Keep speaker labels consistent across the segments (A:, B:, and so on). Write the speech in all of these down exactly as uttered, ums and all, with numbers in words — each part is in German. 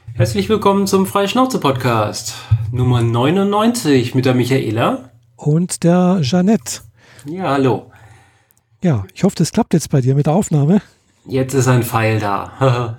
A: Herzlich willkommen zum Freischnauze-Podcast Nummer neunundneunzig mit der Michaela.
B: Und der Jeanette.
A: Ja, hallo.
B: Ja, ich hoffe, das klappt jetzt bei dir mit der Aufnahme.
A: Jetzt ist ein Pfeil da.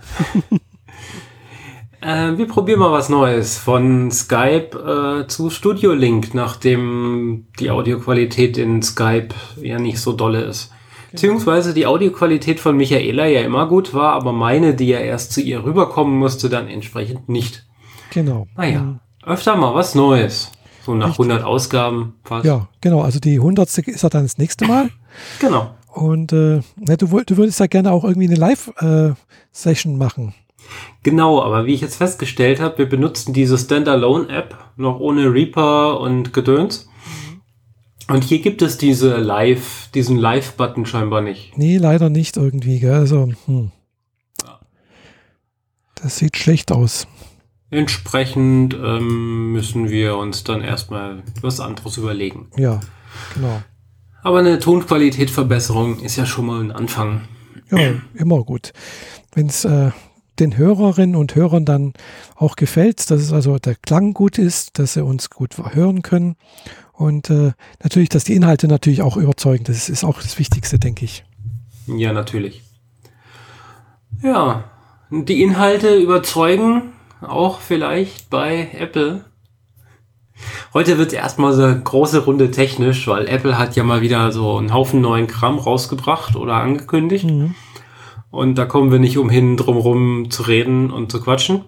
A: äh, wir probieren mal was Neues. Von Skype äh, zu Studio Link, nachdem die Audioqualität in Skype ja nicht so dolle ist. Beziehungsweise die Audioqualität von Michaela ja immer gut war, aber meine, die ja erst zu ihr rüberkommen musste, dann entsprechend nicht.
B: Genau.
A: Naja,
B: Mhm.
A: öfter mal was Neues. So nach
B: Richtig.
A: hundert Ausgaben fast.
B: Ja, genau. Also die hundertste ist ja dann das nächste Mal.
A: Genau.
B: Und äh, ne, du, du würdest ja gerne auch irgendwie eine Live-Session äh, machen.
A: Genau, aber wie ich jetzt festgestellt habe, wir benutzen diese Standalone-App noch ohne Reaper und Gedöns. Und hier gibt es diese Live, diesen Live-Button scheinbar nicht.
B: Nee, leider nicht irgendwie. Gell? Also, hm. Das sieht schlecht aus.
A: Entsprechend ähm, müssen wir uns dann erstmal was anderes überlegen.
B: Ja, genau.
A: Aber eine Tonqualitätverbesserung ist ja schon mal ein Anfang.
B: Ja, immer gut. Wenn es äh, den Hörerinnen und Hörern dann auch gefällt, dass es also der Klang gut ist, dass sie uns gut hören können und äh, natürlich, dass die Inhalte natürlich auch überzeugen. Das ist auch das Wichtigste, denke ich.
A: Ja, natürlich. Ja, die Inhalte überzeugen auch vielleicht bei Apple. Heute wird es erstmal so eine große Runde technisch, weil Apple hat ja mal wieder so einen Haufen neuen Kram rausgebracht oder angekündigt.
B: Mhm.
A: Und da kommen wir nicht umhin, drumherum zu reden und zu quatschen.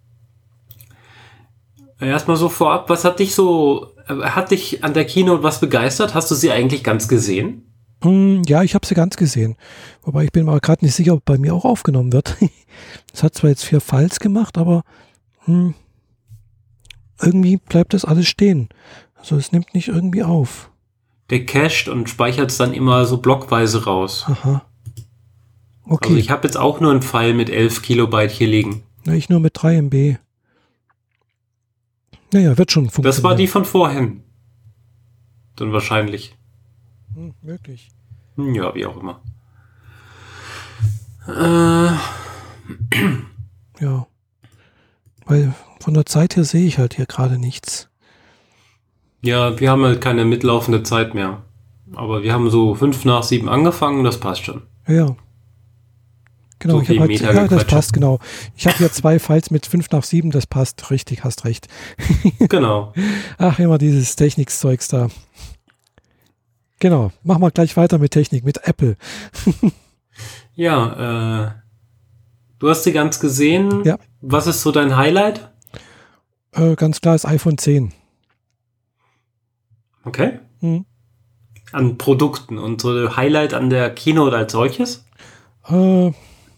A: Erstmal so vorab, was hat dich so, hat dich an der Keynote was begeistert? Hast du sie eigentlich ganz gesehen?
B: Mm, Ja, ich habe sie ganz gesehen. Wobei ich bin mir gerade nicht sicher, ob bei mir auch aufgenommen wird. Es hat zwar jetzt vier Files gemacht, aber hm, irgendwie bleibt das alles stehen. Also es nimmt nicht irgendwie auf.
A: Der cached und speichert es dann immer so blockweise raus.
B: Aha. Okay.
A: Also ich habe jetzt auch nur einen File mit elf Kilobyte hier liegen.
B: Na, ich nur mit drei Megabyte. Naja, wird schon funktionieren.
A: Das war die von vorhin. Dann wahrscheinlich.
B: Hm, möglich.
A: Ja, wie auch immer. Äh,
B: Ja. Weil von der Zeit her sehe ich halt hier gerade nichts.
A: ja, wir haben halt keine mitlaufende Zeit mehr. Aber wir haben so fünf nach sieben angefangen, das passt schon.
B: Ja. Genau,
A: So
B: ich habe
A: viel
B: halt,
A: Meter
B: ja, das
A: gequatscht.
B: passt, genau. Ich habe hier zwei Files mit fünf nach sieben, das passt, richtig, hast recht.
A: Genau.
B: Ach, immer dieses Technikzeugs da. Genau, machen wir gleich weiter mit Technik, mit Apple.
A: Ja, äh, du hast sie ganz gesehen.
B: Ja.
A: Was ist so dein Highlight?
B: Äh, ganz klar ist iPhone zehn.
A: Okay.
B: Hm.
A: An Produkten und so Highlight an der Keynote als solches?
B: Äh,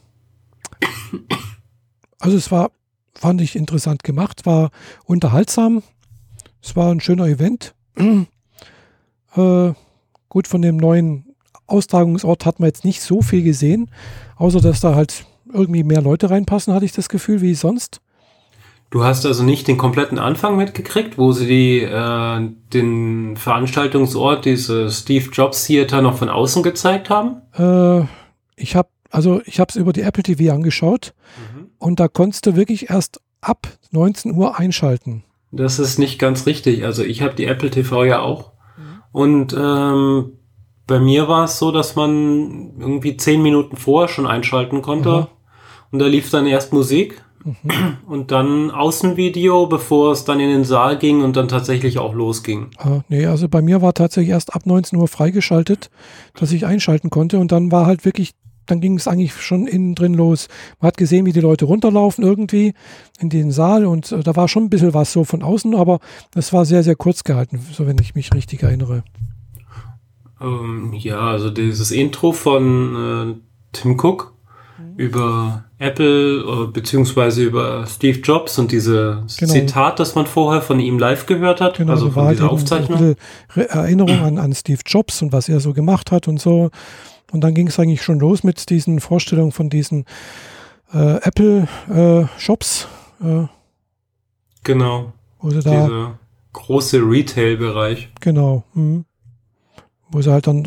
B: also es war, fand ich interessant gemacht, war unterhaltsam. Es war ein schöner Event. äh, gut, von dem neuen Austragungsort hat man jetzt nicht so viel gesehen, außer dass da halt irgendwie mehr Leute reinpassen, hatte ich das Gefühl, wie sonst.
A: Du hast also nicht den kompletten Anfang mitgekriegt, wo sie die, äh, den Veranstaltungsort, dieses Steve Jobs Theater, noch von außen gezeigt haben?
B: Äh, ich habe also ich habe es über die Apple T V angeschaut
A: Mhm.
B: und da konntest du wirklich erst ab neunzehn Uhr einschalten.
A: Das ist nicht ganz richtig. Also ich habe die Apple T V ja auch.
B: Mhm.
A: Und ähm, bei mir war es so, dass man irgendwie zehn Minuten vorher schon einschalten konnte.
B: Aha.
A: Und da lief dann erst Musik
B: Mhm.
A: und dann Außenvideo, bevor es dann in den Saal ging und dann tatsächlich auch losging.
B: Ah, nee, also bei mir war tatsächlich erst ab neunzehn Uhr freigeschaltet, dass ich einschalten konnte und dann war halt wirklich, dann ging es eigentlich schon innen drin los. Man hat gesehen, wie die Leute runterlaufen irgendwie in den Saal und äh, da war schon ein bisschen was so von außen, aber das war sehr, sehr kurz gehalten, so wenn ich mich richtig erinnere.
A: Ähm, ja, also dieses Intro von äh, Tim Cook über Apple äh, beziehungsweise über Steve Jobs und dieses
B: Genau.
A: Zitat, das man vorher von ihm live gehört hat,
B: Genau,
A: also
B: da
A: von
B: war halt
A: dieser
B: eben
A: Aufzeichnung.
B: ein bisschen Re- Erinnerung an, an Steve Jobs und was er so gemacht hat und so. Und dann ging es eigentlich schon los mit diesen Vorstellungen von diesen äh, Apple-Shops, äh,
A: Genau,
B: wo sie da,
A: dieser große Retail-Bereich.
B: genau, hm, wo sie halt dann äh,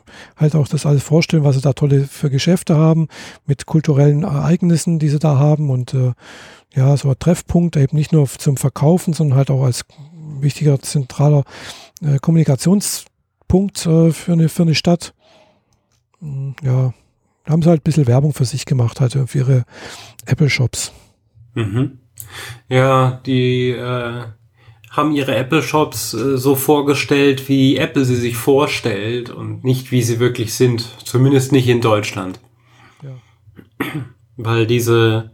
B: halt auch das alles vorstellen, was sie da tolle für Geschäfte haben, mit kulturellen Ereignissen, die sie da haben und äh, ja, so ein Treffpunkt, eben nicht nur zum Verkaufen, sondern halt auch als wichtiger zentraler äh, Kommunikationspunkt äh, für, eine, für eine Stadt. Ja, da haben sie halt ein bisschen Werbung für sich gemacht, halt für ihre Apple-Shops.
A: Mhm. Ja, die äh, haben ihre Apple-Shops äh, so vorgestellt, wie Apple sie sich vorstellt und nicht, wie sie wirklich sind. Zumindest nicht in Deutschland.
B: Ja.
A: Weil diese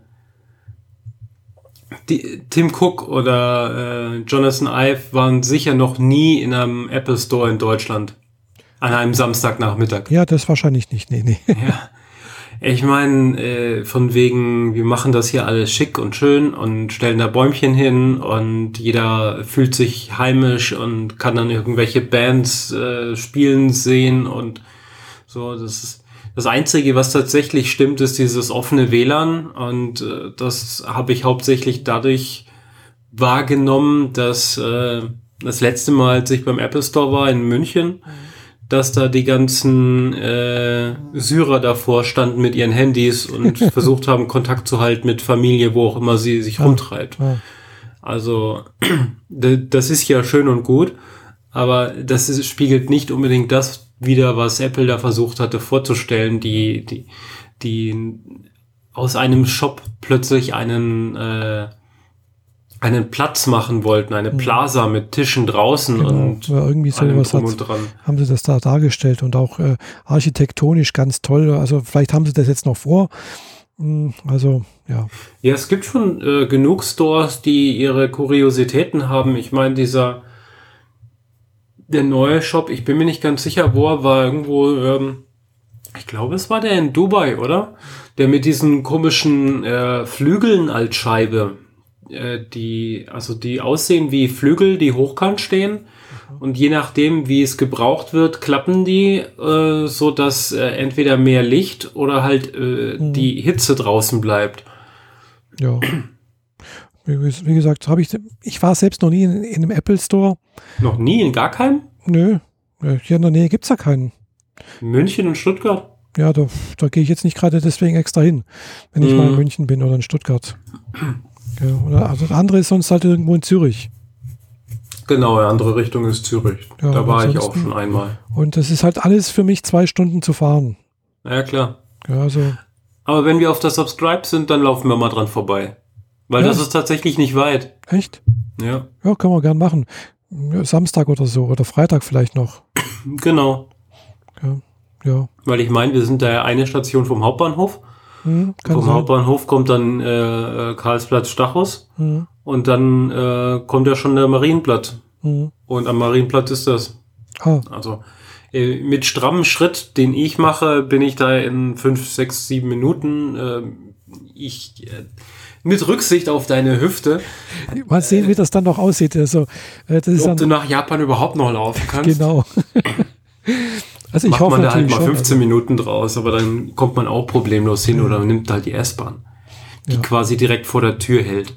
A: die, Tim Cook oder äh, Jonathan Ive waren sicher noch nie in einem Apple Store in Deutschland. An einem Samstagnachmittag.
B: Ja, das wahrscheinlich nicht. Nee, nee.
A: Ja. Ich meine, äh, von wegen, wir machen das hier alles schick und schön und stellen da Bäumchen hin und jeder fühlt sich heimisch und kann dann irgendwelche Bands äh, spielen sehen und so. Das ist das Einzige, was tatsächlich stimmt, ist dieses offene W L A N und äh, das habe ich hauptsächlich dadurch wahrgenommen, dass äh, das letzte Mal, als ich beim Apple Store war in München, dass da die ganzen äh, Syrer davor standen mit ihren Handys und versucht haben, Kontakt zu halten mit Familie, wo auch immer sie sich
B: Ja,
A: rumtreibt.
B: ja.
A: Also das ist ja schön und gut, aber das ist, spiegelt nicht unbedingt das wider, was Apple da versucht hatte vorzustellen, die die die aus einem Shop plötzlich einen äh, einen Platz machen wollten, eine Plaza mit Tischen draußen
B: Genau,
A: und
B: ja, irgendwie
A: allem
B: sowas
A: drum
B: hat's-
A: und dran.
B: haben sie das da dargestellt und auch äh, architektonisch ganz toll. Also vielleicht haben sie das jetzt noch vor. Hm, Also, ja.
A: Ja, es gibt schon äh, genug Stores, die ihre Kuriositäten haben. Ich meine, dieser der neue Shop, ich bin mir nicht ganz sicher, wo er war, irgendwo, ähm, ich glaube, es war der in Dubai, oder? Der mit diesen komischen äh, Flügeln als Scheibe, äh, die, also die aussehen wie Flügel, die hochkant stehen. Und je nachdem, wie es gebraucht wird, klappen die, äh, so dass äh, entweder mehr Licht oder halt äh,
B: Mhm.
A: die Hitze draußen bleibt.
B: Ja. Wie, ges- wie gesagt, habe ich, ich war selbst noch nie in, in einem Apple Store.
A: Noch nie, in gar keinem?
B: Nö, äh, hier in der Nähe gibt es ja keinen.
A: München und Stuttgart?
B: Ja, da, da gehe ich jetzt nicht gerade deswegen extra hin, wenn ich mal in
A: Mhm.
B: München bin oder in Stuttgart. Ja, oder, also das andere ist sonst halt irgendwo in Zürich.
A: Genau, in andere Richtung ist Zürich.
B: Ja,
A: da war ich auch
B: ansonsten-
A: schon einmal.
B: Und das ist halt alles für mich zwei Stunden zu fahren.
A: Ja, klar.
B: Ja, also,
A: Aber wenn wir auf der Subscribe sind, dann laufen wir mal dran vorbei. Weil
B: Ja.
A: das ist tatsächlich nicht weit.
B: echt?
A: Ja,
B: Ja, können wir gern machen. Ja, Samstag oder so oder Freitag vielleicht noch.
A: genau.
B: Ja,
A: Weil ich meine, wir sind da ja eine Station vom Hauptbahnhof.
B: hm, kann
A: vom
B: sein.
A: Hauptbahnhof kommt dann äh, äh, Karlsplatz Stachus.
B: Hm,
A: Und dann äh, kommt ja schon der Marienplatz.
B: hm.
A: Und am Marienplatz ist das.
B: Ah,
A: Also äh, mit strammem Schritt, den ich mache, bin ich da in fünf, sechs, sieben Minuten. Äh, ich äh, mit Rücksicht auf deine Hüfte,
B: mal sehen, wie das dann noch aussieht. Also, äh, das ist
A: ob
B: dann,
A: du nach Japan überhaupt noch laufen kannst.
B: genau. Also ich
A: Macht
B: hoffe
A: man da halt
B: natürlich
A: mal
B: schon.
A: fünfzehn Minuten draus, aber dann kommt man auch problemlos hin oder man nimmt halt die S-Bahn, die
B: Ja.
A: quasi direkt vor der Tür hält.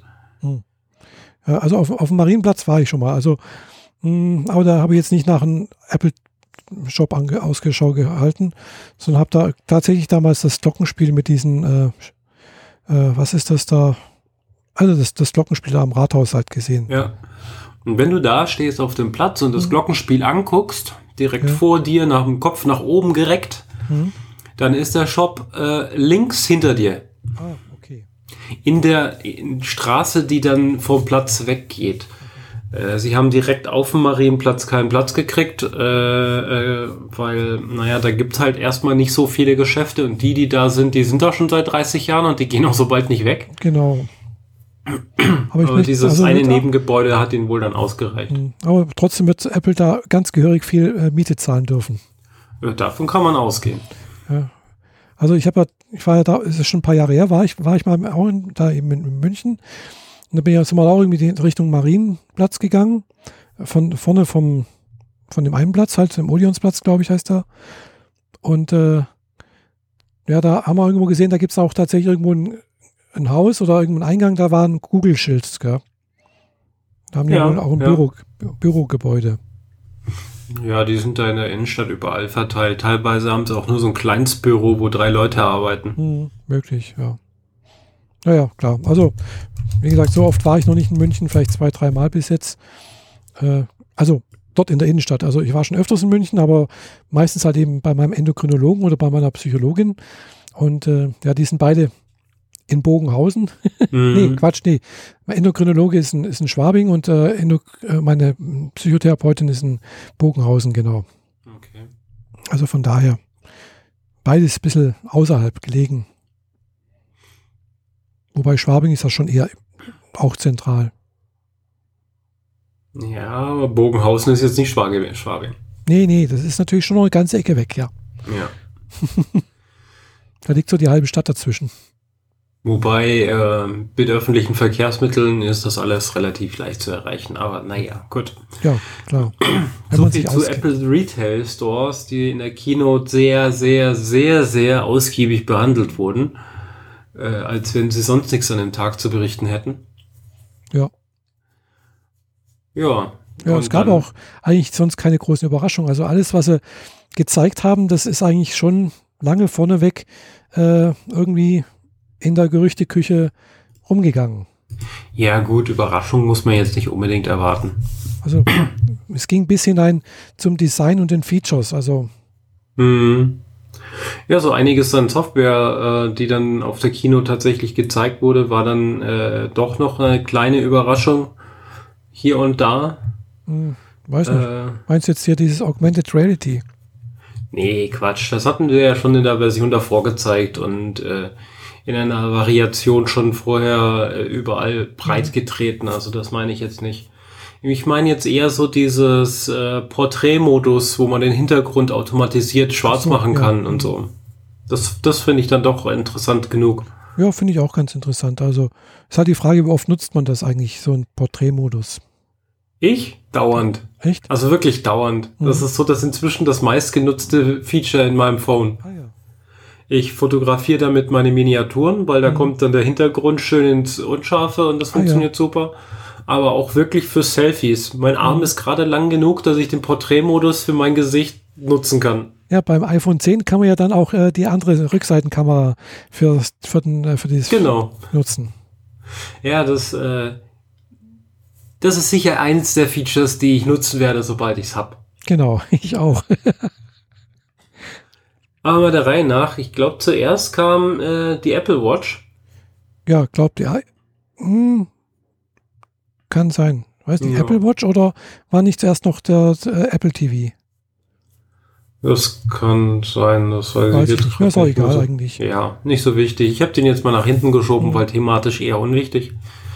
B: Ja, also auf, auf dem Marienplatz war ich schon mal. Also, mh, aber da habe ich jetzt nicht nach einem Apple-Shop ange- Ausschau gehalten, sondern habe da tatsächlich damals das Glockenspiel mit diesen, äh, äh, was ist das da? Also das, das Glockenspiel da am Rathaus halt gesehen.
A: Ja. Und wenn du da stehst auf dem Platz und das Glockenspiel anguckst, direkt
B: Mhm. Ja.
A: vor dir, nach dem Kopf nach oben gereckt,
B: Mhm.
A: dann ist der Shop äh, links hinter dir.
B: Ah, okay.
A: In der in Straße, die dann vom Platz weggeht. Äh, sie haben direkt auf dem Marienplatz keinen Platz gekriegt, äh, äh, weil, naja, da gibt halt erstmal nicht so viele Geschäfte und die, die da sind, die sind da schon seit dreißig Jahren und die gehen auch so bald nicht weg.
B: Genau. Aber, ich
A: Aber
B: möchte-
A: dieses
B: also
A: eine
B: wird-
A: Nebengebäude hat ihnen wohl dann ausgereicht.
B: Mhm. Aber trotzdem wird Apple da ganz gehörig viel äh, Miete zahlen dürfen.
A: Äh, davon kann man ausgehen.
B: Also ich habe ja, ich war ja da, es ist schon ein paar Jahre her, war ich, war ich mal auch in, da eben in, in München. Und da bin ich jetzt mal auch irgendwie in Richtung Marienplatz gegangen. Von vorne vom, von dem einen Platz, halt dem Odeonsplatz, glaube ich, heißt der. Und äh, ja, da haben wir irgendwo gesehen, da gibt es auch tatsächlich irgendwo ein, ein Haus oder irgendein Eingang, da war ein Google-Schild, gell? Da haben die
A: Ja,
B: wohl auch ein
A: ja.
B: Büro, Bürogebäude.
A: Ja, die sind da in der Innenstadt überall verteilt. Teilweise haben sie auch nur so ein kleines Büro, wo drei Leute arbeiten.
B: Hm, möglich, ja. Naja, klar. Also, wie gesagt, so oft war ich noch nicht in München, vielleicht zwei, drei Mal bis jetzt. Äh, also dort in der Innenstadt. Also ich war schon öfters in München, aber meistens halt eben bei meinem Endokrinologen oder bei meiner Psychologin. Und äh, ja, die sind beide in Bogenhausen.
A: Mhm.
B: nee, Quatsch, nee. Mein Endokrinologe ist ein, ist ein Schwabing und äh, Endok- äh, meine Psychotherapeutin ist ein Bogenhausen, genau.
A: Okay.
B: Also von daher, beides ein bisschen außerhalb gelegen. Wobei Schwabing ist ja schon eher auch zentral.
A: Ja, aber Bogenhausen ist jetzt nicht Schwabing. Schwabing.
B: Nee, nee, das ist natürlich schon noch eine ganze Ecke weg, ja.
A: Ja.
B: Da liegt so die halbe Stadt dazwischen.
A: Wobei äh, mit öffentlichen Verkehrsmitteln ist das alles relativ leicht zu erreichen. Aber naja, gut.
B: Ja, klar. Wenn
A: So
B: man
A: viel
B: sich
A: zu
B: auskennt.
A: Apple Retail Stores, die in der Keynote sehr, sehr, sehr, sehr ausgiebig behandelt wurden, äh, als wenn sie sonst nichts an dem Tag zu berichten hätten.
B: Ja.
A: Ja.
B: Ja,
A: und
B: es gab
A: dann-
B: auch eigentlich sonst keine großen Überraschungen. Also alles, was sie gezeigt haben, das ist eigentlich schon lange vorneweg äh, irgendwie in der Gerüchteküche rumgegangen.
A: Ja gut, Überraschung muss man jetzt nicht unbedingt erwarten.
B: Also es ging bis hinein zum Design und den Features. Also
A: Mhm. Ja, so einiges an Software, äh, die dann auf der Kino tatsächlich gezeigt wurde, war dann äh, doch noch eine kleine Überraschung hier und da.
B: hm, weiß nicht.
A: Äh,
B: Meinst du jetzt hier dieses Augmented Reality?
A: nee, Quatsch, das hatten wir ja schon in der Version davor gezeigt und äh, in einer Variation schon vorher äh, überall breit getreten, also das meine ich jetzt nicht. Ich meine jetzt eher so dieses äh, Porträtmodus, wo man den Hintergrund automatisiert schwarz
B: Ach so,
A: machen
B: ja.
A: kann und so. Das, das finde ich dann doch interessant genug.
B: Ja, finde ich auch ganz interessant. Also ist halt die Frage, wie oft nutzt man das eigentlich, so ein Porträtmodus?
A: Ich? Dauernd.
B: Echt?
A: Also wirklich dauernd. Das
B: Mhm.
A: ist so das inzwischen das meistgenutzte Feature in meinem Phone.
B: Ah ja.
A: Ich fotografiere damit meine Miniaturen, weil da
B: Mhm.
A: kommt dann der Hintergrund schön ins Unscharfe und das
B: Ah,
A: funktioniert super. Aber auch wirklich für Selfies. Mein Arm
B: Mhm.
A: ist gerade lang genug, dass ich den Porträtmodus für mein Gesicht nutzen kann.
B: Ja, beim iPhone zehn kann man ja dann auch äh, die andere Rückseitenkamera für, für, den, äh, für dieses
A: Genau.
B: nutzen.
A: Ja, das, äh, das ist sicher eins der Features, die ich nutzen werde, sobald ich es habe.
B: Genau, ich auch.
A: Aber mal der Reihe nach. Ich glaube, zuerst kam äh, die Apple Watch.
B: Ja, glaubt ihr? Hm, kann sein. Weiß nicht,
A: Ja.
B: Apple Watch oder war nicht zuerst noch der äh, Apple T V?
A: Das kann sein, das weiß,
B: Weiß
A: ich
B: ich
A: jetzt
B: nicht. Ja, ist auch
A: nicht mehr
B: egal
A: so.
B: eigentlich.
A: Ja, nicht so wichtig. Ich habe den jetzt mal nach hinten geschoben,
B: Mhm.
A: weil thematisch eher unwichtig.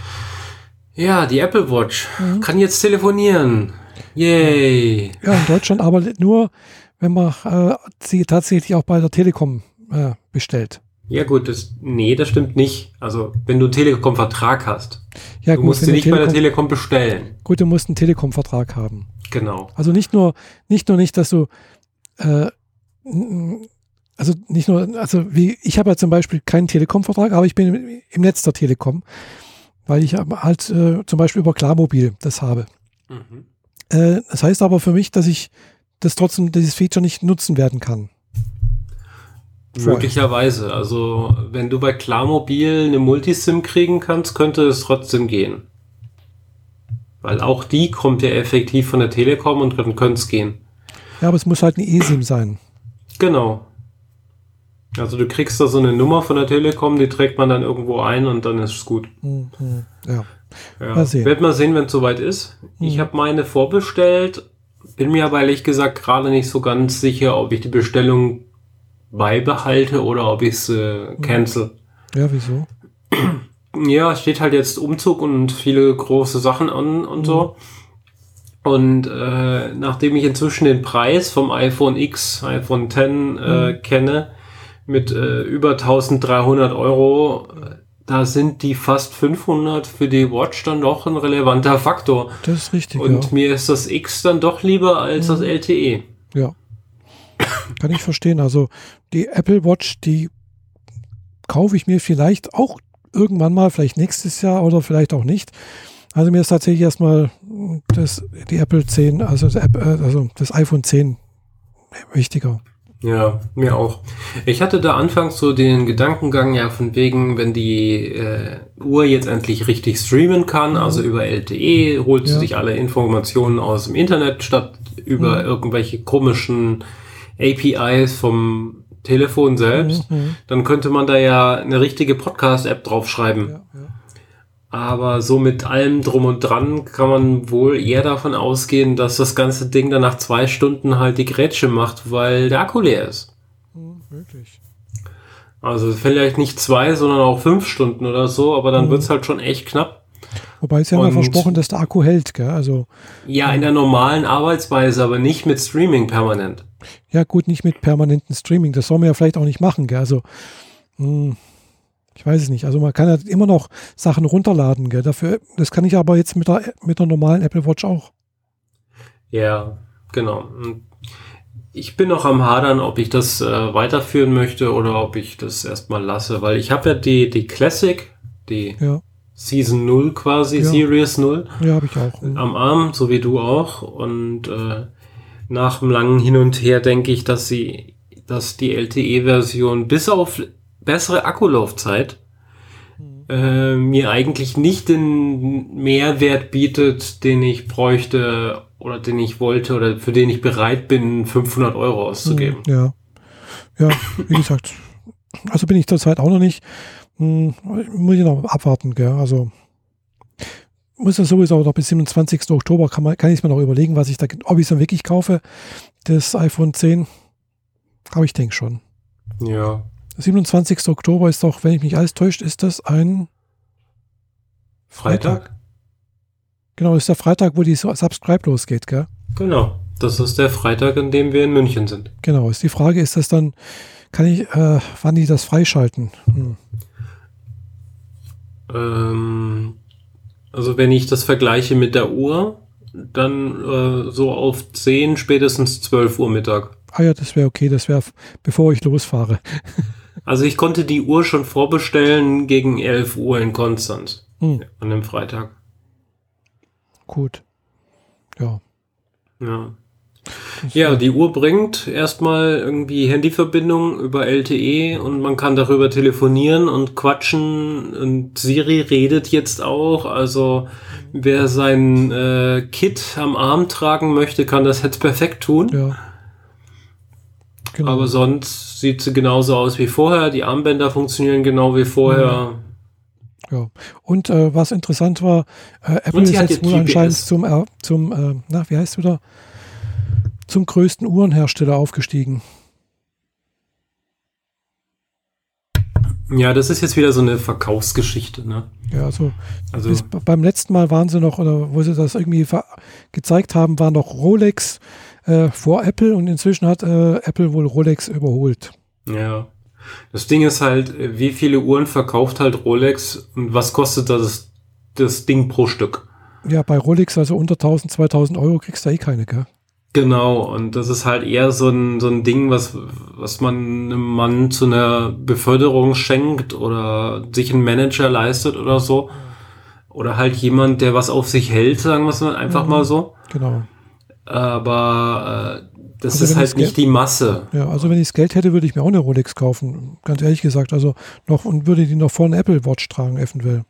A: Ja, die Apple Watch
B: Mhm.
A: kann jetzt telefonieren. Yay.
B: Ja, in Deutschland aber nur, wenn man äh, sie tatsächlich auch bei der Telekom äh, bestellt.
A: Ja gut, das, nee, das stimmt nicht. Also, wenn du einen Telekom-Vertrag hast,
B: Ja,
A: du musst
B: wenn
A: sie
B: du
A: nicht bei der
B: Telekom-
A: Telekom bestellen.
B: Gut, du musst einen Telekom-Vertrag haben.
A: Genau.
B: Also nicht nur, nicht nur nicht, dass du, äh, n- also nicht nur, also wie, ich habe ja zum Beispiel keinen Telekom-Vertrag, aber ich bin im, im Netz der Telekom, weil ich halt äh, zum Beispiel über Klarmobil das habe.
A: Mhm.
B: Äh, das heißt aber für mich, dass ich das trotzdem, dieses Feature nicht nutzen werden kann. Vorher.
A: Möglicherweise. Also, wenn du bei Klarmobil eine Multisim kriegen kannst, könnte es trotzdem gehen. Weil auch die kommt ja effektiv von der Telekom und dann könnte es gehen.
B: Ja, aber es muss halt eine eSIM sein.
A: Genau. Also du kriegst da so eine Nummer von der Telekom, die trägt man dann irgendwo ein und dann ist es gut.
B: Hm, hm, ja.
A: Ja.
B: Mal sehen.
A: Werd mal sehen, wenn es soweit ist. Ich
B: Mhm.
A: habe meine vorbestellt, bin mir aber ehrlich gesagt gerade nicht so ganz sicher, ob ich die Bestellung beibehalte oder ob ich es äh, cancel.
B: Ja, wieso?
A: Ja, es steht halt jetzt Umzug und viele große Sachen an und so. Und äh, nachdem ich inzwischen den Preis vom iPhone X, iPhone X äh, kenne, mit äh, über dreizehnhundert Euro, äh, da sind die fast fünfhundert für die Watch dann doch ein relevanter Faktor.
B: Das ist richtig,
A: Und
B: ja.
A: mir ist das X dann doch lieber als das L T E.
B: Ja. Kann ich verstehen. Also die Apple Watch, die kaufe ich mir vielleicht auch irgendwann mal, vielleicht nächstes Jahr oder vielleicht auch nicht. Also mir ist tatsächlich erstmal das, die Apple zehn, also das, App, also das iPhone zehn wichtiger.
A: Ja, mir auch. Ich hatte da anfangs so den Gedankengang, ja, von wegen, wenn die äh, Uhr jetzt endlich richtig streamen kann, also über L T E, holt sie
B: Ja.
A: sich alle Informationen aus dem Internet statt über
B: Mhm.
A: irgendwelche komischen A P Is vom Telefon selbst,
B: Mhm.
A: dann könnte man da ja eine richtige Podcast-App draufschreiben.
B: Ja, ja.
A: Aber so mit allem drum und dran kann man wohl eher davon ausgehen, dass das ganze Ding dann nach zwei Stunden halt die Grätsche macht, weil der Akku leer ist.
B: Mhm, wirklich.
A: Also vielleicht nicht zwei, sondern auch fünf Stunden oder so, aber dann
B: Mhm.
A: wird's halt schon echt knapp.
B: Wobei sie haben ja
A: Und-
B: versprochen, dass der Akku hält, gell? Also,
A: Ja, in der normalen Arbeitsweise, aber nicht mit Streaming permanent.
B: ja gut, nicht mit permanentem Streaming. Das soll man ja vielleicht auch nicht machen, gell? Also, mh, ich weiß es nicht. Also man kann ja immer noch Sachen runterladen, gell? Dafür, das kann ich aber jetzt mit der, mit der normalen Apple Watch auch.
A: Ja, genau. Und ich bin noch am Hadern, ob ich das äh, weiterführen möchte oder ob ich das erstmal lasse, weil ich habe ja die, die Classic, die
B: Ja,
A: Season null quasi,
B: Ja.
A: Series null
B: ja, habe ich auch. Mhm.
A: am Arm, so wie du auch. Und äh, nach dem langen Hin und Her denke ich, dass sie, dass die L T E-Version bis auf bessere Akkulaufzeit äh, mir eigentlich nicht den Mehrwert bietet, den ich bräuchte oder den ich wollte oder für den ich bereit bin, fünfhundert Euro auszugeben.
B: Ja. Ja, wie gesagt, also bin ich zurzeit auch noch nicht. Hm, muss ich noch abwarten, gell? Also muss ja sowieso noch bis siebenundzwanzigsten Oktober kann, man, kann ich mir noch überlegen, was ich da, ob ich es dann wirklich kaufe, das iPhone zehn. Aber ich denke schon.
A: Ja.
B: siebenundzwanzigsten Oktober ist doch, wenn ich mich alles täuscht, ist das ein
A: Freitag?
B: Genau, das ist der Freitag, wo die Subscribe losgeht, gell?
A: Genau. Das ist der Freitag, an dem wir in München sind.
B: Genau, ist die Frage, ist das dann, kann ich, äh, wann die das freischalten? Hm.
A: Ähm, also wenn ich das vergleiche mit der Uhr, dann äh, so auf zehn, spätestens zwölf Uhr Mittag.
B: Ah ja, das wäre okay, das wäre, bevor ich losfahre.
A: Also ich konnte die Uhr schon vorbestellen gegen elf Uhr in Konstanz
B: Hm,
A: an dem Freitag.
B: gut. Ja.
A: Ja. Ja, die Uhr bringt erstmal irgendwie Handyverbindung über L T E und man kann darüber telefonieren und quatschen und Siri redet jetzt auch. Also wer sein äh, Kit am Arm tragen möchte, kann das jetzt perfekt tun.
B: Ja. Genau.
A: Aber sonst sieht sie genauso aus wie vorher. Die Armbänder funktionieren genau wie vorher.
B: Ja. Und äh, was interessant war, äh, Apple
A: Und sie
B: ist
A: hat
B: jetzt
A: jetzt
B: wohl
A: G P S.
B: anscheinend zum, äh, zum äh, na, wie heißt du da? Zum größten Uhrenhersteller aufgestiegen.
A: Ja, das ist jetzt wieder so eine Verkaufsgeschichte, ne?
B: Ja, also,
A: Also
B: bis, beim letzten Mal waren sie noch, oder wo sie das irgendwie ver- gezeigt haben, war noch Rolex äh, vor Apple und inzwischen hat äh, Apple wohl Rolex überholt.
A: ja. Das Ding ist halt, wie viele Uhren verkauft halt Rolex und was kostet das, das Ding pro Stück?
B: Ja, bei Rolex, also unter tausend, zweitausend Euro kriegst du eh keine, gell?
A: Genau, und das ist halt eher so ein, so ein Ding, was, was man einem Mann zu einer Beförderung schenkt oder sich einen Manager leistet oder so. Oder halt jemand, der was auf sich hält, sagen wir es mal einfach
B: Mhm.
A: mal so.
B: Genau.
A: Aber äh, das
B: Also
A: ist
B: wenn
A: halt
B: das
A: nicht die Masse.
B: Ja, also wenn ich das Geld hätte, würde ich mir auch eine Rolex kaufen. Ganz ehrlich gesagt. Also noch und würde die noch vor eine Apple Watch tragen, eventuell.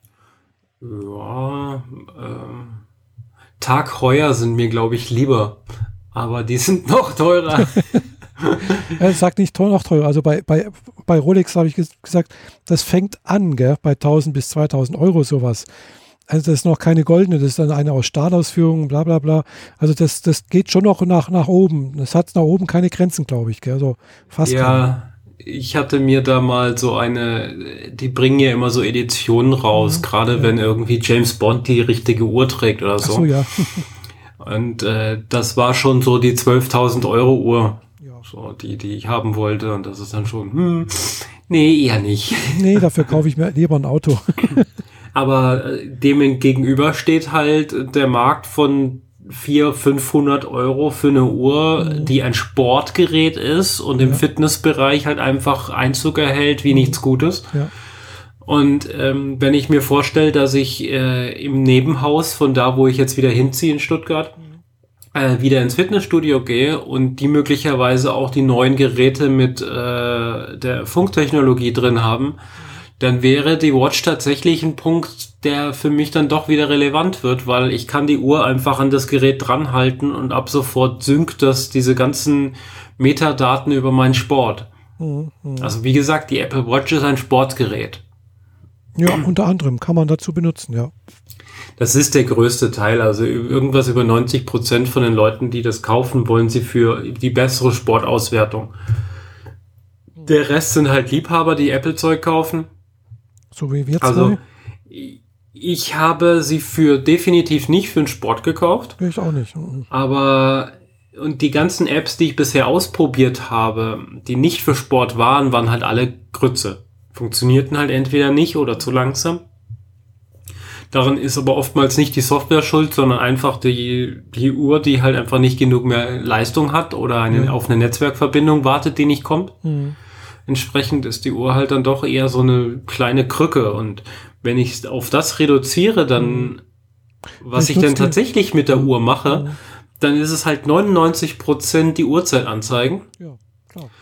A: Ja, ähm, Tag Heuer sind mir, glaube ich, lieber. Aber die sind noch teurer.
B: Er sagt nicht teuer, noch teurer. Also bei, bei, bei Rolex habe ich ges- gesagt, das fängt an, gell, bei tausend bis zweitausend Euro sowas. Also das ist noch keine goldene, das ist dann eine aus Stahlausführung, bla bla bla. Also das, das geht schon noch nach, nach oben. Das hat nach oben keine Grenzen, glaube ich. Gell? Also fast keine.
A: Ja, ich hatte mir da mal so eine, die bringen ja immer so Editionen raus,
B: Mhm,
A: gerade
B: ja.
A: wenn irgendwie James Bond die richtige Uhr trägt oder
B: Ach
A: so.
B: so, ja.
A: Und äh, das war schon so die zwölftausend Euro Uhr,
B: ja.
A: so die, die ich haben wollte. Und das ist dann schon, hm, nee, eher nicht.
B: Nee, dafür kaufe ich mir lieber ein Auto.
A: Aber äh, dem gegenüber steht halt der Markt von vierhundert, fünfhundert Euro für eine Uhr,
B: Mhm.
A: die ein Sportgerät ist und im
B: Ja.
A: Fitnessbereich halt einfach Einzug erhält wie nichts Gutes.
B: Ja.
A: Und ähm, wenn ich mir vorstelle, dass ich äh, im Nebenhaus von da, wo ich jetzt wieder hinziehe in Stuttgart, äh, wieder ins Fitnessstudio gehe und die möglicherweise auch die neuen Geräte mit äh, der Funktechnologie drin haben, dann wäre die Watch tatsächlich ein Punkt, der für mich dann doch wieder relevant wird, weil ich kann die Uhr einfach an das Gerät dranhalten und ab sofort synkt das diese ganzen Metadaten über meinen Sport.
B: Mhm.
A: Also wie gesagt, die Apple Watch ist ein Sportgerät.
B: Ja, unter anderem kann man dazu benutzen, ja.
A: Das ist der größte Teil, also irgendwas über neunzig Prozent von den Leuten, die das kaufen, wollen sie für die bessere Sportauswertung. Der Rest sind halt Liebhaber, die Apple-Zeug kaufen.
B: So wie wir zwei.
A: Also ich habe sie für definitiv nicht für den Sport gekauft.
B: Ich auch nicht.
A: Aber und die ganzen Apps, die ich bisher ausprobiert habe, die nicht für Sport waren, waren halt alle Grütze. Funktionierten halt entweder nicht oder zu langsam. Daran ist aber oftmals nicht die Software schuld, sondern einfach die, die Uhr, die halt einfach nicht genug mehr Leistung hat oder eine,
B: ja.
A: auf eine Netzwerkverbindung wartet, die nicht kommt.
B: Mhm.
A: Entsprechend ist die Uhr halt dann doch eher so eine kleine Krücke. Und wenn ich auf das reduziere, dann, was ich, ich dann tatsächlich mit der Uhr mache, mhm. dann ist es halt neunundneunzig Prozent die Uhrzeit anzeigen.
B: Ja, klar.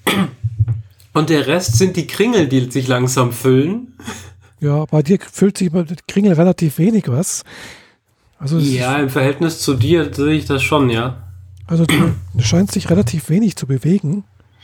A: Und der Rest sind die Kringel, die sich langsam füllen.
B: Ja, bei dir füllt sich bei Kringel relativ wenig was. Also
A: ja, im Verhältnis zu dir sehe ich das schon, ja.
B: Also du, du scheinst dich relativ wenig zu bewegen.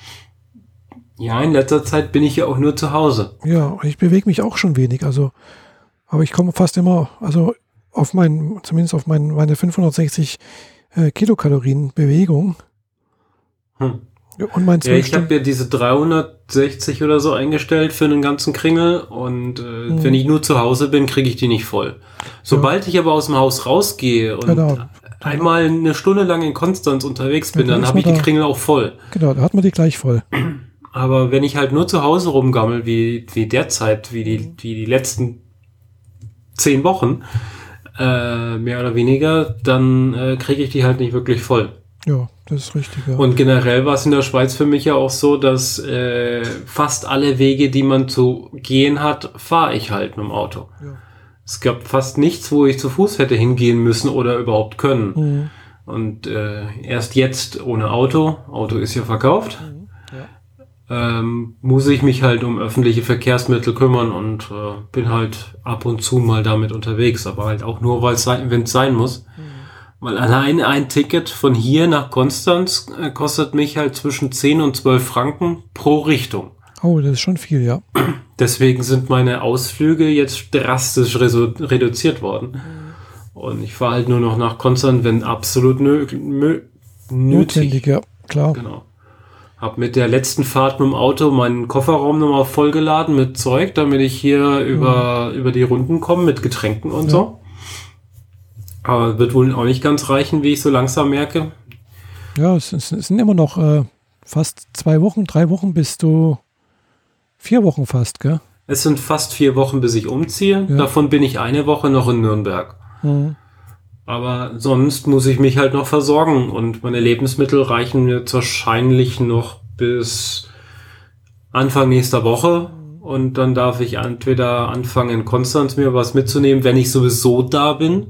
A: Ja, in letzter Zeit bin ich ja auch nur zu Hause.
B: Ja, ich bewege mich auch schon wenig. Also, aber ich komme fast immer, also auf mein, zumindest auf mein, meine fünfhundertsechzig äh, Kilokalorien Bewegung.
A: Hm.
B: Und mein
A: ja, ich habe ja diese dreihundertsechzig oder so eingestellt für einen ganzen Kringel und äh, hm. wenn ich nur zu Hause bin, kriege ich die nicht voll. Sobald ja. ich aber aus dem Haus rausgehe und genau. einmal eine Stunde lang in Konstanz unterwegs bin, ja, dann habe ich die da, Kringel auch voll.
B: Genau, da hat man die gleich voll.
A: Aber wenn ich halt nur zu Hause rumgammel, wie, wie derzeit, wie die, wie die letzten zehn Wochen, äh, mehr oder weniger, dann äh, kriege ich die halt nicht wirklich voll.
B: Ja, das ist richtig, ja.
A: Und generell war es in der Schweiz für mich ja auch so, dass äh, fast alle Wege, die man zu gehen hat, fahre ich halt mit dem Auto. Ja. Es gab fast nichts, wo ich zu Fuß hätte hingehen müssen oder überhaupt können. Mhm. Und äh, erst jetzt ohne Auto, Auto ist ja verkauft, mhm. ja. Ähm, muss ich mich halt um öffentliche Verkehrsmittel kümmern und äh, bin halt ab und zu mal damit unterwegs, aber halt auch nur, weil es sein, wenn es sein muss. Mhm. Weil allein ein Ticket von hier nach Konstanz äh, kostet mich halt zwischen zehn und zwölf Franken pro Richtung.
B: Oh, das ist schon viel, ja.
A: Deswegen sind meine Ausflüge jetzt drastisch resu- reduziert worden. Mhm. Und ich fahre halt nur noch nach Konstanz, wenn absolut nö- nö- nötig.
B: Notwendig, ja, klar.
A: Genau. Hab mit der letzten Fahrt mit dem Auto meinen Kofferraum nochmal vollgeladen mit Zeug, damit ich hier mhm. über, über die Runden komme mit Getränken und ja. so. Aber wird wohl auch nicht ganz reichen, wie ich so langsam merke.
B: Ja, es, es sind immer noch äh, fast zwei Wochen, drei Wochen bis du vier Wochen fast, gell?
A: Es sind fast vier Wochen, bis ich umziehe. Ja. Davon bin ich eine Woche noch in Nürnberg. Mhm. Aber sonst muss ich mich halt noch versorgen. Und meine Lebensmittel reichen mir wahrscheinlich noch bis Anfang nächster Woche. Und dann darf ich entweder anfangen, in Konstanz mir was mitzunehmen, wenn ich sowieso da bin.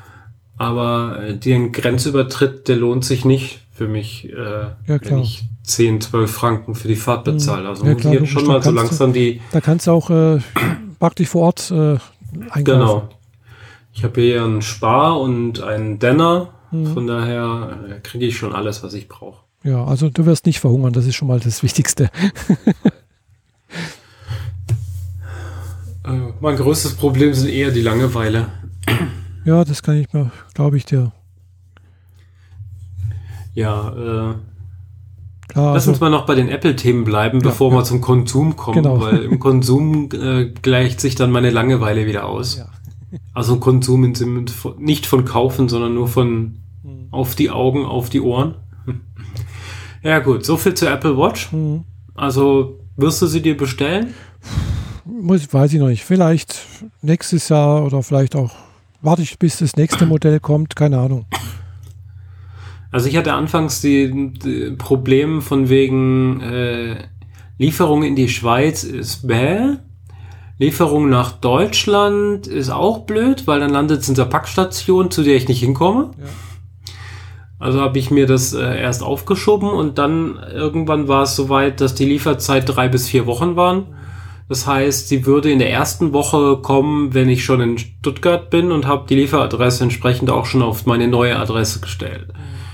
A: Aber den Grenzübertritt, der lohnt sich nicht für mich, äh,
B: ja,
A: wenn ich zehn, zwölf Franken für die Fahrt bezahle. Also
B: ja,
A: muss ich jetzt schon mal so langsam
B: du,
A: die...
B: Da kannst du auch äh, praktisch vor Ort äh, einkaufen.
A: Genau. Ich habe hier einen Spar und einen Denner. Mhm. Von daher äh, kriege ich schon alles, was ich brauche.
B: Ja, also du wirst nicht verhungern. Das ist schon mal das Wichtigste.
A: äh, mein größtes Problem sind eher die Langeweile.
B: Ja, das kann ich mir, glaube ich dir.
A: Ja, äh,
B: Klar,
A: lass
B: also,
A: uns mal noch bei den Apple-Themen bleiben,
B: ja,
A: bevor
B: ja.
A: wir zum Konsum kommen,
B: genau.
A: weil im Konsum äh, gleicht sich dann meine Langeweile wieder aus.
B: Ja.
A: Also Konsum im Sinne von, nicht von kaufen, sondern nur von mhm. auf die Augen, auf die Ohren. Ja gut, so viel zur Apple Watch. Mhm. Also wirst du sie dir bestellen?
B: Muss, weiß ich noch nicht. Vielleicht nächstes Jahr oder vielleicht auch warte ich, bis das nächste Modell kommt. Keine Ahnung.
A: Also ich hatte anfangs die, die Probleme von wegen äh, Lieferung in die Schweiz ist bäh. Lieferung nach Deutschland ist auch blöd, weil dann landet es in der Packstation, zu der ich nicht hinkomme.
B: Ja.
A: Also habe ich mir das äh, erst aufgeschoben und dann irgendwann war es soweit, dass die Lieferzeit drei bis vier Wochen waren. Das heißt, sie würde in der ersten Woche kommen, wenn ich schon in Stuttgart bin und habe die Lieferadresse entsprechend auch schon auf meine neue Adresse gestellt.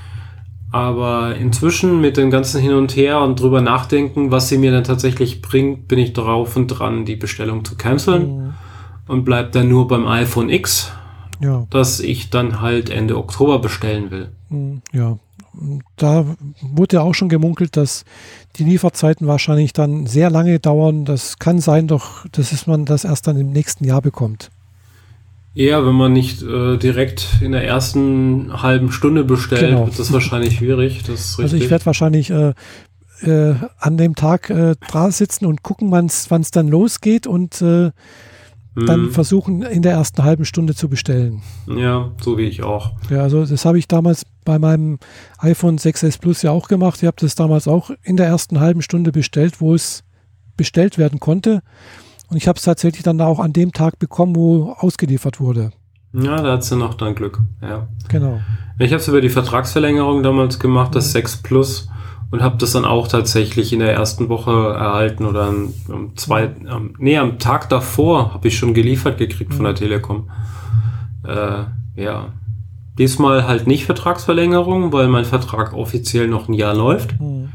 A: Aber inzwischen mit dem ganzen Hin und Her und drüber nachdenken, was sie mir dann tatsächlich bringt, bin ich drauf und dran, die Bestellung zu canceln
B: Mhm.
A: und bleib dann nur beim iPhone X,
B: Ja.
A: das ich dann halt Ende Oktober bestellen will.
B: Mhm. Ja. Da wurde ja auch schon gemunkelt, dass die Lieferzeiten wahrscheinlich dann sehr lange dauern. Das kann sein, doch, dass es man das erst dann im nächsten Jahr bekommt.
A: Ja, wenn man nicht äh, direkt in der ersten halben Stunde bestellt,
B: Genau.
A: wird das wahrscheinlich schwierig. Das ist richtig.
B: Also ich werde wahrscheinlich äh, äh, an dem Tag äh, dran sitzen und gucken, wann es dann losgeht und äh, dann
A: Hm.
B: versuchen, in der ersten halben Stunde zu bestellen.
A: Ja, so wie ich auch.
B: Ja, also das habe ich damals bei meinem iPhone sechs S Plus ja auch gemacht. Ich habe das damals auch in der ersten halben Stunde bestellt, wo es bestellt werden konnte. Und ich habe es tatsächlich dann auch an dem Tag bekommen, wo ausgeliefert wurde.
A: Ja, da hat sie noch dann Glück. Ja.
B: Genau.
A: Ich habe es über die Vertragsverlängerung damals gemacht, das
B: Mhm.
A: sechs Plus, und habe das dann auch tatsächlich in der ersten Woche erhalten oder am, am zweiten, am, nee, am Tag davor habe ich schon geliefert gekriegt von der Telekom. Äh, ja. Diesmal halt nicht Vertragsverlängerung, weil mein Vertrag offiziell noch ein Jahr läuft.
B: Mhm.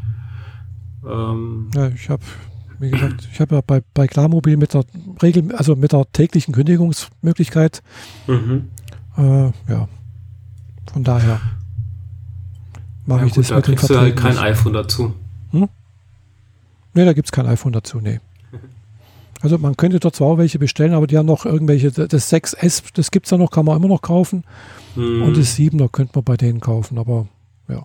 A: Ähm,
B: Ja, ich habe, wie gesagt, ich habe ja bei, bei Klarmobil mit der Regel, also mit der täglichen Kündigungsmöglichkeit,
A: mhm.
B: äh, ja, von daher mache
A: Ja,
B: ich
A: gut,
B: das
A: da
B: mit den
A: kriegst du halt
B: Verträgen
A: kein
B: nicht.
A: iPhone dazu.
B: Nee, da gibt es kein iPhone dazu, nee. Also man könnte dort zwar auch welche bestellen, aber die haben noch irgendwelche, das sechs S, das gibt es ja noch, kann man immer noch kaufen.
A: Mhm.
B: Und das siebener könnte man bei denen kaufen, aber ja.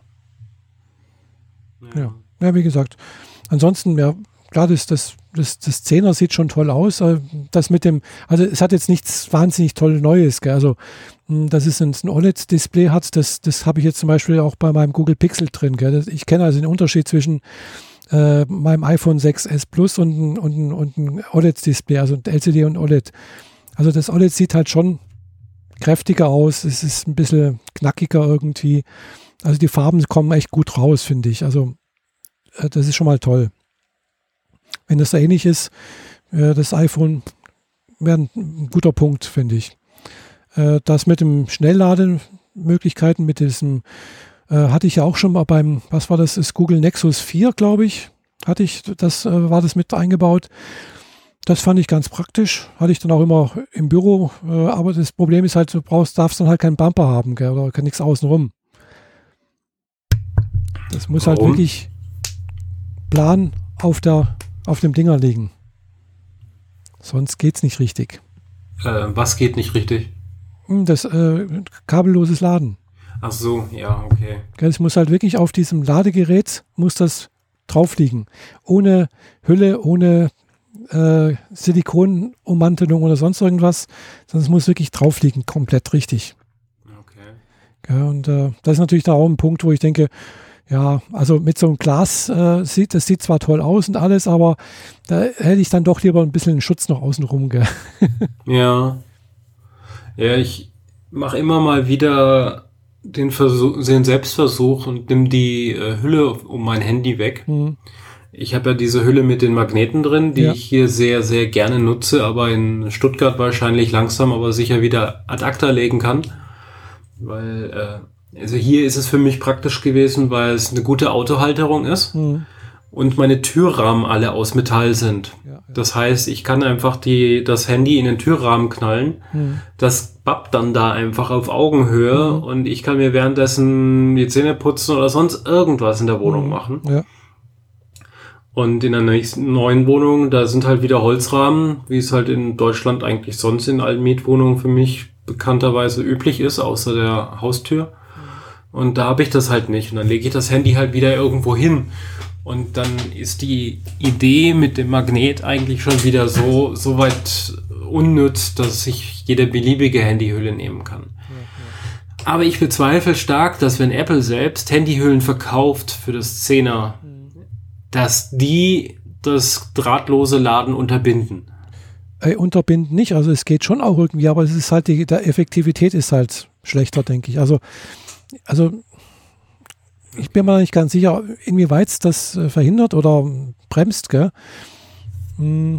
B: Ja, ja wie gesagt. Ansonsten, ja, klar, das, das, das, das zehner sieht schon toll aus. äh, Das mit dem, also es hat jetzt nichts wahnsinnig toll Neues, gell? Also, mh, dass es ein, ein O L E D-Display hat, das, das habe ich jetzt zum Beispiel auch bei meinem Google Pixel drin, gell? Das, ich kenne also den Unterschied zwischen äh, meinem iPhone sechs S Plus und, ein- und, ein- und ein O L E D-Display, also ein L C D und O L E D. Also das O L E D sieht halt schon kräftiger aus, es ist ein bisschen knackiger irgendwie. Also die Farben kommen echt gut raus, finde ich. Also äh, das ist schon mal toll. Wenn das so ähnlich ist, äh, das iPhone wäre ein, ein guter Punkt, finde ich. Äh, das mit dem Schnelllademöglichkeiten, mit diesem, äh, hatte ich ja auch schon mal beim, was war das, ist Google Nexus vier, glaube ich, hatte ich, das äh, war das mit eingebaut. Das fand ich ganz praktisch, hatte ich dann auch immer im Büro, äh, aber das Problem ist halt, du brauchst, darfst dann halt keinen Bumper haben, gell, oder nichts außenrum. Das muss halt
A: Warum?
B: wirklich plan auf der auf dem Dinger liegen. Sonst geht's nicht richtig.
A: Äh, was geht nicht richtig?
B: Hm, Das äh, kabelloses Laden.
A: Ach so, ja, okay.
B: Gell, Es muss halt wirklich auf diesem Ladegerät muss das drauf liegen. Ohne Hülle, ohne äh, Silikonummantelung oder sonst irgendwas. Sondern es muss wirklich drauf liegen, komplett richtig.
A: Okay.
B: Gell, Und äh, das ist natürlich da auch ein Punkt, wo ich denke, ja, also mit so einem Glas äh, sieht, das sieht zwar toll aus und alles, aber da hätte ich dann doch lieber ein bisschen Schutz noch außenrum. Gell?
A: Ja. Ja, ich mache immer mal wieder den Versuch, den Selbstversuch und nimm die äh, Hülle um mein Handy weg.
B: Hm.
A: Ich habe ja diese Hülle mit den Magneten drin, die
B: Ja.
A: ich hier sehr, sehr gerne nutze, aber in Stuttgart wahrscheinlich langsam, aber sicher wieder ad acta legen kann. Weil, äh, also hier ist es für mich praktisch gewesen, weil es eine gute Autohalterung ist
B: Hm.
A: und meine Türrahmen alle aus Metall sind.
B: Ja, ja.
A: Das heißt, ich kann einfach die, das Handy in den Türrahmen knallen.
B: Hm.
A: Das bappt dann da einfach auf Augenhöhe
B: Mhm.
A: und ich kann mir währenddessen die Zähne putzen oder sonst irgendwas in der Wohnung
B: Hm.
A: machen.
B: Ja.
A: Und in der nächsten neuen Wohnung, da sind halt wieder Holzrahmen, wie es halt in Deutschland eigentlich sonst in allen Mietwohnungen für mich bekannterweise üblich ist, außer der Haustür. Und da habe ich das halt nicht. Und dann lege ich das Handy halt wieder irgendwo hin. Und dann ist die Idee mit dem Magnet eigentlich schon wieder so, so weit unnütz, dass ich jede beliebige Handyhülle nehmen kann. Aber ich bezweifle stark, dass wenn Apple selbst Handyhüllen verkauft für das Zehner, dass die das drahtlose Laden unterbinden.
B: äh, unterbinden nicht. Also es geht schon auch irgendwie, aber es ist halt, die der Effektivität ist halt schlechter, denke ich. Also, also ich bin mir nicht ganz sicher, inwieweit es das äh, verhindert oder bremst, gell? Hm.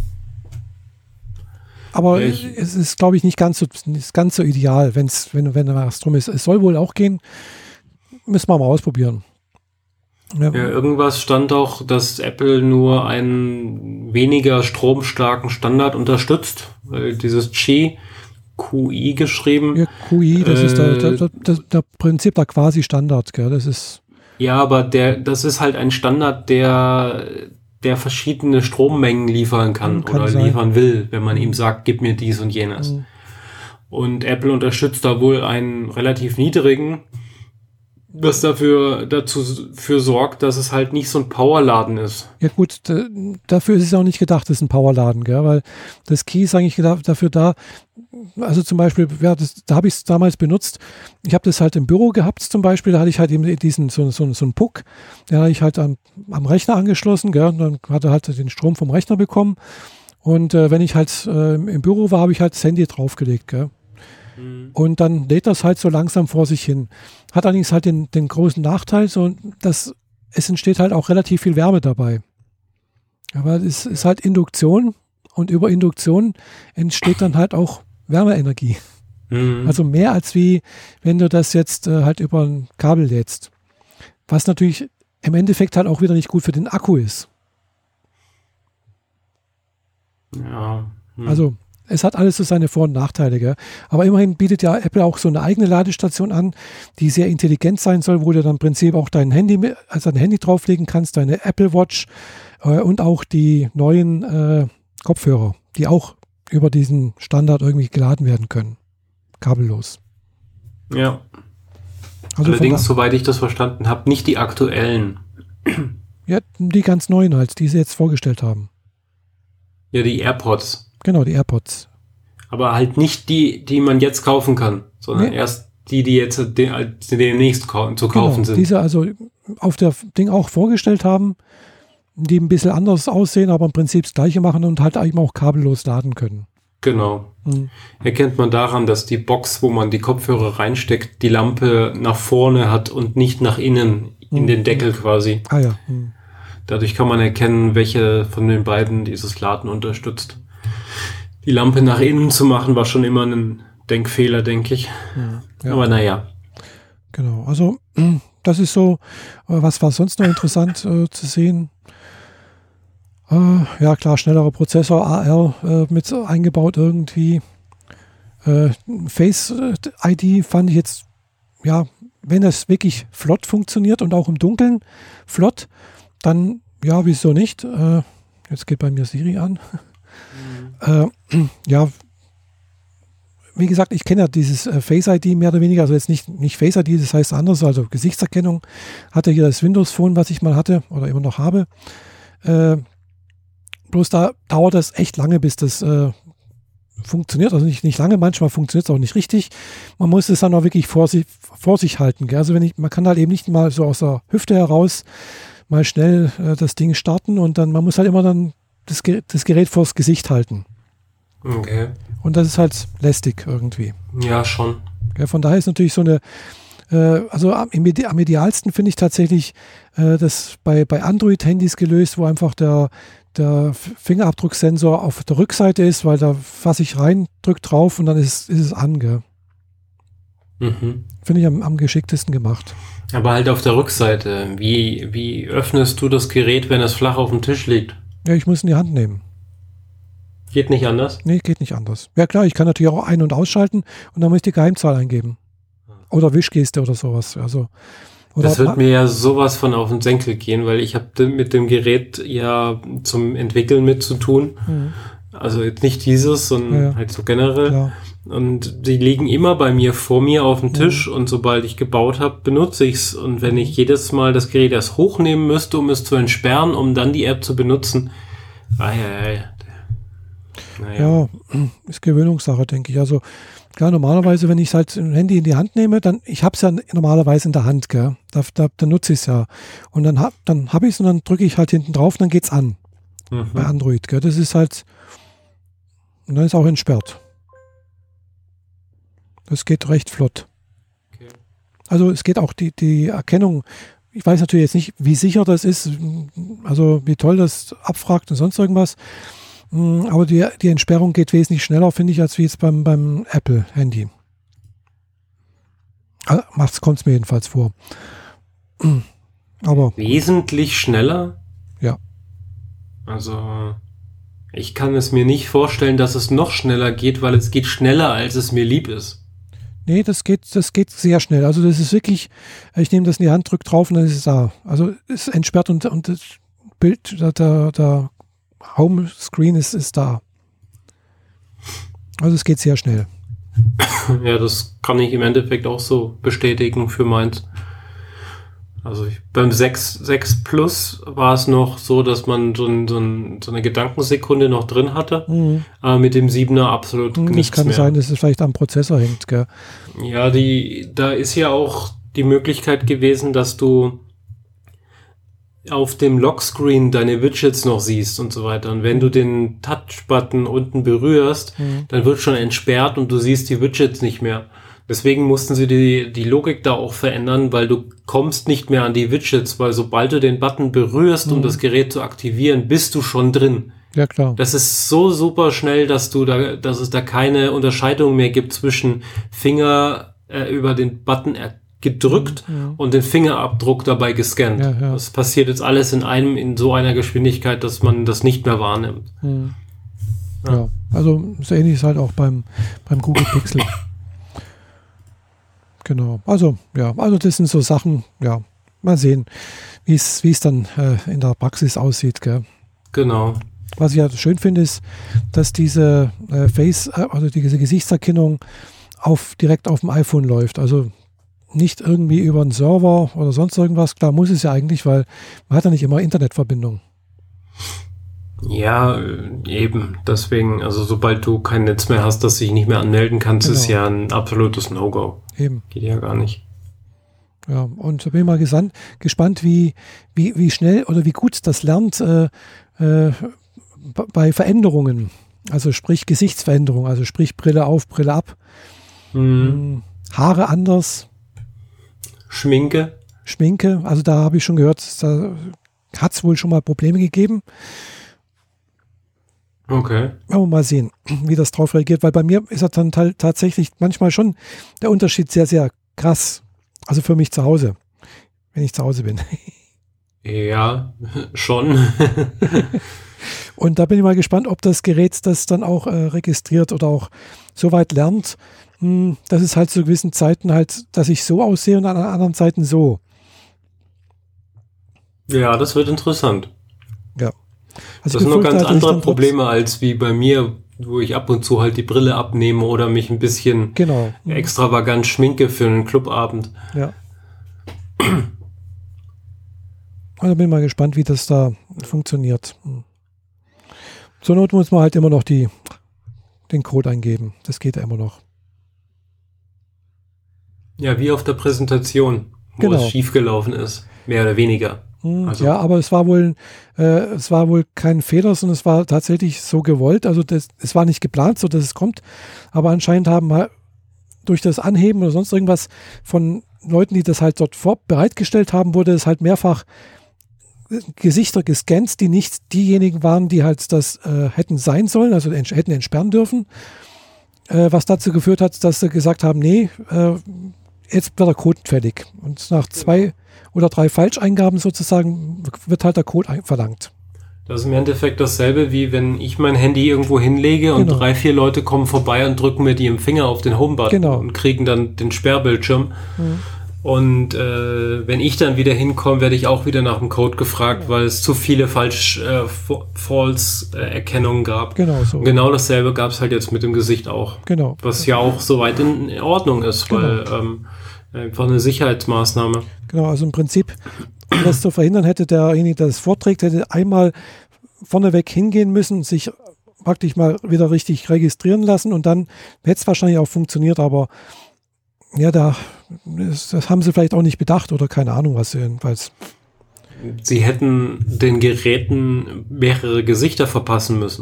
B: Aber ich, es ist, glaube ich, nicht ganz so, nicht ganz so ideal, wenn's, wenn, wenn was drum ist. Es soll wohl auch gehen, müssen wir mal ausprobieren.
A: Ja. Ja, irgendwas stand auch, dass Apple nur einen weniger stromstarken Standard unterstützt. Weil dieses Qi, Q I geschrieben.
B: Ja, Q I, das äh, ist der, der, der, der Prinzip der Quasi-Standard, gell? Das ist.
A: Ja, aber der, das ist halt ein Standard, der, der verschiedene Strommengen liefern kann, kann oder sein. liefern will, wenn man ihm sagt, gib mir dies und jenes. Mhm. Und Apple unterstützt da wohl einen relativ niedrigen, was dafür dazu für sorgt, dass es halt nicht so ein Powerladen ist.
B: Ja gut, d- dafür ist es auch nicht gedacht, das ist ein Powerladen, gell? Weil das Qi ist eigentlich gedacht, dafür da, also zum Beispiel, ja, das, da habe ich es damals benutzt, ich habe das halt im Büro gehabt zum Beispiel, da hatte ich halt eben diesen, so, so, so einen Puck, den hatte ich halt am, am Rechner angeschlossen, gell? Und dann hat er halt den Strom vom Rechner bekommen und äh, wenn ich halt äh, im Büro war, habe ich halt das Handy draufgelegt, gell? Und dann lädt das halt so langsam vor sich hin. Hat allerdings halt den, den großen Nachteil, so, dass es entsteht halt auch relativ viel Wärme dabei. Aber es ist halt Induktion und über Induktion entsteht dann halt auch Wärmeenergie. Mhm. Also mehr als wie, wenn du das jetzt äh, halt über ein Kabel lädst. Was natürlich im Endeffekt halt auch wieder nicht gut für den Akku ist.
A: Ja. Mhm.
B: Also es hat alles so seine Vor- und Nachteile, gell? Aber immerhin bietet ja Apple auch so eine eigene Ladestation an, die sehr intelligent sein soll, wo du dann im Prinzip auch dein Handy, also dein Handy drauflegen kannst, deine Apple Watch äh, und auch die neuen äh, Kopfhörer, die auch über diesen Standard irgendwie geladen werden können. Kabellos.
A: Ja.
B: Also
A: allerdings, soweit ich das verstanden habe, nicht die aktuellen.
B: Ja, die ganz neuen halt, die sie jetzt vorgestellt haben.
A: Ja, die AirPods.
B: Genau, die AirPods.
A: Aber halt nicht die, die man jetzt kaufen kann, sondern nee. erst die, die jetzt de- demnächst kau- zu kaufen
B: genau,
A: sind.
B: Diese also auf der Ding auch vorgestellt haben, die ein bisschen anders aussehen, aber im Prinzip das Gleiche machen und halt eben auch kabellos laden können.
A: Genau.
B: Mhm.
A: Erkennt man daran, dass die Box, wo man die Kopfhörer reinsteckt, die Lampe nach vorne hat und nicht nach innen in mhm. den Deckel quasi.
B: Ah ja. Mhm.
A: Dadurch kann man erkennen, welche von den beiden dieses Laden unterstützt. Die Lampe nach innen zu machen, war schon immer ein Denkfehler, denke ich. Ja. Aber naja.
B: Genau, also das ist so, was war sonst noch interessant äh, zu sehen? Äh, ja klar, schnellerer Prozessor, A R äh, mit eingebaut irgendwie. Äh, Face I D fand ich jetzt, ja, wenn das wirklich flott funktioniert und auch im Dunkeln flott, dann ja, wieso nicht? Äh, jetzt geht bei mir Siri an. Äh, ja, wie gesagt, ich kenne ja dieses äh, Face I D mehr oder weniger, also jetzt nicht, nicht Face I D, das heißt anders, also Gesichtserkennung. Hatte hier das Windows Phone, was ich mal hatte oder immer noch habe. Äh, bloß da dauert das echt lange, bis das äh, funktioniert, also nicht, nicht lange, manchmal funktioniert es auch nicht richtig. Man muss es dann auch wirklich vor sich, vor sich halten. Gell? Also wenn ich, man kann halt eben nicht mal so aus der Hüfte heraus mal schnell äh, das Ding starten und dann, man muss halt immer dann das, das Gerät vors Gesicht halten.
A: Okay.
B: Und das ist halt lästig irgendwie.
A: Ja, schon.
B: Ja, von daher ist natürlich so eine, äh, also am, am idealsten finde ich tatsächlich äh, das bei, bei Android-Handys gelöst, wo einfach der, der Fingerabdrucksensor auf der Rückseite ist, weil da fasse ich rein, drück drauf und dann ist, ist es an. Gell?
A: Mhm.
B: Finde ich am, am geschicktesten gemacht.
A: Aber halt auf der Rückseite. Wie, wie öffnest du das Gerät, wenn es flach auf dem Tisch liegt?
B: Ja, ich muss in die Hand nehmen.
A: Geht nicht anders?
B: Nee, geht nicht anders. Ja klar, ich kann natürlich auch ein- und ausschalten und dann muss ich die Geheimzahl eingeben. Oder Wischgeste oder sowas. Also, oder
A: das wird mir ja sowas von auf den Senkel gehen, weil ich habe mit dem Gerät ja zum Entwickeln mit zu tun. Mhm. Also jetzt nicht dieses, sondern ja, halt so generell. Klar. Und die liegen immer bei mir vor mir auf dem Tisch mhm. und sobald ich gebaut habe, benutze ich's. Und wenn ich jedes Mal das Gerät erst hochnehmen müsste, um es zu entsperren, um dann die App zu benutzen, ah, ja, ja,
B: naja. Ja, ist Gewöhnungssache, denke ich. Also klar, normalerweise, wenn ich halt ein Handy in die Hand nehme, dann, ich habe es ja normalerweise in der Hand, gell? Da, da, dann nutze ich es ja. Und dann, hab, dann habe ich es und dann drücke ich halt hinten drauf und dann geht's an. Mhm. Bei Android, gell? Das ist halt, Und dann ist auch entsperrt. Das geht recht flott.
A: Okay.
B: Also es geht auch die, die Erkennung. Ich weiß natürlich jetzt nicht, wie sicher das ist, also wie toll das abfragt und sonst irgendwas. Aber die, die Entsperrung geht wesentlich schneller, finde ich, als wie jetzt beim, beim Apple-Handy. Kommt es mir jedenfalls vor. Aber
A: wesentlich schneller?
B: Ja.
A: Also ich kann es mir nicht vorstellen, dass es noch schneller geht, weil es geht schneller, als es mir lieb ist.
B: Nee, das geht, das geht sehr schnell. Also das ist wirklich, ich nehme das in die Hand, drücke drauf und dann ist es da. Also es ist entsperrt und, und das Bild, der, der, der Home-Screen ist, ist da. Also es geht sehr schnell.
A: Ja, das kann ich im Endeffekt auch so bestätigen für meins. Also ich, beim sechs, sechs Plus war es noch so, dass man so, ein, so, ein, so eine Gedankensekunde noch drin hatte, mhm. aber mit dem siebener absolut
B: mhm,
A: nichts mehr.
B: Das kann sein, dass es vielleicht am Prozessor hängt, gell?
A: Ja, die, da ist ja auch die Möglichkeit gewesen, dass du auf dem Lockscreen deine Widgets noch siehst und so weiter. Und wenn du den Touch-Button unten berührst, mhm. dann wird schon entsperrt und du siehst die Widgets nicht mehr. Deswegen mussten sie die, die Logik da auch verändern, weil du kommst nicht mehr an die Widgets, weil sobald du den Button berührst, mhm. um das Gerät zu aktivieren, bist du schon drin.
B: Ja, klar.
A: Das ist so super schnell, dass du da, dass es da keine Unterscheidung mehr gibt zwischen Finger äh, über den Button er- gedrückt mhm. und den Fingerabdruck dabei gescannt. Ja, ja. Das passiert jetzt alles in einem, in so einer Geschwindigkeit, dass man das nicht mehr wahrnimmt.
B: Mhm. Ja. ja, also so ähnlich ist halt auch beim, beim Google Pixel. Genau, also ja, also das sind so Sachen, ja, mal sehen, wie es wie es dann äh, in der Praxis aussieht, gell?
A: Genau.
B: Was ich ja schön finde, ist, dass diese äh, Face, äh, also diese Gesichtserkennung auf direkt auf dem iPhone läuft, also nicht irgendwie über einen Server oder sonst irgendwas. Klar muss es ja eigentlich, weil man hat ja nicht immer Internetverbindung.
A: Ja, eben. Deswegen, also sobald du kein Netz mehr hast, das dich nicht mehr anmelden kannst, genau. ist ja ein absolutes No-Go.
B: Eben.
A: Geht ja gar nicht.
B: Ja, und da bin ich mal gesandt, gespannt, wie, wie, wie schnell oder wie gut das lernt äh, äh, bei Veränderungen. Also sprich Gesichtsveränderung, also sprich Brille auf, Brille ab. Mhm. Haare anders.
A: Schminke.
B: Schminke, also da habe ich schon gehört, da hat es wohl schon mal Probleme gegeben.
A: Okay.
B: Aber mal sehen, wie das drauf reagiert, weil bei mir ist das dann t- tatsächlich manchmal schon der Unterschied sehr, sehr krass. Also für mich zu Hause, wenn ich zu Hause bin.
A: Ja, schon.
B: Und da bin ich mal gespannt, ob das Gerät das dann auch äh, registriert oder auch so weit lernt, mh, dass es halt zu gewissen Zeiten halt, dass ich so aussehe und an anderen Zeiten so.
A: Ja, das wird interessant.
B: Ja.
A: Also das sind noch ganz andere Probleme als wie bei mir, wo ich ab und zu halt die Brille abnehme oder mich ein bisschen
B: genau.
A: extravagant schminke für einen Clubabend.
B: Ja. Also bin mal gespannt, wie das da funktioniert. Zur Not muss man halt immer noch die, den Code eingeben. Das geht ja immer noch.
A: Ja, wie auf der Präsentation, wo
B: genau.
A: es schiefgelaufen ist. Mehr oder weniger.
B: Also. Ja, aber es war wohl, äh, es war wohl kein Fehler, sondern es war tatsächlich so gewollt. Also das, es war nicht geplant, so dass es kommt. Aber anscheinend haben halt durch das Anheben oder sonst irgendwas von Leuten, die das halt dort vor bereitgestellt haben, wurde es halt mehrfach Gesichter gescannt, die nicht diejenigen waren, die halt das äh, hätten sein sollen, also ents- hätten entsperren dürfen. Äh, was dazu geführt hat, dass sie gesagt haben, nee, äh, jetzt wird der Code fällig. Und nach zwei oder drei Falscheingaben sozusagen wird halt der Code ein- verlangt.
A: Das ist im Endeffekt dasselbe, wie wenn ich mein Handy irgendwo hinlege und genau. drei, vier Leute kommen vorbei und drücken mir die im Finger auf den Homebutton
B: genau.
A: und kriegen dann den Sperrbildschirm.
B: Mhm.
A: Und äh, wenn ich dann wieder hinkomme, werde ich auch wieder nach dem Code gefragt, ja. weil es zu viele falsch äh, False-Erkennungen gab.
B: Genau so.
A: Und genau dasselbe gab es halt jetzt mit dem Gesicht auch.
B: Genau.
A: Was ja auch soweit in Ordnung ist, genau. weil ähm, einfach eine Sicherheitsmaßnahme.
B: Genau, also im Prinzip, um das zu verhindern, hätte derjenige, der das vorträgt, hätte einmal vorneweg hingehen müssen, sich praktisch mal wieder richtig registrieren lassen und dann hätte es wahrscheinlich auch funktioniert, aber ja, da das, das haben sie vielleicht auch nicht bedacht oder keine Ahnung was jedenfalls.
A: Sie hätten den Geräten mehrere Gesichter verpassen müssen.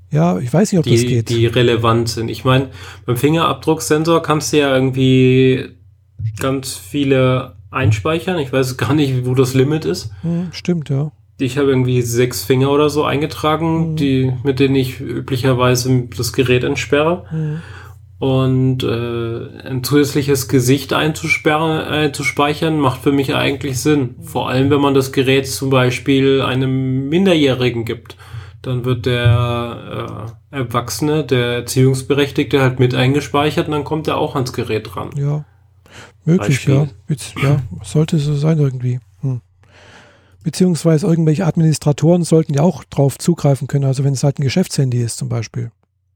B: Ja, ich weiß nicht, ob das
A: die,
B: geht.
A: die relevant sind. Ich meine, beim Fingerabdrucksensor kannst du ja irgendwie ganz viele einspeichern. Ich weiß gar nicht, wo das Limit ist.
B: Hm, stimmt, ja.
A: Ich habe irgendwie sechs Finger oder so eingetragen,
B: Mhm.
A: die, mit denen ich üblicherweise das Gerät entsperre.
B: Mhm.
A: Und äh, ein zusätzliches Gesicht einzusperren, einzuspeichern, macht für mich eigentlich Sinn. Vor allem, wenn man das Gerät zum Beispiel einem Minderjährigen gibt. Dann wird der äh, Erwachsene, der Erziehungsberechtigte halt mit eingespeichert und dann kommt er auch ans Gerät ran.
B: Ja, möglich,
A: Beispiel.
B: ja. Jetzt, ja, sollte so sein irgendwie. Hm. Beziehungsweise irgendwelche Administratoren sollten ja auch drauf zugreifen können, also wenn es halt ein Geschäftshandy ist zum Beispiel.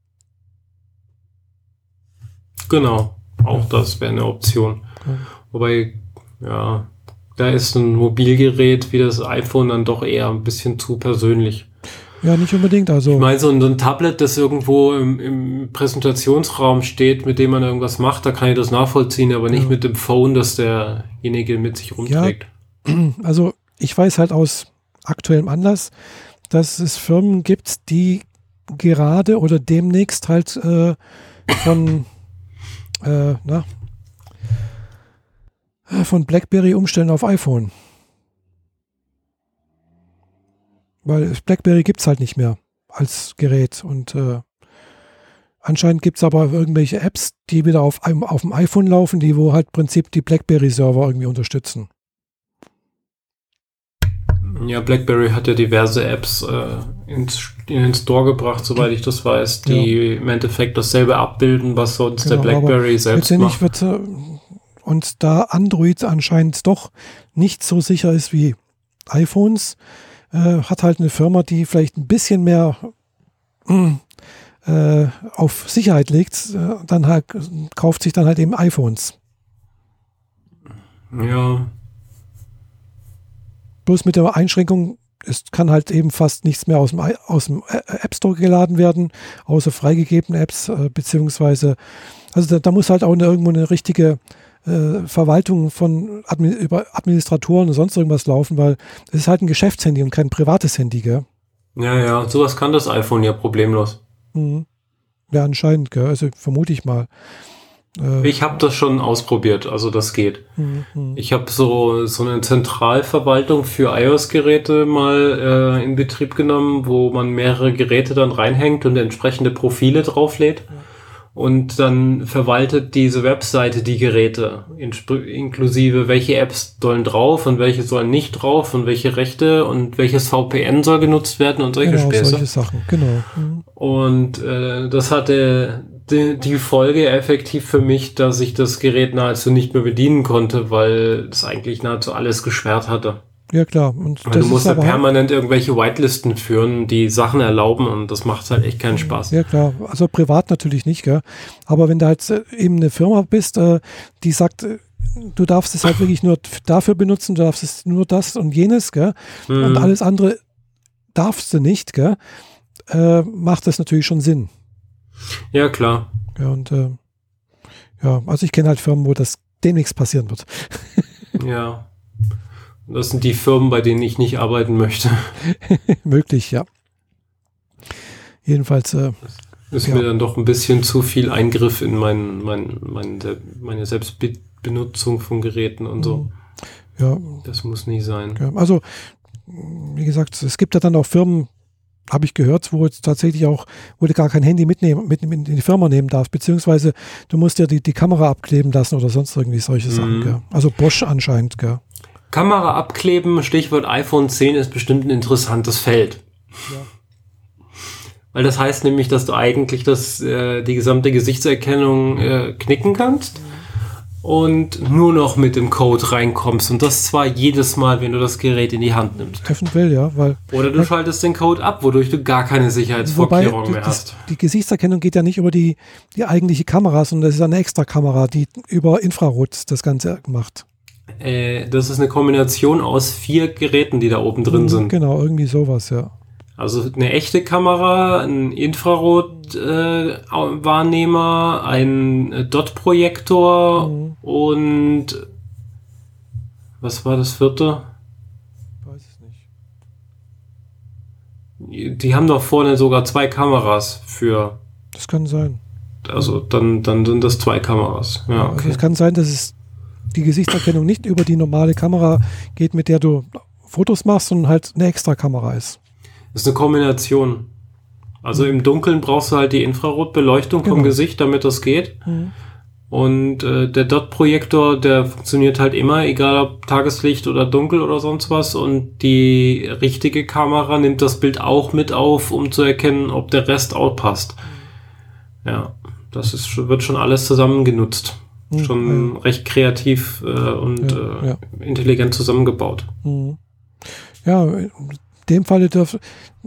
A: Genau, auch
B: Ja.
A: das wäre eine Option.
B: Ja.
A: Wobei, ja, da ist ein Mobilgerät wie das iPhone dann doch eher ein bisschen zu persönlich.
B: Ja, nicht unbedingt, also.
A: Ich meine, so ein, so ein Tablet, das irgendwo im, im Präsentationsraum steht, mit dem man irgendwas macht, da kann ich das nachvollziehen, aber nicht
B: Ja.
A: mit dem Phone, das derjenige mit sich rumträgt.
B: Also ich weiß halt aus aktuellem Anlass, dass es Firmen gibt, die gerade oder demnächst halt äh, von äh, na, von BlackBerry umstellen auf iPhone. Weil BlackBerry gibt es halt nicht mehr als Gerät und äh, anscheinend gibt es aber irgendwelche Apps, die wieder auf, einem, auf dem iPhone laufen, die wo halt im Prinzip die BlackBerry-Server irgendwie unterstützen.
A: Ja, BlackBerry hat ja diverse Apps äh, ins, in den Store gebracht, soweit ich das weiß, die ja. im Endeffekt dasselbe abbilden, was sonst genau, der BlackBerry selbst macht.
B: Wird, äh, und da Android anscheinend doch nicht so sicher ist wie iPhones, äh, hat halt eine Firma, die vielleicht ein bisschen mehr äh, auf Sicherheit legt, äh, dann halt kauft sich dann halt eben iPhones.
A: Ja.
B: Bloß mit der Einschränkung, es kann halt eben fast nichts mehr aus dem, aus dem App Store geladen werden, außer freigegebene Apps, äh, beziehungsweise, also da, da muss halt auch eine, irgendwo eine richtige äh, Verwaltung von Admi über Administratoren und sonst irgendwas laufen, weil es ist halt ein Geschäftshandy und kein privates Handy, gell?
A: Ja, ja, sowas kann das iPhone ja problemlos.
B: Mhm. Ja, anscheinend, gell? Also vermute ich mal.
A: Ich habe das schon ausprobiert, also das geht.
B: Mhm.
A: Ich habe so so eine Zentralverwaltung für iOS-Geräte mal äh, in Betrieb genommen, wo man mehrere Geräte dann reinhängt und entsprechende Profile drauflädt. Ja. Und dann verwaltet diese Webseite die Geräte, inklusive welche Apps sollen drauf und welche sollen nicht drauf und welche Rechte und welches V P N soll genutzt werden und solche
B: genau,
A: Späße.
B: solche Sachen, genau. Mhm.
A: Und äh, das hatte die, die Folge effektiv für mich, dass ich das Gerät nahezu nicht mehr bedienen konnte, weil es eigentlich nahezu alles gesperrt hatte.
B: Ja, klar. Und
A: weil du musst ja permanent irgendwelche Whitelisten führen, die Sachen erlauben und das macht halt echt keinen Spaß.
B: Ja, klar. Also privat natürlich nicht, gell. Aber wenn du halt eben eine Firma bist, äh, die sagt, du darfst es halt wirklich nur dafür benutzen, du darfst es nur das und jenes, gell. Mhm. Und alles andere darfst du nicht, gell, äh, macht das natürlich schon Sinn.
A: Ja, klar.
B: Ja, und äh, ja, also ich kenne halt Firmen, wo das demnächst passieren wird.
A: Ja. Das sind die Firmen, bei denen ich nicht arbeiten möchte.
B: Möglich, ja. Jedenfalls äh,
A: ist
B: ja.
A: mir dann doch ein bisschen zu viel Eingriff in mein, mein, mein, meine Selbstbenutzung von Geräten und so.
B: Ja.
A: Das muss nicht sein.
B: Ja, also, wie gesagt, es gibt ja dann auch Firmen, habe ich gehört, wo jetzt tatsächlich auch, wo du gar kein Handy mitnehmen, mit in die Firma nehmen darfst, beziehungsweise du musst ja die, die Kamera abkleben lassen oder sonst irgendwie solche Sachen. Mhm. Gell? Also Bosch anscheinend, gell?
A: Kamera abkleben, Stichwort iPhone zehn ist bestimmt ein interessantes Feld.
B: Ja.
A: Weil das heißt nämlich, dass du eigentlich das, äh, die gesamte Gesichtserkennung äh, knicken kannst mhm. und nur noch mit dem Code reinkommst. Und das zwar jedes Mal, wenn du das Gerät in die Hand nimmst.
B: Eventuell, ja. Weil,
A: Oder du ja, schaltest den Code ab, wodurch du gar keine Sicherheitsvorkehrungen mehr
B: das,
A: hast.
B: Die Gesichtserkennung geht ja nicht über die, die eigentliche Kamera, sondern das ist eine extra Kamera, die über Infrarot das Ganze macht.
A: Äh, das ist eine Kombination aus vier Geräten, die da oben drin sind.
B: Genau, irgendwie sowas, ja.
A: Also eine echte Kamera, ein Infrarot-Wahrnehmer, äh, ein Dot-Projektor mhm. und was war das vierte?
B: Weiß es nicht.
A: Die haben doch vorne sogar zwei Kameras für.
B: Das kann sein.
A: Also dann, dann sind das zwei Kameras. Ja, okay.
B: Also es kann sein, dass es die Gesichtserkennung nicht über die normale Kamera geht, mit der du Fotos machst, sondern halt eine extra Kamera ist.
A: Das ist eine Kombination. Also mhm. im Dunkeln brauchst du halt die Infrarotbeleuchtung genau. vom Gesicht, damit das geht. Mhm. Und äh, der Dot-Projektor, der funktioniert halt immer, egal ob Tageslicht oder dunkel oder sonst was. Und die richtige Kamera nimmt das Bild auch mit auf, um zu erkennen, ob der Rest auch passt. Ja, das ist, wird schon alles zusammen genutzt. Mhm, schon ja. recht kreativ äh, und ja, äh, ja. intelligent zusammengebaut.
B: Mhm. Ja, in dem Falle darf...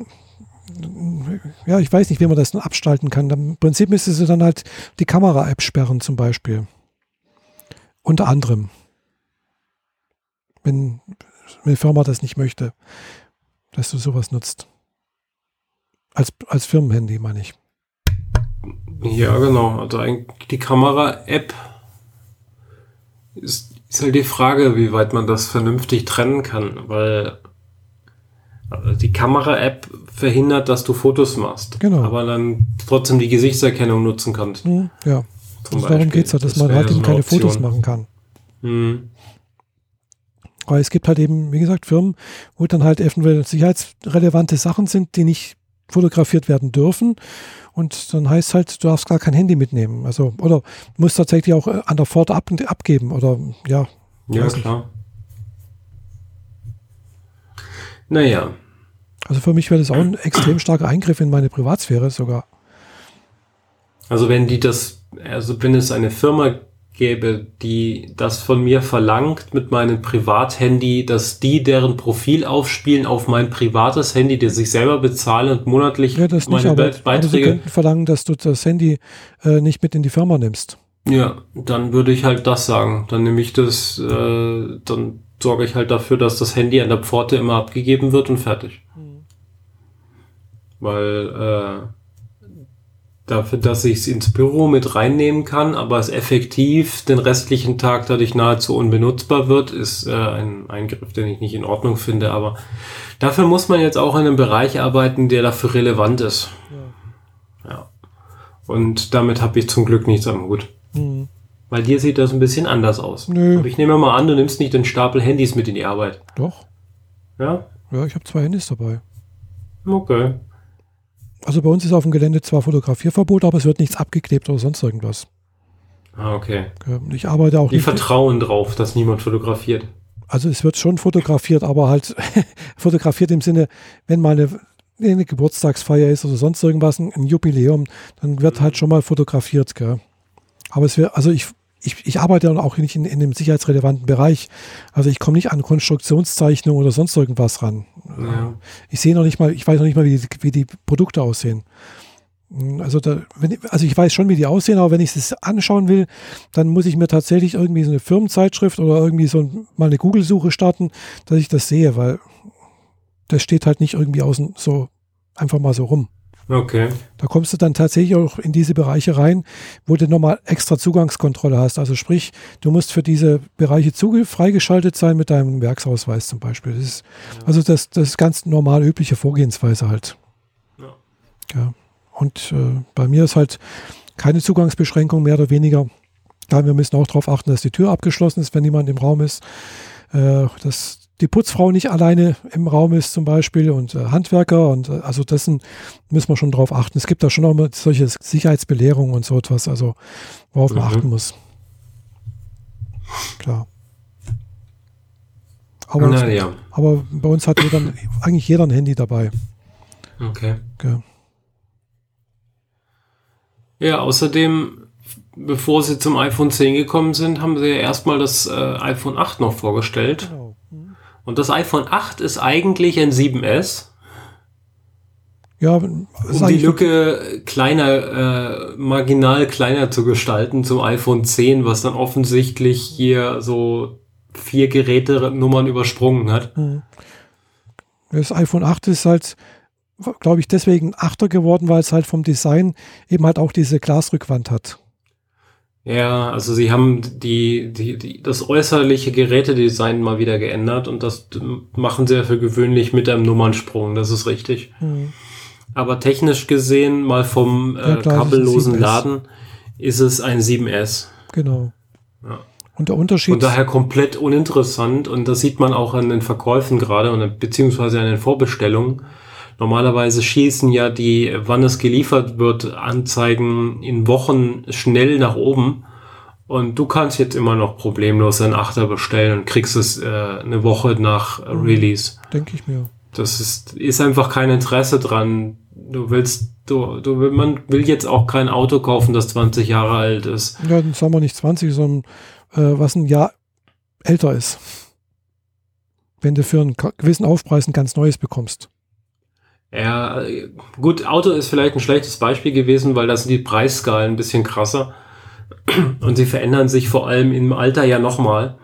B: Ja, ich weiß nicht, wie man das dann abstalten kann. Im Prinzip müsstest du dann halt die Kamera-App sperren zum Beispiel. Unter anderem. Wenn eine Firma das nicht möchte, dass du sowas nutzt. Als, als Firmenhandy, meine ich.
A: Ja, genau. Also die Kamera-App ist, ist halt die Frage, wie weit man das vernünftig trennen kann, weil die Kamera-App verhindert, dass du Fotos machst,
B: genau.
A: aber dann trotzdem die Gesichtserkennung nutzen kannst.
B: Mhm, ja, also darum geht es ja, dass das man halt eben so keine Option. Fotos machen kann.
A: Mhm.
B: Weil es gibt halt eben, wie gesagt, Firmen, wo dann halt eventuell sicherheitsrelevante Sachen sind, die nicht fotografiert werden dürfen. Und dann heißt halt, du darfst gar kein Handy mitnehmen. Also, oder musst tatsächlich auch an der Pforte ab, abgeben. Oder ja.
A: Ja, klar. Nicht. Naja.
B: Also für mich wäre das auch ein extrem starker Eingriff in meine Privatsphäre sogar.
A: Also wenn die das, also wenn es eine Firma gäbe, die das von mir verlangt mit meinem Privathandy, dass die deren Profil aufspielen auf mein privates Handy, das ich selber bezahle und monatlich
B: ja, das
A: meine
B: nicht, aber,
A: Beiträge...
B: Aber sie könnten verlangen, dass du das Handy äh, nicht mit in die Firma nimmst.
A: Ja, dann würde ich halt das sagen. Dann nehme ich das, äh, dann sorge ich halt dafür, dass das Handy an der Pforte immer abgegeben wird und fertig. Mhm. Weil äh, dafür, dass ich es ins Büro mit reinnehmen kann, aber es effektiv den restlichen Tag dadurch nahezu unbenutzbar wird, ist äh, ein Eingriff, den ich nicht in Ordnung finde. Aber dafür muss man jetzt auch in einem Bereich arbeiten, der dafür relevant ist. Ja. Ja. Und damit habe ich zum Glück nichts am Hut. Mhm. Bei dir sieht das ein bisschen anders aus.
B: Nö.
A: Aber ich nehme mal an, du nimmst nicht den Stapel Handys mit in die Arbeit.
B: Doch.
A: Ja?
B: Ja, ich habe zwei Handys dabei.
A: Okay.
B: Also bei uns ist auf dem Gelände zwar Fotografierverbot, aber es wird nichts abgeklebt oder sonst irgendwas.
A: Ah, okay.
B: Ich arbeite auch
A: Die
B: nicht...
A: vertrauen drauf, dass niemand fotografiert.
B: Also es wird schon fotografiert, aber halt fotografiert im Sinne, wenn mal eine, eine Geburtstagsfeier ist oder sonst irgendwas, ein Jubiläum, dann wird halt schon mal fotografiert, gell. Aber es wäre, also ich, ich, ich arbeite auch nicht in, in dem sicherheitsrelevanten Bereich. Also ich komme nicht an Konstruktionszeichnungen oder sonst irgendwas ran.
A: Ja.
B: Ich sehe noch nicht mal, ich weiß noch nicht mal, wie die, wie die Produkte aussehen. Also, da, wenn, also ich weiß schon, wie die aussehen, aber wenn ich es anschauen will, dann muss ich mir tatsächlich irgendwie so eine Firmenzeitschrift oder irgendwie so ein, mal eine Google-Suche starten, dass ich das sehe, weil das steht halt nicht irgendwie außen so einfach mal so rum.
A: Okay.
B: Da kommst du dann tatsächlich auch in diese Bereiche rein, wo du nochmal extra Zugangskontrolle hast. Also sprich, du musst für diese Bereiche zuge- freigeschaltet sein mit deinem Werksausweis zum Beispiel. Das ist, ja. Also das, das ist ganz normal übliche Vorgehensweise halt.
A: Ja.
B: Ja. Und äh, bei mir ist halt keine Zugangsbeschränkung mehr oder weniger. Ja, wir müssen auch darauf achten, dass die Tür abgeschlossen ist, wenn niemand im Raum ist. Äh, dass die Putzfrau nicht alleine im Raum ist zum Beispiel und äh, Handwerker und äh, also dessen müssen wir schon drauf achten. Es gibt da schon auch mal solche Sicherheitsbelehrungen und so etwas, also worauf mhm. man achten muss. Klar. Aber,
A: Na,
B: uns,
A: ja.
B: aber bei uns hat jeder, eigentlich jeder ein Handy dabei.
A: Okay.
B: Okay.
A: Ja, außerdem, bevor sie zum iPhone zehn gekommen sind, haben sie ja erstmal das äh, iPhone acht noch vorgestellt.
B: Genau. Mhm.
A: Und das iPhone acht ist eigentlich ein sieben S.
B: Ja,
A: um die Lücke kleiner, äh, marginal kleiner zu gestalten zum iPhone zehn, was dann offensichtlich hier so vier Gerätenummern übersprungen hat.
B: Mhm. Das iPhone acht ist halt, glaube ich, deswegen Achter geworden, weil es halt vom Design eben halt auch diese Glasrückwand hat.
A: Ja, also sie haben die, die, die, das äußerliche Gerätedesign mal wieder geändert und das machen sie ja für gewöhnlich mit einem Nummernsprung, das ist richtig. Mhm. Aber technisch gesehen, mal vom äh, ja, klar, kabellosen Laden, ist es ein sieben S.
B: Genau.
A: Ja.
B: Und der Unterschied...
A: Und daher komplett uninteressant und das sieht man auch an den Verkäufen gerade und beziehungsweise an den Vorbestellungen. Normalerweise schießen ja die, wann es geliefert wird, Anzeigen in Wochen schnell nach oben. Und du kannst jetzt immer noch problemlos einen Achter bestellen und kriegst es äh, eine Woche nach äh, Release.
B: Denke ich mir.
A: Das ist, ist einfach kein Interesse dran. Du willst, du, du, man will jetzt auch kein Auto kaufen, das zwanzig Jahre alt ist.
B: Ja, dann sagen wir nicht zwanzig, sondern äh, was ein Jahr älter ist. Wenn du für einen gewissen Aufpreis ein ganz neues bekommst.
A: Ja, gut, Auto ist vielleicht ein schlechtes Beispiel gewesen, weil da sind die Preisskalen ein bisschen krasser und sie verändern sich vor allem im Alter ja nochmal.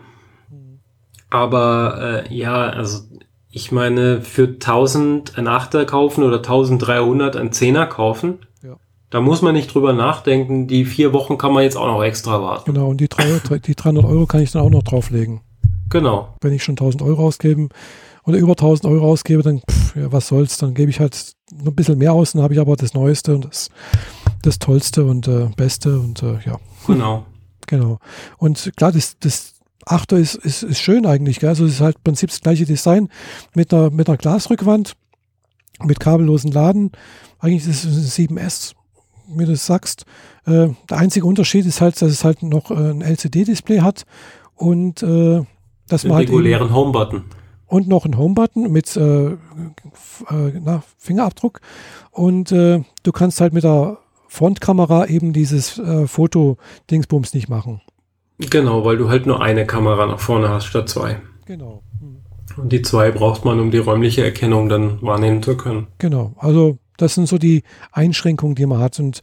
A: Aber äh, ja, also ich meine, für tausend ein Achter kaufen oder tausenddreihundert ein Zehner kaufen, ja. Da muss man nicht drüber nachdenken, die vier Wochen kann man jetzt auch noch extra warten.
B: Genau, und die, drei, die dreihundert Euro kann ich dann auch noch drauflegen.
A: Genau.
B: Wenn ich schon tausend Euro ausgeben oder über tausend Euro ausgebe, dann pff, ja, was soll's, dann gebe ich halt noch ein bisschen mehr aus, dann habe ich aber das Neueste und das, das Tollste und äh, Beste und äh, ja.
A: Genau.
B: Genau. Und klar, das, das Achter ist, ist, ist schön eigentlich, gell? Also es ist halt im Prinzip das gleiche Design mit einer, mit einer Glasrückwand, mit kabellosen Laden. Eigentlich ist es ein sieben S, wie du es sagst. Äh, der einzige Unterschied ist halt, dass es halt noch äh, ein L C D-Display hat und äh, dass
A: den
B: man halt
A: regulären Home-Button.
B: Und noch ein Home-Button mit äh, äh, na, Fingerabdruck. Und äh, du kannst halt mit der Frontkamera eben dieses äh, Foto-Dingsbums nicht machen.
A: Genau, weil du halt nur eine Kamera nach vorne hast statt zwei.
B: Genau. Hm.
A: Und die zwei braucht man, um die räumliche Erkennung dann wahrnehmen zu können.
B: Genau, also das sind so die Einschränkungen, die man hat. Und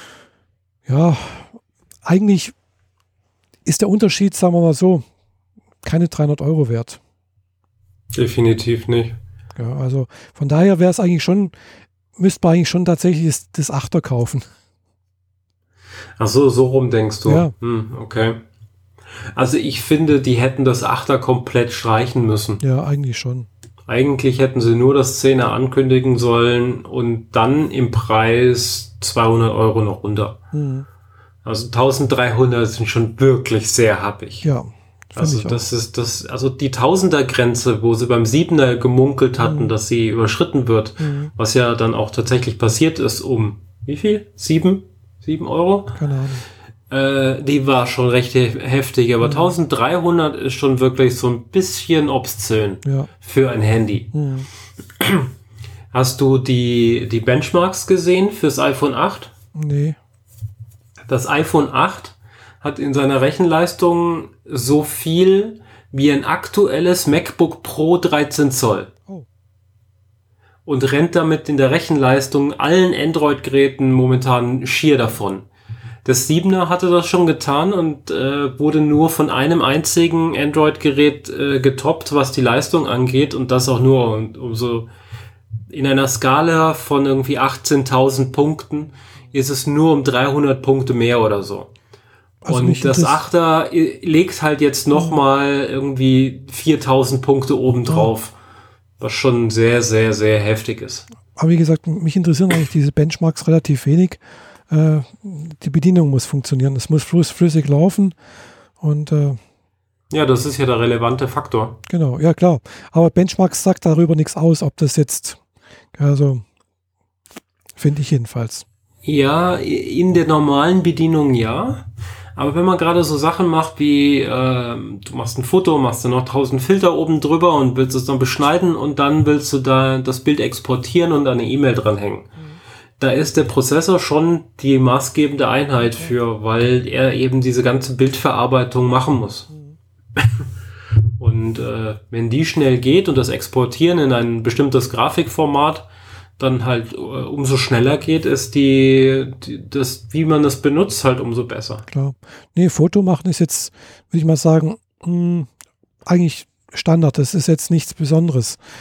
B: ja, eigentlich ist der Unterschied, sagen wir mal so, keine dreihundert Euro wert.
A: Definitiv nicht.
B: Ja, also von daher wäre es eigentlich schon, müsste man eigentlich schon tatsächlich das, das Achter kaufen.
A: Ach so, so rum denkst du.
B: Ja.
A: Hm, okay. Also ich finde, die hätten das Achter komplett streichen müssen.
B: Ja, eigentlich schon.
A: Eigentlich hätten sie nur das Zehner ankündigen sollen und dann im Preis zweihundert Euro noch runter. Mhm. Also eintausenddreihundert sind schon wirklich sehr happig.
B: Ja.
A: Also das ist das, also die Tausender-Grenze, wo sie beim Siebener gemunkelt hatten, mhm. dass sie überschritten wird, mhm. was ja dann auch tatsächlich passiert ist, um wie viel? Sieben? Sieben Euro?
B: Keine Ahnung.
A: Äh, die war schon recht he- heftig, aber mhm. eintausenddreihundert ist schon wirklich so ein bisschen obszön
B: ja.
A: für ein Handy.
B: Mhm.
A: Hast du die, die Benchmarks gesehen fürs iPhone acht?
B: Nee.
A: Das iPhone acht hat in seiner Rechenleistung so viel wie ein aktuelles MacBook Pro dreizehn Zoll.
B: Oh.
A: Und rennt damit in der Rechenleistung allen Android-Geräten momentan schier davon. Das Siebener hatte das schon getan und äh, wurde nur von einem einzigen Android-Gerät äh, getoppt, was die Leistung angeht, und das auch nur um, um so in einer Skala von irgendwie achtzehntausend Punkten ist es nur um dreihundert Punkte mehr oder so. Also und das Achter legt halt jetzt nochmal irgendwie viertausend Punkte obendrauf, ja. was schon sehr, sehr, sehr heftig ist.
B: Aber wie gesagt, mich interessieren eigentlich diese Benchmarks relativ wenig. Äh, die Bedienung muss funktionieren, es muss flüssig laufen und äh,
A: ja, das ist ja der relevante Faktor.
B: Genau, ja klar. Aber Benchmarks sagt darüber nichts aus, ob das jetzt, also finde ich jedenfalls.
A: Ja, in der normalen Bedienung ja. Aber wenn man gerade so Sachen macht wie, äh, du machst ein Foto, machst dann noch tausend Filter oben drüber und willst es dann beschneiden und dann willst du da das Bild exportieren und eine E-Mail dranhängen. Mhm. Da ist der Prozessor schon die maßgebende Einheit für, weil er eben diese ganze Bildverarbeitung machen muss. Mhm. Und äh, wenn die schnell geht und das Exportieren in ein bestimmtes Grafikformat dann halt äh, umso schneller geht, ist die, die das, wie man das benutzt, halt umso besser.
B: Klar. Nee, Foto machen ist jetzt, würde ich mal sagen, mh, eigentlich Standard. Das ist jetzt nichts Besonderes.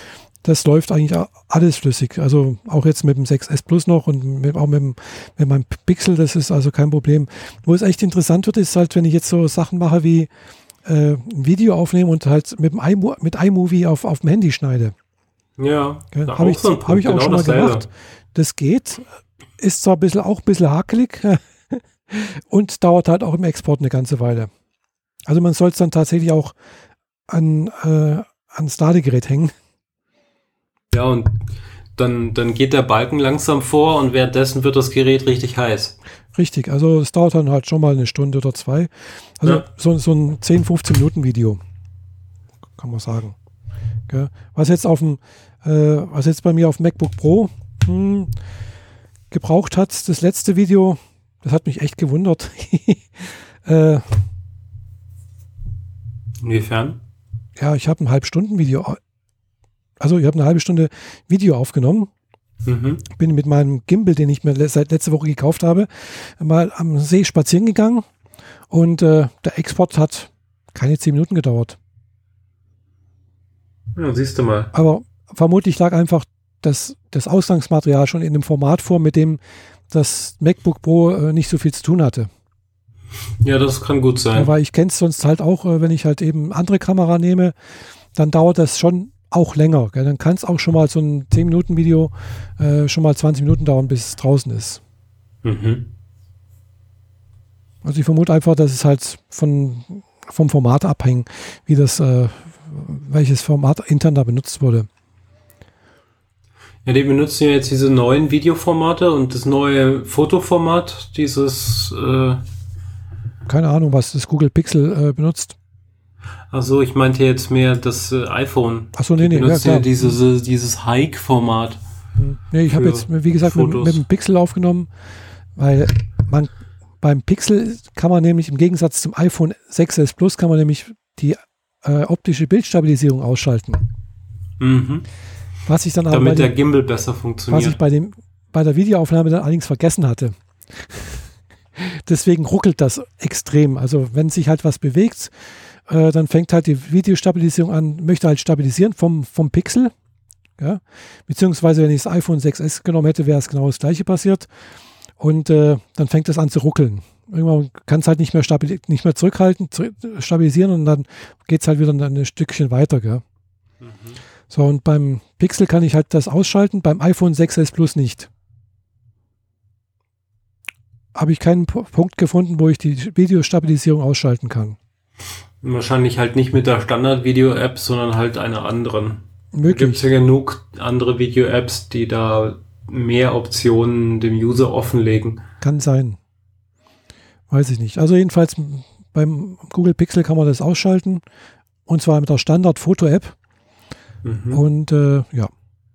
B: das läuft eigentlich alles flüssig. Also auch jetzt mit dem sechs S Plus noch und mit, auch mit, dem, mit meinem Pixel, das ist also kein Problem. Wo es echt interessant wird, ist halt, wenn ich jetzt so Sachen mache wie äh, ein Video aufnehmen und halt mit dem iMo- mit iMovie auf, auf dem Handy schneide.
A: Ja,
B: ja habe ich,
A: so
B: hab ich auch
A: genau
B: schon mal
A: dasselbe.
B: gemacht. Das geht. Ist zwar ein bisschen, auch ein bisschen hakelig und dauert halt auch im Export eine ganze Weile. Also man soll es dann tatsächlich auch an, äh, ans Ladegerät hängen.
A: Ja, und dann, dann geht der Balken langsam vor und währenddessen wird das Gerät richtig heiß.
B: Richtig, also es dauert dann halt schon mal eine Stunde oder zwei. Also
A: Ja.
B: so, so ein zehn, fünfzehn Minuten Video, kann man sagen. Gell? Was jetzt auf dem, äh, was jetzt bei mir auf dem MacBook Pro hm, gebraucht hat, das letzte Video, das hat mich echt gewundert. äh,
A: Inwiefern?
B: ja, ich habe ein Halbstunden-Video, also ich habe eine halbe Stunde Video aufgenommen.
A: Mhm.
B: Bin mit meinem Gimbal, den ich mir le- seit letzter Woche gekauft habe, mal am See spazieren gegangen und äh, der Export hat keine zehn Minuten gedauert.
A: Ja, siehst du mal.
B: Aber vermutlich lag einfach das, das Ausgangsmaterial schon in einem Format vor, mit dem das MacBook Pro äh, nicht so viel zu tun hatte.
A: Ja, das kann gut sein.
B: Ja, weil ich kenne es sonst halt auch, äh, wenn ich halt eben andere Kamera nehme, dann dauert das schon auch länger. Gell? Dann kann es auch schon mal so ein zehn Minuten Video äh, schon mal zwanzig Minuten dauern, bis es draußen ist.
A: Mhm.
B: Also ich vermute einfach, dass es halt von, vom Format abhängt, wie das, äh, welches Format intern da benutzt wurde.
A: Ja, die benutzen ja jetzt diese neuen Videoformate und das neue Fotoformat, dieses, äh,
B: Keine Ahnung, was das Google Pixel äh, benutzt.
A: also ich meinte jetzt mehr das äh, iPhone.
B: Achso, nee, nee,
A: Die
B: ja,
A: benutzen ja,
B: klar.
A: dieses, dieses Hike-Format.
B: Hm. Nee, ich habe
A: für
B: jetzt, wie gesagt, mit,
A: Fotos.
B: mit dem Pixel aufgenommen, weil man beim Pixel kann man nämlich im Gegensatz zum iPhone sechs S Plus kann man nämlich die äh, optische Bildstabilisierung ausschalten.
A: Mhm.
B: Was ich dann aber bei
A: Damit der
B: dem,
A: Gimbal besser
B: was
A: funktioniert.
B: ich bei dem bei der Videoaufnahme dann allerdings vergessen hatte. Deswegen ruckelt das extrem. Also wenn sich halt was bewegt, äh, dann fängt halt die Videostabilisierung an, möchte halt stabilisieren vom, vom Pixel. Ja? Beziehungsweise wenn ich das iPhone sechs S genommen hätte, wäre es genau das gleiche passiert. Und äh, dann fängt es an zu ruckeln. Irgendwann kann es halt nicht mehr, stabil, nicht mehr zurückhalten, zu, stabilisieren und dann geht es halt wieder ein Stückchen weiter. Gell?
A: Mhm.
B: So, und beim Pixel kann ich halt das ausschalten, beim iPhone sechs S Plus nicht. Habe ich keinen P- Punkt gefunden, wo ich die Videostabilisierung ausschalten kann.
A: Wahrscheinlich halt nicht mit der Standard-Video-App, sondern halt einer anderen. Da gibt
B: Möglich.
A: es ja genug andere Video-Apps, die da mehr Optionen dem User offenlegen.
B: Kann sein. Weiß ich nicht. Also jedenfalls beim Google Pixel kann man das ausschalten. Und zwar mit der Standard-Foto-App.
A: Mhm.
B: Und äh, ja.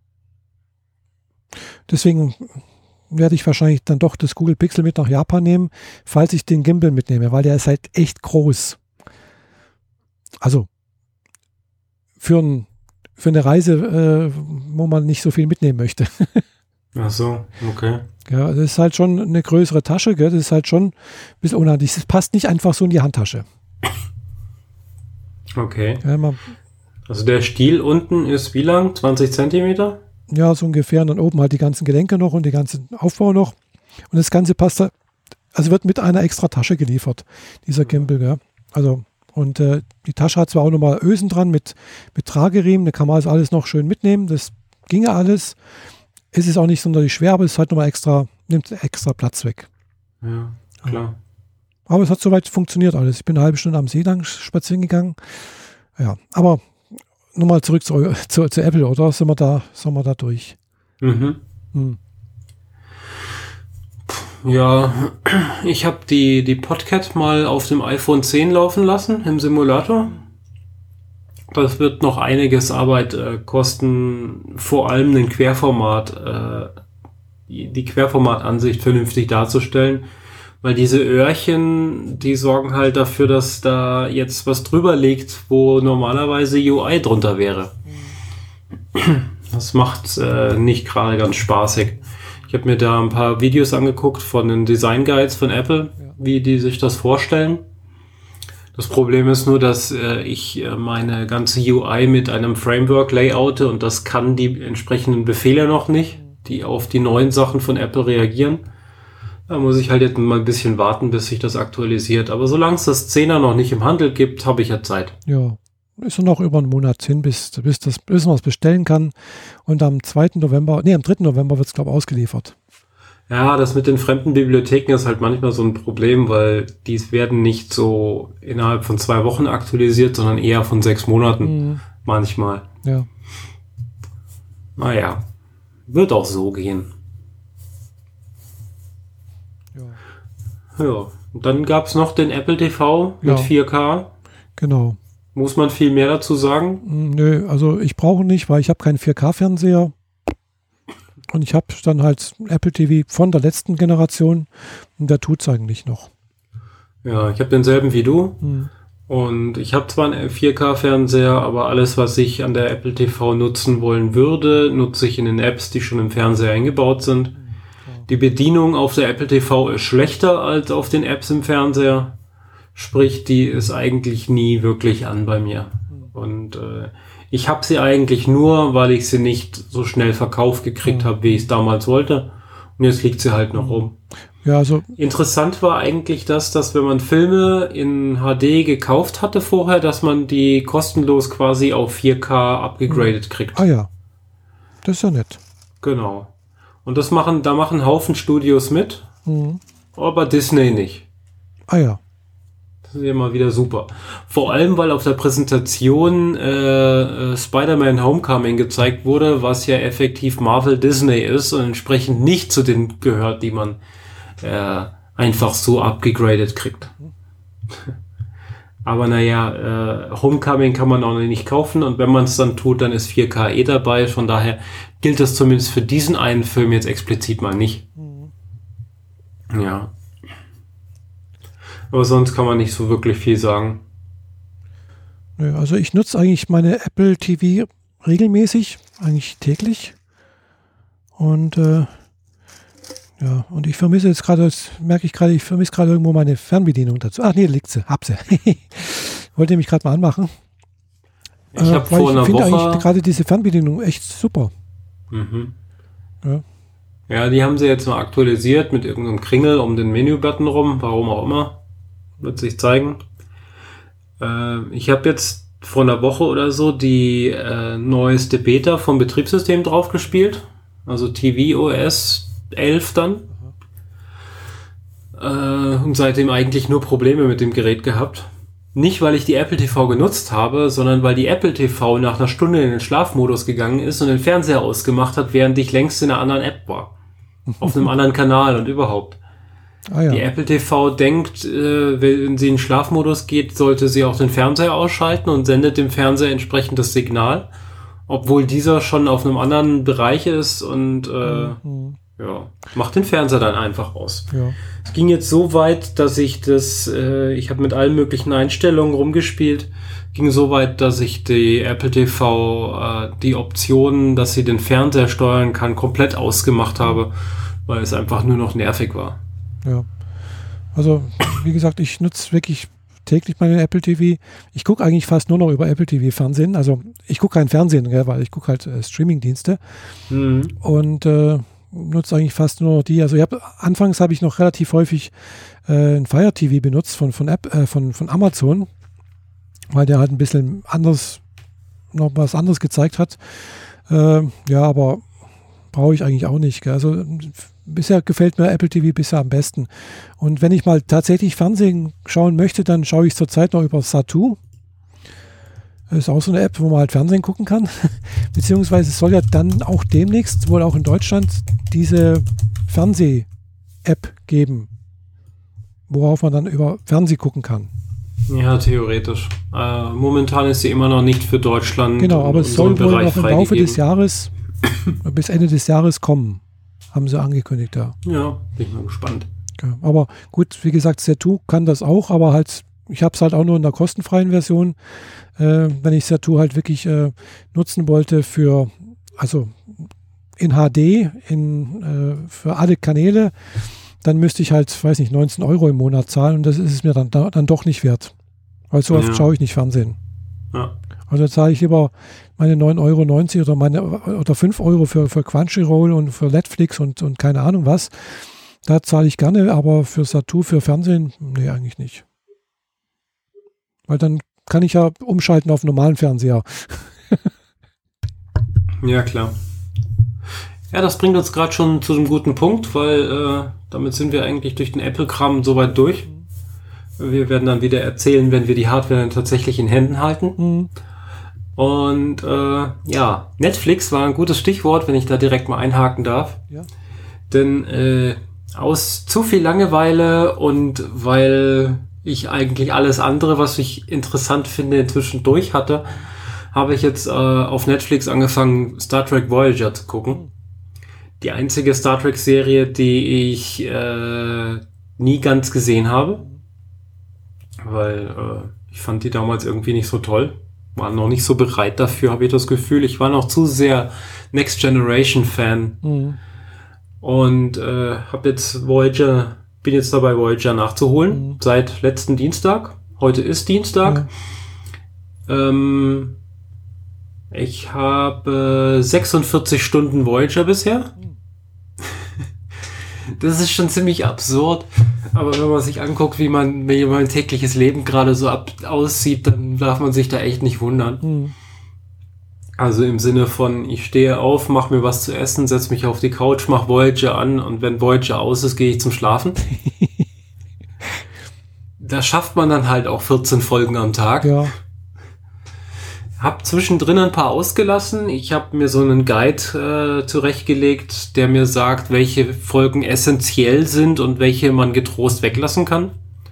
B: Deswegen werde ich wahrscheinlich dann doch das Google Pixel mit nach Japan nehmen, falls ich den Gimbal mitnehme, weil der ist halt echt groß. Also für, ein, für eine Reise, äh, wo man nicht so viel mitnehmen möchte.
A: Ach so, okay.
B: Ja, das ist halt schon eine größere Tasche, gell? Das ist halt schon ein bisschen unhandlich. Das passt nicht einfach so in die Handtasche.
A: Okay.
B: Ja, man,
A: Also der Stiel unten ist wie lang? zwanzig Zentimeter?
B: ja, so ungefähr. Und dann oben halt die ganzen Gelenke noch und die ganzen Aufbau noch. Und das Ganze passt da, also wird mit einer extra Tasche geliefert, dieser Gimbal, ja. Also, und äh, die Tasche hat zwar auch nochmal Ösen dran mit, mit Trageriemen, da kann man also alles noch schön mitnehmen, das ginge alles. Es ist auch nicht sonderlich schwer, aber es ist halt nochmal extra, nimmt extra Platz weg.
A: Ja, klar.
B: Aber es hat soweit funktioniert alles. Ich bin eine halbe Stunde am See lang spazieren gegangen. Ja, aber nochmal zurück zu, zu, zu Apple, oder? Sind wir da, sind wir da durch?
A: Mhm.
B: Hm.
A: Ja, ich habe die, die Podcat mal auf dem iPhone zehn laufen lassen im Simulator. Das wird noch einiges Arbeit äh, kosten, vor allem den Querformat, äh, die, die Querformatansicht vernünftig darzustellen, weil diese Öhrchen, die sorgen halt dafür, dass da jetzt was drüber liegt, wo normalerweise U I drunter wäre. Das macht äh, nicht gerade ganz spaßig. Ich habe mir da ein paar Videos angeguckt von den Design Guides von Apple,
B: Ja.
A: wie die sich das vorstellen. Das Problem ist nur, dass äh, ich äh, meine ganze U I mit einem Framework layoute und das kann die entsprechenden Befehle noch nicht, die auf die neuen Sachen von Apple reagieren. Da muss ich halt jetzt mal ein bisschen warten, bis sich das aktualisiert. Aber solange es das Zehner noch nicht im Handel gibt, habe ich ja Zeit.
B: Ja, ist noch über einen Monat hin, bis, bis, das, bis man es bestellen kann. Und am zweiten November, nee, am dritten November wird es, glaube ich, ausgeliefert.
A: Ja, das mit den fremden Bibliotheken ist halt manchmal so ein Problem, weil die werden nicht so innerhalb von zwei Wochen aktualisiert, sondern eher von sechs Monaten mhm. manchmal.
B: Ja.
A: Naja, wird auch so gehen. Ja. Ja, und dann gab es noch den Apple T V mit
B: ja.
A: vier K.
B: Genau.
A: Muss man viel mehr dazu sagen?
B: Nö, also ich brauche nicht, weil ich habe keinen vier K-Fernseher. Und ich habe dann halt Apple T V von der letzten Generation und der tut es eigentlich noch.
A: Ja, ich habe denselben wie du.
B: Hm.
A: Und ich habe zwar einen vier K-Fernseher, aber alles, was ich an der Apple T V nutzen wollen würde, nutze ich in den Apps, die schon im Fernseher eingebaut sind. Hm. Ja. Die Bedienung auf der Apple T V ist schlechter als auf den Apps im Fernseher. Sprich, die ist eigentlich nie wirklich an bei mir. Hm. Und äh, ich habe sie eigentlich nur, weil ich sie nicht so schnell verkauft gekriegt mhm. habe, wie ich es damals wollte. Und jetzt liegt sie halt noch rum.
B: Ja, also
A: interessant war eigentlich das, dass wenn man Filme in H D gekauft hatte vorher, dass man die kostenlos quasi auf vier K abgegradet kriegt.
B: Ah ja, das ist ja nett.
A: Genau. Und das machen, da machen Haufen Studios mit, mhm. aber Disney nicht.
B: Ah ja.
A: Das ist ja mal wieder super. Vor allem, weil auf der Präsentation äh, Spider-Man Homecoming gezeigt wurde, was ja effektiv Marvel Disney ist und entsprechend nicht zu denen gehört, die man äh, einfach so abgegradet kriegt. Aber naja, äh, Homecoming kann man auch nicht kaufen und wenn man es dann tut, dann ist vier K eh dabei. Von daher gilt das zumindest für diesen einen Film jetzt explizit mal nicht. Mhm. Ja. Aber sonst kann man nicht so wirklich viel sagen.
B: Also ich nutze eigentlich meine Apple T V regelmäßig, eigentlich täglich. Und äh, ja, und ich vermisse jetzt gerade, das merke ich gerade, ich vermisse gerade irgendwo meine Fernbedienung dazu. Ach nee, liegt sie, hab sie. Wollte mich gerade mal anmachen.
A: Ich äh, habe vor einer
B: Woche... Ich finde
A: eigentlich
B: gerade diese Fernbedienung echt super.
A: Mhm.
B: Ja.
A: Ja, die haben sie jetzt mal aktualisiert mit irgendeinem Kringel um den Menü-Button rum, warum auch immer. Wird sich zeigen. Äh, ich habe jetzt vor einer Woche oder so die äh, neueste Beta vom Betriebssystem drauf gespielt. Also tvOS elf dann. Äh, und seitdem eigentlich nur Probleme mit dem Gerät gehabt. Nicht, weil ich die Apple T V genutzt habe, sondern weil die Apple T V nach einer Stunde in den Schlafmodus gegangen ist und den Fernseher ausgemacht hat, während ich längst in einer anderen App war. Auf einem anderen Kanal und überhaupt. Ah, ja. Die Apple T V denkt, äh, wenn sie in Schlafmodus geht, sollte sie auch den Fernseher ausschalten und sendet dem Fernseher entsprechend das Signal, obwohl dieser schon auf einem anderen Bereich ist und äh, mhm. ja, macht den Fernseher dann einfach aus.
B: Ja.
A: Es ging jetzt so weit, dass ich das, äh, ich habe mit allen möglichen Einstellungen rumgespielt, ging so weit, dass ich die Apple T V, äh, die Optionen, dass sie den Fernseher steuern kann, komplett ausgemacht habe, weil es einfach nur noch nervig war.
B: Ja, also wie gesagt, ich nutze wirklich täglich meine Apple T V. Ich gucke eigentlich fast nur noch über Apple T V Fernsehen. Also ich gucke kein Fernsehen, gell, weil ich gucke halt äh, Streaming-Dienste mhm. und äh, nutze eigentlich fast nur noch die. Also ich habe anfangs habe ich noch relativ häufig äh, ein Fire T V benutzt von von App äh, von von Amazon, weil der halt ein bisschen anders noch was anderes gezeigt hat. Äh, ja, aber brauche ich eigentlich auch nicht. Gell? Also bisher gefällt mir Apple T V bisher am besten. Und wenn ich mal tatsächlich Fernsehen schauen möchte, dann schaue ich zurzeit noch über Satu. Das ist auch so eine App, wo man halt Fernsehen gucken kann. Beziehungsweise es soll ja dann auch demnächst, wohl auch in Deutschland, diese Fernseh-App geben, worauf man dann über Fernsehen gucken kann.
A: Ja, theoretisch. Äh, momentan ist sie immer noch nicht für Deutschland.
B: Genau, aber es soll wohl noch im Laufe des Jahres, bis Ende des Jahres kommen. Haben sie angekündigt, ja.
A: Ja, bin ich mal gespannt.
B: Ja, aber gut, wie gesagt, Satu kann das auch, aber halt, ich habe es halt auch nur in der kostenfreien Version. Äh, wenn ich Satu halt wirklich äh, nutzen wollte für, also in H D, in, äh, für alle Kanäle, dann müsste ich halt, weiß nicht, neunzehn Euro im Monat zahlen und das ist es mir dann, dann doch nicht wert. Weil so oft
A: Ja.
B: schaue ich nicht Fernsehen.
A: Ja.
B: Also zahle ich lieber meine neun Euro neunzig oder meine oder fünf Euro für, für Crunchyroll und für Netflix und, und keine Ahnung was. Da zahle ich gerne, aber für Satu, für Fernsehen, nee, eigentlich nicht. Weil dann kann ich ja umschalten auf normalen Fernseher.
A: Ja, klar. Ja, das bringt uns gerade schon zu einem guten Punkt, weil äh, damit sind wir eigentlich durch den Apple-Kram soweit durch. Wir werden dann wieder erzählen, wenn wir die Hardware dann tatsächlich in Händen halten.
B: Mhm.
A: Und äh, ja, Netflix war ein gutes Stichwort, wenn ich da direkt mal einhaken darf.
B: Ja.
A: Denn äh, aus zu viel Langeweile und weil ich eigentlich alles andere, was ich interessant finde, inzwischen durch hatte, habe ich jetzt äh, auf Netflix angefangen, Star Trek Voyager zu gucken. Die einzige Star Trek-Serie, die ich äh, nie ganz gesehen habe. Weil äh, ich fand die damals irgendwie nicht so toll. War noch nicht so bereit dafür, habe ich das Gefühl. Ich war noch zu sehr Next Generation Fan.
B: Mhm.
A: Und äh, habe jetzt Voyager, bin jetzt dabei, Voyager nachzuholen.
B: Mhm.
A: Seit letzten Dienstag. Heute ist Dienstag.
B: Ja.
A: Ähm, ich habe sechsundvierzig Stunden Voyager bisher. Das ist schon ziemlich absurd. Aber wenn man sich anguckt, wie man, wie mein tägliches Leben gerade so ab, aussieht, dann darf man sich da echt nicht wundern.
B: Mhm.
A: Also im Sinne von, ich stehe auf, mache mir was zu essen, setze mich auf die Couch, mache Voyager an und wenn Voyager aus ist, gehe ich zum Schlafen. Da schafft man dann halt auch vierzehn Folgen am Tag.
B: Ja.
A: Hab zwischendrin ein paar ausgelassen. Ich habe mir so einen Guide äh, zurechtgelegt, der mir sagt, welche Folgen essentiell sind und welche man getrost weglassen kann.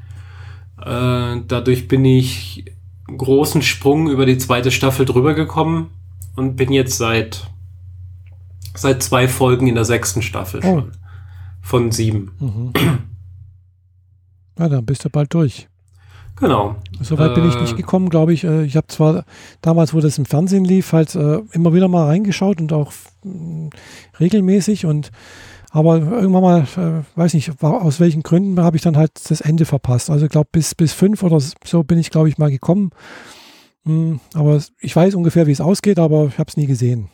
A: Äh, dadurch bin ich einen großen Sprung über die zweite Staffel drüber gekommen und bin jetzt seit seit zwei Folgen in der sechsten Staffel
B: Oh.
A: schon. Von sieben.
B: Mhm. Ja, dann bist du bald durch.
A: Genau.
B: Soweit bin ich
A: Äh,
B: nicht gekommen, glaube ich. Äh, Ich habe zwar damals, wo das im Fernsehen lief, halt äh, immer wieder mal reingeschaut und auch mh, regelmäßig und aber irgendwann mal, äh, weiß nicht, war, aus welchen Gründen habe ich dann halt das Ende verpasst. Also ich glaube, bis, bis fünf oder so bin ich, glaube ich, mal gekommen. Mh, aber ich weiß ungefähr, wie es ausgeht, aber ich habe es nie gesehen.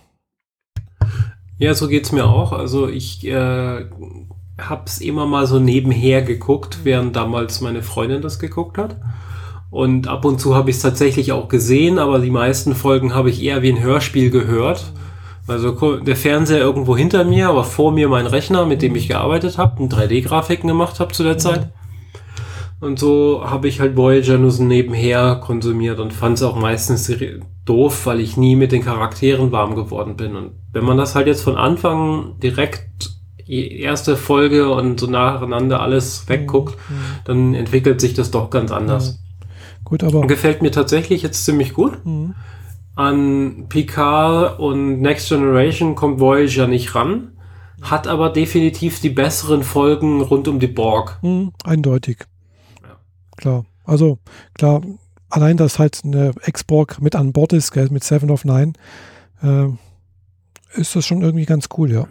A: Ja, so geht's mir auch. Also ich äh, hab's immer mal so nebenher geguckt, während damals meine Freundin das geguckt hat. Und ab und zu habe ich es tatsächlich auch gesehen, aber die meisten Folgen habe ich eher wie ein Hörspiel gehört. Also ko- der Fernseher irgendwo hinter mir, aber vor mir mein Rechner, mit dem ich gearbeitet habe und drei D-Grafiken gemacht habe zu der Zeit. Und so habe ich halt Voyager nur so nebenher konsumiert und fand es auch meistens seri- doof, weil ich nie mit den Charakteren warm geworden bin. Und wenn man das halt jetzt von Anfang direkt die erste Folge und so nacheinander alles wegguckt, dann entwickelt sich das doch ganz anders.
B: Gut, aber
A: Gefällt mir tatsächlich jetzt ziemlich gut.
B: mh,
A: An Picard und Next Generation kommt Voyager nicht ran, hat aber definitiv die besseren Folgen rund um die Borg.
B: mh, eindeutig.
A: Ja.
B: Klar. Also klar, allein, dass halt eine Ex-Borg mit an Bord ist, gell, mit Seven of Nine, äh, ist das schon irgendwie ganz cool, ja.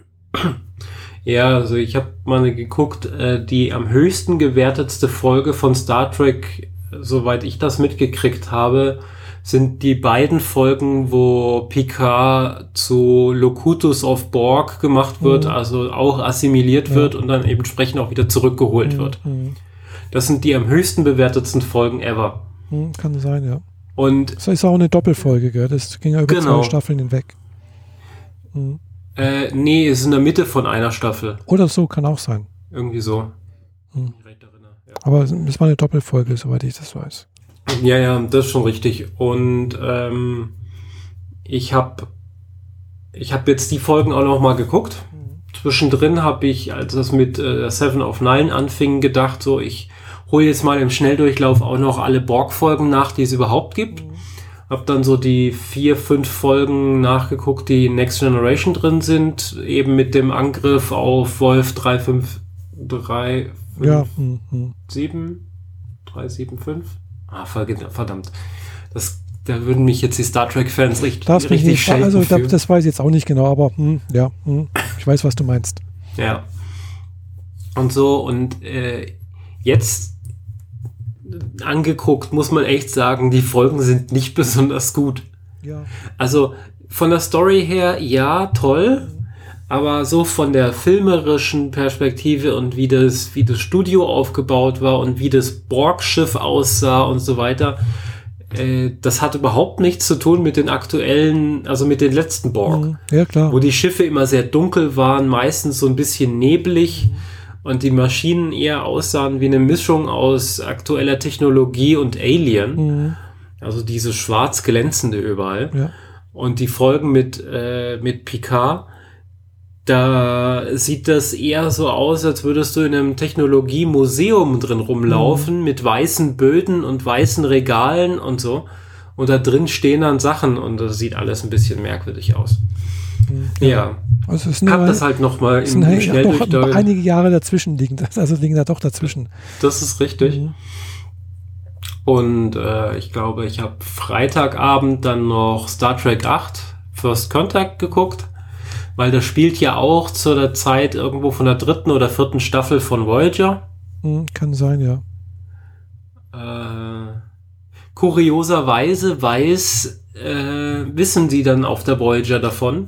A: Ja, also ich habe mal geguckt, äh, die am höchsten gewertetste Folge von Star Trek, soweit ich das mitgekriegt habe, sind die beiden Folgen, wo Picard zu Locutus of Borg gemacht wird,
B: Mhm.
A: also auch assimiliert
B: Ja.
A: wird und dann eben entsprechend auch wieder zurückgeholt wird.
B: Mhm.
A: Das sind die am höchsten bewertetsten Folgen ever.
B: Mhm, kann sein, ja.
A: Und
B: Das ist auch eine Doppelfolge, gell? Das ging ja über
A: Genau.
B: zwei Staffeln hinweg. Mhm.
A: äh, nee, es ist in der Mitte von einer Staffel.
B: Oder so, kann auch sein.
A: Irgendwie so.
B: Hm.
A: Ich recht erinnere, ja.
B: Aber es es war eine Doppelfolge, soweit ich das weiß.
A: Ja, ja, das ist schon richtig. Und ähm, ich habe ich hab jetzt die Folgen auch noch mal geguckt. Zwischendrin habe ich, als das mit äh, Seven of Nine anfing, gedacht, so ich hole jetzt mal im Schnelldurchlauf auch noch alle Borg-Folgen nach, die es überhaupt gibt. Hab dann so die vier, fünf Folgen nachgeguckt, die in Next Generation drin sind, eben mit dem Angriff auf Wolf drei fünf drei fünf
B: Ja. Mhm. Mhm.
A: sieben drei sieben fünf Ah, verge- verdammt. Das, da würden mich jetzt die Star Trek-Fans richtig,
B: Darfst mich
A: richtig
B: nicht,
A: schelten
B: also da,
A: für.
B: das weiß ich jetzt auch nicht genau, aber hm, ja, hm, ich weiß, was du meinst.
A: Ja. Und so, und äh, jetzt angeguckt, muss man echt sagen, die Folgen sind nicht besonders gut.
B: Ja.
A: Also von der Story her, ja, toll, aber so von der filmerischen Perspektive und wie das, wie das Studio aufgebaut war und wie das Borg-Schiff aussah und so weiter, äh, das hat überhaupt nichts zu tun mit den aktuellen, also mit den letzten Borg.
B: Ja, klar.
A: Wo die Schiffe immer sehr dunkel waren, meistens so ein bisschen neblig und die Maschinen eher aussahen wie eine Mischung aus aktueller Technologie und Alien.
B: Mhm.
A: Also dieses schwarz glänzende überall.
B: Ja.
A: Und die Folgen mit, äh, mit Picard, da sieht das eher so aus, als würdest du in einem Technologiemuseum drin rumlaufen, mhm. mit weißen Böden und weißen Regalen und so. Und da drin stehen dann Sachen und das sieht alles ein bisschen merkwürdig aus. Ja. ja.
B: Also es
A: ich hab das halt nochmal im, im
B: Schnelldurchlauf. Doch einige Jahre dazwischen liegen, also liegen da doch dazwischen.
A: Das ist richtig. Mhm. Und äh, ich glaube, ich habe Freitagabend dann noch Star Trek acht First Contact geguckt, weil das spielt ja auch zu der Zeit irgendwo von der dritten oder vierten Staffel von Voyager.
B: Mhm, kann sein, ja.
A: Äh, kurioserweise weiß, äh, wissen die dann auf der Voyager davon.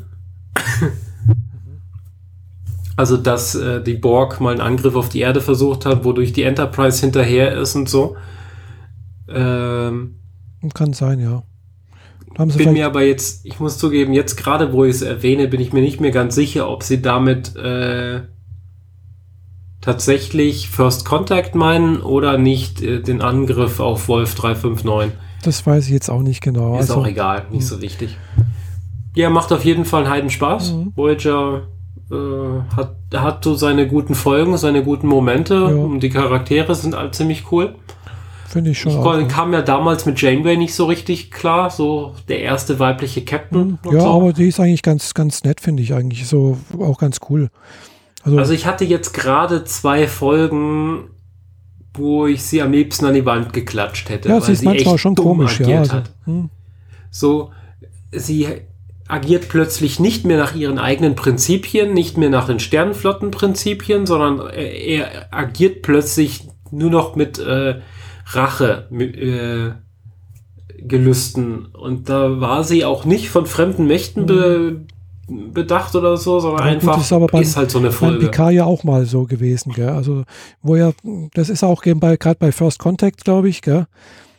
A: Also, dass äh, die Borg mal einen Angriff auf die Erde versucht hat, wodurch die Enterprise hinterher ist und so. Ähm,
B: Kann sein, ja. Haben sie
A: bin mir aber jetzt, ich muss zugeben, jetzt gerade, wo ich es erwähne, bin ich mir nicht mehr ganz sicher, ob sie damit äh, tatsächlich First Contact meinen oder nicht äh, den Angriff auf Wolf drei fünf neun.
B: Das weiß ich jetzt auch nicht genau.
A: Ist
B: also,
A: auch egal, nicht mh. so wichtig. Ja, macht auf jeden Fall einen Heidenspaß. Mhm. Voyager äh, hat, hat so seine guten Folgen, seine guten Momente ja. und die Charaktere sind alle ziemlich cool.
B: Finde ich schon.
A: Ich
B: auch,
A: kam ja damals mit Janeway nicht so richtig klar, so der erste weibliche Captain.
B: Ja,
A: so.
B: aber die ist eigentlich ganz, ganz nett, finde ich eigentlich, so auch ganz cool.
A: Also, also ich hatte jetzt gerade zwei Folgen, wo ich sie am liebsten an die Wand geklatscht hätte.
B: Ja, sie ist manchmal schon komisch, ja. Also,
A: hat. Hm. So, sie agiert plötzlich nicht mehr nach ihren eigenen Prinzipien, nicht mehr nach den Sternenflottenprinzipien, sondern er agiert plötzlich nur noch mit äh, Rache äh, Gelüsten. Und da war sie auch nicht von fremden Mächten be, bedacht oder so, sondern ja, einfach
B: gut, ist, aber beim,
A: ist halt so eine Folge.
B: Bei Picard ja auch mal so gewesen, gell? Also, wo ja, das ist auch bei, gerade bei First Contact, glaube ich, gell?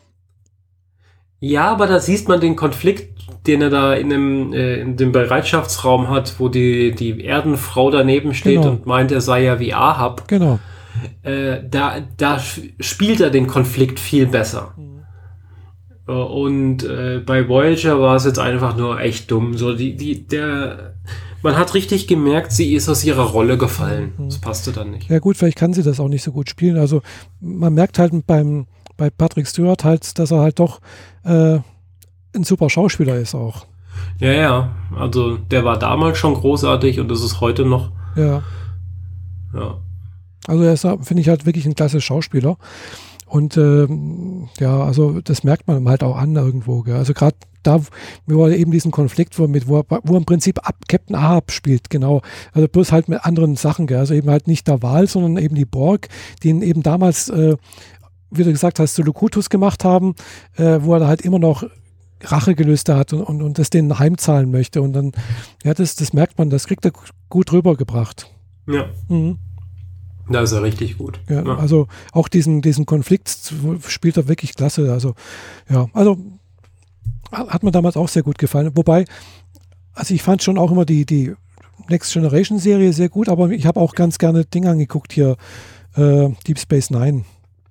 A: Ja, aber da sieht man den Konflikt, den er da in dem, äh, in dem Bereitschaftsraum hat, wo die, die Erdenfrau daneben steht genau. und meint, er sei ja wie Ahab.
B: Genau.
A: Äh, da, da spielt er den Konflikt viel besser. Mhm. Und äh, bei Voyager war es jetzt einfach nur echt dumm. So die, die, der, man hat richtig gemerkt, sie ist aus ihrer Rolle gefallen. Mhm. Das passte dann nicht.
B: Ja gut, vielleicht kann sie das auch nicht so gut spielen. Also man merkt halt beim, bei Patrick Stewart halt, dass er halt doch äh, ein super Schauspieler ist auch.
A: Ja, ja. Also der war damals schon großartig und das ist heute noch.
B: Ja.
A: Ja.
B: Also er ist, finde ich, halt wirklich ein klasse Schauspieler. Und ähm, ja, also das merkt man halt auch an irgendwo. Gell? Also gerade da, wo er eben diesen Konflikt, wo, mit, wo, er, wo er im Prinzip ab Captain Ahab spielt, genau. Also bloß halt mit anderen Sachen. Gell? Also eben halt nicht der Wal, sondern eben die Borg, die ihn eben damals, äh, wie du gesagt hast, zu Locutus gemacht haben, äh, wo er halt immer noch Rachegelüste hat und, und, und das denen heimzahlen möchte. Und dann, ja, das, das merkt man, das kriegt er gut rübergebracht.
A: Ja.
B: Mhm.
A: Da ist er richtig gut.
B: Ja, ja. Also auch diesen, diesen Konflikt spielt er wirklich klasse. Also ja, also hat mir damals auch sehr gut gefallen. Wobei, also ich fand schon auch immer die, die Next Generation Serie sehr gut, aber ich habe auch ganz gerne Dinge angeguckt hier, äh, Deep Space Nine.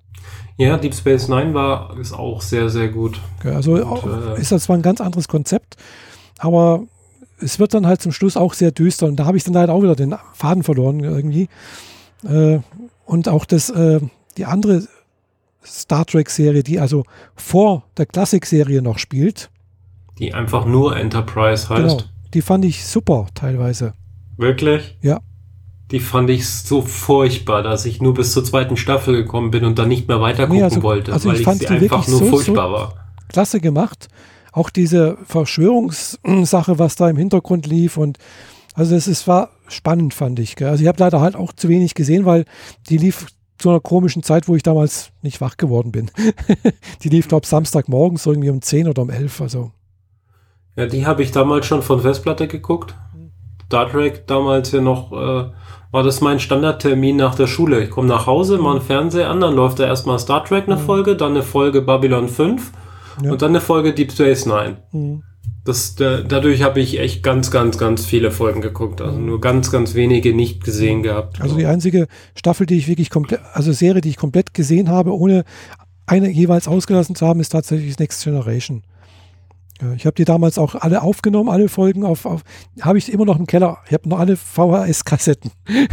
A: Ja, Deep Space Nine war ist auch sehr, sehr gut.
B: Ja, also Und, auch, äh, ist das zwar ein ganz anderes Konzept, aber es wird dann halt zum Schluss auch sehr düster und da habe ich dann halt auch wieder den Faden verloren irgendwie. Äh, und auch das, äh, die andere Star Trek-Serie, die also vor der Klassik-Serie noch spielt.
A: Die einfach nur Enterprise heißt.
B: Genau, die fand ich super teilweise.
A: Wirklich?
B: Ja.
A: Die fand ich so furchtbar, dass ich nur bis zur zweiten Staffel gekommen bin und dann nicht mehr weiter gucken nee,
B: also,
A: wollte,
B: also
A: weil
B: ich,
A: ich
B: fand
A: sie
B: die
A: einfach nur
B: so,
A: furchtbar
B: so
A: war.
B: Klasse gemacht. Auch diese Verschwörungssache, was da im Hintergrund lief und also es, es war spannend, fand ich. Gell? Also ich habe leider halt auch zu wenig gesehen, weil die lief zu einer komischen Zeit, wo ich damals nicht wach geworden bin. Die lief, glaube ich, Samstagmorgens irgendwie um zehn oder um elf. Also.
A: Ja, die habe ich damals schon von Festplatte geguckt. Star Trek damals ja noch, äh, war das mein Standardtermin nach der Schule. Ich komme nach Hause, mache einen Fernseher an, dann läuft da erstmal Star Trek eine mhm. Folge, dann eine Folge Babylon fünf ja. und dann eine Folge Deep Space Nine. Mhm. Das, da, dadurch habe ich echt ganz, ganz, ganz viele Folgen geguckt. Also nur ganz, ganz wenige nicht gesehen gehabt.
B: Also die einzige Staffel, die ich wirklich komplett, also Serie, die ich komplett gesehen habe, ohne eine jeweils ausgelassen zu haben, ist tatsächlich Next Generation. Ja, ich habe die damals auch alle aufgenommen, alle Folgen auf, auf habe ich immer noch im Keller. Ich habe noch alle V H S-Kassetten.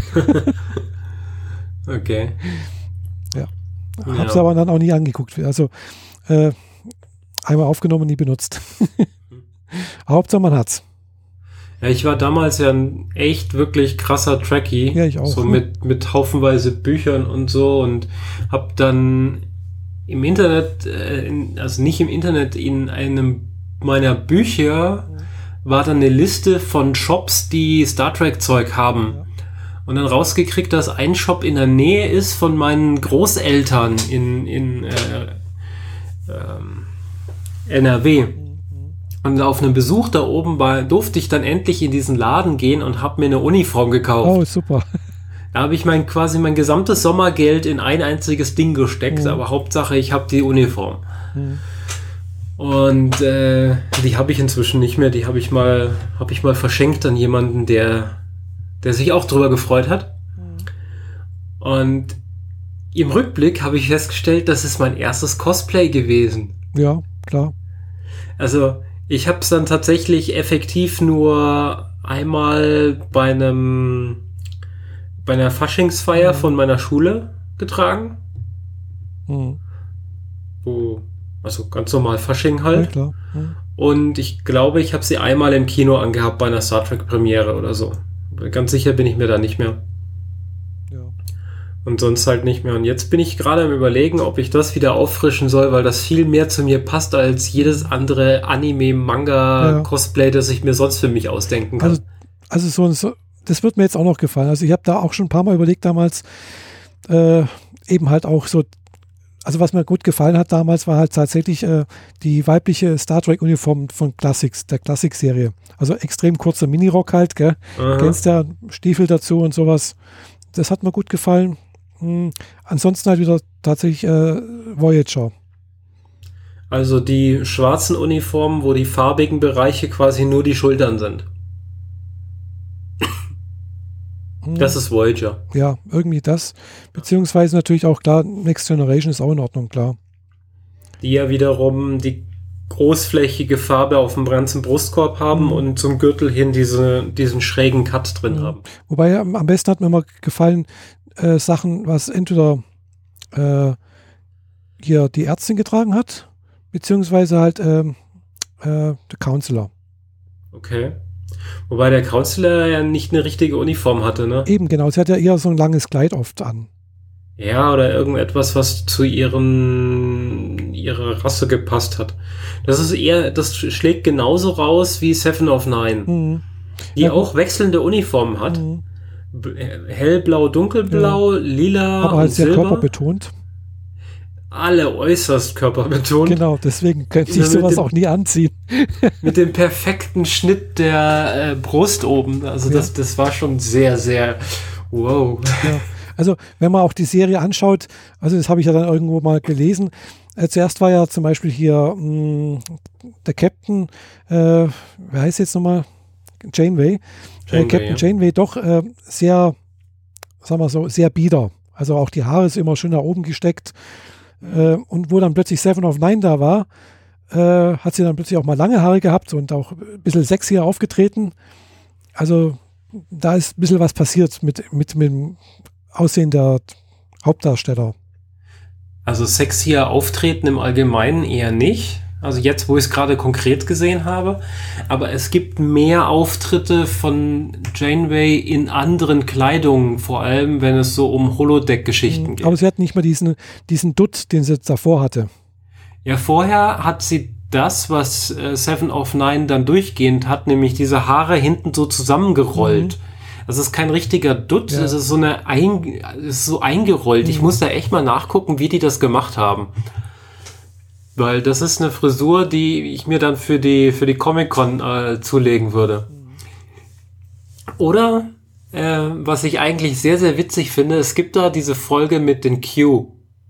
A: Okay.
B: Ja. Habe sie ja. aber dann auch nie angeguckt. Also äh, einmal aufgenommen, nie benutzt. Hauptsache man hat's.
A: Ja, ich war damals ja ein echt wirklich krasser Trekkie.
B: Ja, ich auch.
A: So mit, mit haufenweise Büchern und so und hab dann im Internet, äh, in, also nicht im Internet, in einem meiner Bücher war dann eine Liste von Shops, die Star Trek Zeug haben. Ja. Und dann rausgekriegt, dass ein Shop in der Nähe ist von meinen Großeltern in, in äh, ähm, N R W. Und auf einem Besuch da oben war, durfte ich dann endlich in diesen Laden gehen und habe mir eine Uniform gekauft.
B: Oh, super.
A: Da habe ich mein quasi mein gesamtes Sommergeld in ein einziges Ding gesteckt, mhm. aber Hauptsache ich habe die Uniform. Mhm. Und äh, die habe ich inzwischen nicht mehr. Die habe ich mal habe ich mal verschenkt an jemanden, der der sich auch drüber gefreut hat. Mhm. Und im Rückblick habe ich festgestellt, das ist mein erstes Cosplay gewesen.
B: Ja, klar.
A: Also ich habe es dann tatsächlich effektiv nur einmal bei einem bei einer Faschingsfeier mhm. von meiner Schule getragen. Mhm. Wo, also ganz normal Fasching halt. Ja, klar. Mhm. Und ich glaube, ich habe sie einmal im Kino angehabt bei einer Star Trek Premiere oder so. Ganz sicher bin ich mir da nicht mehr. Ja. Und sonst halt nicht mehr. Und jetzt bin ich gerade am Überlegen, ob ich das wieder auffrischen soll, weil das viel mehr zu mir passt als jedes andere Anime, Manga, ja. Cosplay, das ich mir sonst für mich ausdenken kann.
B: Also, also so, so das wird mir jetzt auch noch gefallen. Also ich habe da auch schon ein paar Mal überlegt damals, äh, eben halt auch so, also was mir gut gefallen hat damals, war halt tatsächlich äh, die weibliche Star Trek-Uniform von Classics, der Classic-Serie. Also extrem kurzer Minirock halt, gell? Aha. Kennst ja, Stiefel dazu und sowas. Das hat mir gut gefallen. Hm. Ansonsten halt wieder tatsächlich äh, Voyager.
A: Also die schwarzen Uniformen, wo die farbigen Bereiche quasi nur die Schultern sind. Das ist Voyager.
B: Ja, irgendwie das. Beziehungsweise natürlich auch klar, Next Generation ist auch in Ordnung, klar.
A: Die ja wiederum die großflächige Farbe auf dem ganzen Brustkorb haben mhm. und zum Gürtel hin diese, diesen schrägen Cut drin mhm. haben.
B: Wobei am besten hat mir immer gefallen, äh, Sachen, was entweder äh, hier die Ärztin getragen hat, beziehungsweise halt äh, äh, der Counselor.
A: Okay. Wobei der Counselor ja nicht eine richtige Uniform hatte, ne?
B: Eben, genau. Sie hat ja eher so ein langes Kleid oft an.
A: Ja, oder irgendetwas, was zu ihren, ihrer Rasse gepasst hat. Das ist eher, das schlägt genauso raus wie Seven of Nine. Mhm. Die ja, auch wechselnde Uniformen hat. Mhm. Hellblau, dunkelblau, ja. lila
B: aber halt
A: und
B: sehr
A: Silber.
B: Körperbetont.
A: Alle äußerst körperbetont.
B: Genau, deswegen könnte ich sowas dem, auch nie anziehen.
A: Mit dem perfekten Schnitt der äh, Brust oben. Also ja. das, das war schon sehr, sehr wow.
B: Ja. Also wenn man auch die Serie anschaut, also das habe ich ja dann irgendwo mal gelesen. Äh, zuerst war ja zum Beispiel hier mh, der Captain, äh, wer heißt jetzt nochmal? Janeway. Janeway äh, Captain ja. Janeway doch äh, sehr, sagen wir so, sehr bieder. Also auch die Haare ist immer schön nach oben gesteckt. Äh, und wo dann plötzlich Seven of Nine da war, äh, hat sie dann plötzlich auch mal lange Haare gehabt und auch ein bisschen sexier aufgetreten. Also da ist ein bisschen was passiert mit, mit, mit dem Aussehen der Hauptdarsteller.
A: Also sexier auftreten im Allgemeinen eher nicht. Also jetzt, wo ich es gerade konkret gesehen habe. Aber es gibt mehr Auftritte von Janeway in anderen Kleidungen, vor allem wenn es so um Holodeck-Geschichten
B: mhm,
A: geht.
B: Aber sie hat nicht mehr diesen, diesen Dutt, den sie davor hatte.
A: Ja, vorher hat sie das, was äh, Seven of Nine dann durchgehend hat, nämlich diese Haare hinten so zusammengerollt. Mhm. Das ist kein richtiger Dutt,
B: Ja.
A: das ist so eine ein, das ist so eingerollt. Ich muss da echt mal nachgucken, wie die das gemacht haben. Weil das ist eine Frisur, die ich mir dann für die, für die Comic-Con äh, zulegen würde. Oder, äh, was ich eigentlich sehr, sehr witzig finde, es gibt da diese Folge mit den Q.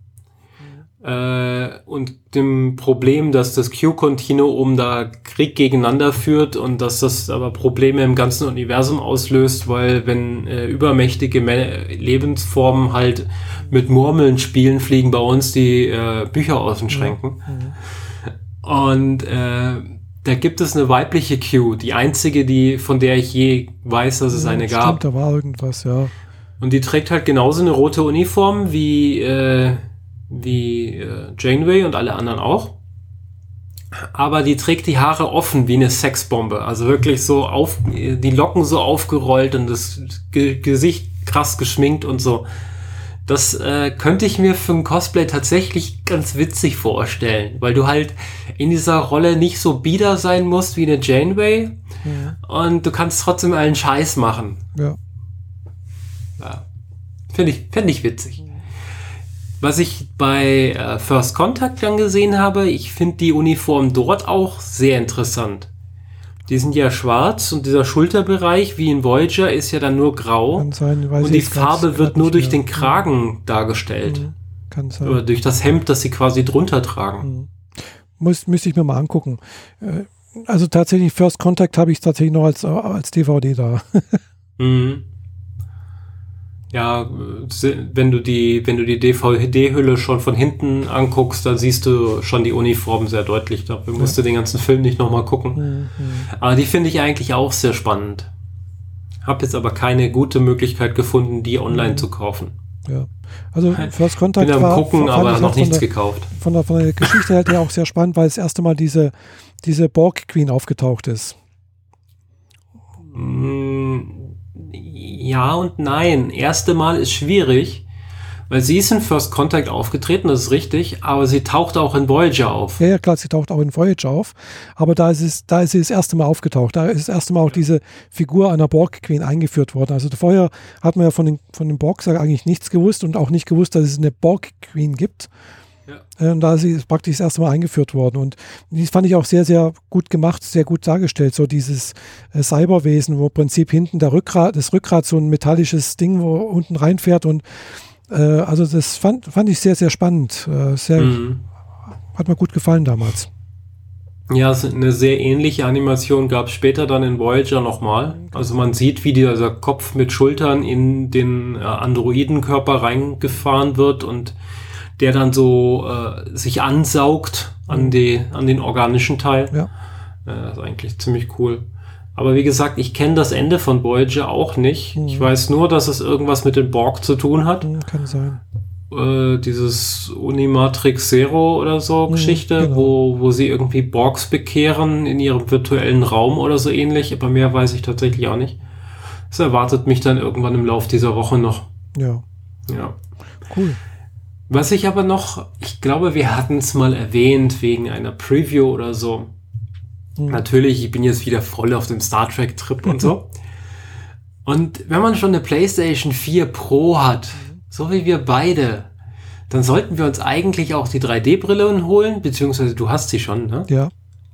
A: Äh, und dem Problem, dass das Q-Kontinuum da Krieg gegeneinander führt und dass das aber Probleme im ganzen Universum auslöst, weil wenn äh, übermächtige Me- Lebensformen halt mit Murmeln spielen, fliegen bei uns die äh, Bücher aus den Schränken. Ja. Und äh, da gibt es eine weibliche Q, die einzige, die von der ich je weiß, dass es
B: Ja,
A: eine
B: stimmt,
A: gab.
B: da war irgendwas, ja.
A: Und die trägt halt genauso eine rote Uniform wie äh, wie äh, Janeway und alle anderen auch. Aber die trägt die Haare offen wie eine Sexbombe. Also wirklich so auf, die Locken so aufgerollt und das Ge- Gesicht krass geschminkt und so. Das äh, könnte ich mir für ein Cosplay tatsächlich ganz witzig vorstellen, weil du halt in dieser Rolle nicht so bieder sein musst wie eine Janeway
B: Ja.
A: und du kannst trotzdem allen Scheiß machen.
B: Ja.
A: Ja. Finde ich, finde ich witzig. Was ich bei äh, First Contact dann gesehen habe, ich finde die Uniform dort auch sehr interessant. Die sind ja schwarz und dieser Schulterbereich, wie in Voyager, ist ja dann nur grau.
B: Kann sein, weiß
A: und die
B: ich jetzt
A: Farbe
B: grad-
A: wird
B: grad
A: nur
B: nicht
A: durch
B: mehr.
A: den Kragen dargestellt.
B: Mhm. Kann sein.
A: Oder durch das Hemd, das sie quasi drunter tragen.
B: Mhm. Muss, müsste ich mir mal angucken. Äh, Also tatsächlich, First Contact habe ich tatsächlich noch als, als D V D da.
A: Mhm. Ja, wenn du die, wenn du die D V D-Hülle schon von hinten anguckst, dann siehst du schon die Uniform sehr deutlich. Dafür musst du den ganzen Film nicht nochmal gucken.
B: Mhm.
A: Aber die finde ich eigentlich auch sehr spannend. Hab jetzt aber keine gute Möglichkeit gefunden, die online
B: Mhm.
A: zu kaufen.
B: Ja. Also First Contact
A: Bin am
B: war,
A: gucken,
B: fand
A: aber
B: ich auch
A: noch
B: von
A: nichts
B: der,
A: gekauft.
B: Von der, von der Geschichte halt ja auch sehr spannend, weil das erste Mal diese, diese Borg Queen aufgetaucht ist.
A: Ja und nein. Erste Mal ist schwierig, weil sie ist in First Contact aufgetreten, das ist richtig, aber sie taucht auch in Voyager auf.
B: Ja, ja, klar, sie taucht auch in Voyager auf, aber da ist, es, da ist sie das erste Mal aufgetaucht. Da ist das erste Mal auch diese Figur einer Borg Queen eingeführt worden. Also vorher hat man ja von den, von den Borgs eigentlich nichts gewusst und auch nicht gewusst, dass es eine Borg Queen gibt. Ja. Und da ist sie praktisch das erste Mal eingeführt worden. Und das fand ich auch sehr, sehr gut gemacht, sehr gut dargestellt. So dieses äh, Cyberwesen, wo im Prinzip hinten der Rückgrat, das Rückgrat so ein metallisches Ding, wo unten reinfährt. Und äh, also das fand, fand ich sehr, sehr spannend. Äh, sehr,
A: Mhm.
B: Hat mir gut gefallen damals.
A: Ja, es- eine sehr ähnliche Animation gab es später dann in Voyager nochmal. Also man sieht, wie dieser Kopf mit Schultern in den äh, Androidenkörper reingefahren wird und der dann so äh, sich ansaugt an, die, an den organischen Teil.
B: Ja.
A: Äh, das ist eigentlich ziemlich cool. Aber wie gesagt, ich kenne das Ende von Voyager auch nicht.
B: Mhm.
A: Ich weiß nur, dass es irgendwas mit den Borg zu tun hat.
B: Hm, Kann sein.
A: Äh, dieses Unimatrix Zero oder so
B: Mhm,
A: Geschichte,
B: genau.
A: wo, wo sie irgendwie Borgs bekehren in ihrem virtuellen Raum oder so ähnlich. Aber mehr weiß ich tatsächlich auch nicht. Das erwartet mich dann irgendwann im Lauf dieser Woche noch.
B: Ja,
A: Ja.
B: cool.
A: Was ich aber noch, ich glaube, wir hatten es mal erwähnt wegen einer Preview oder so.
B: Hm.
A: Natürlich, ich bin jetzt wieder voll auf dem Star Trek Trip und so. Und wenn man schon eine PlayStation vier Pro hat, so wie wir beide, dann sollten wir uns eigentlich auch die drei D-Brille holen, beziehungsweise du hast sie schon, ne?
B: Ja.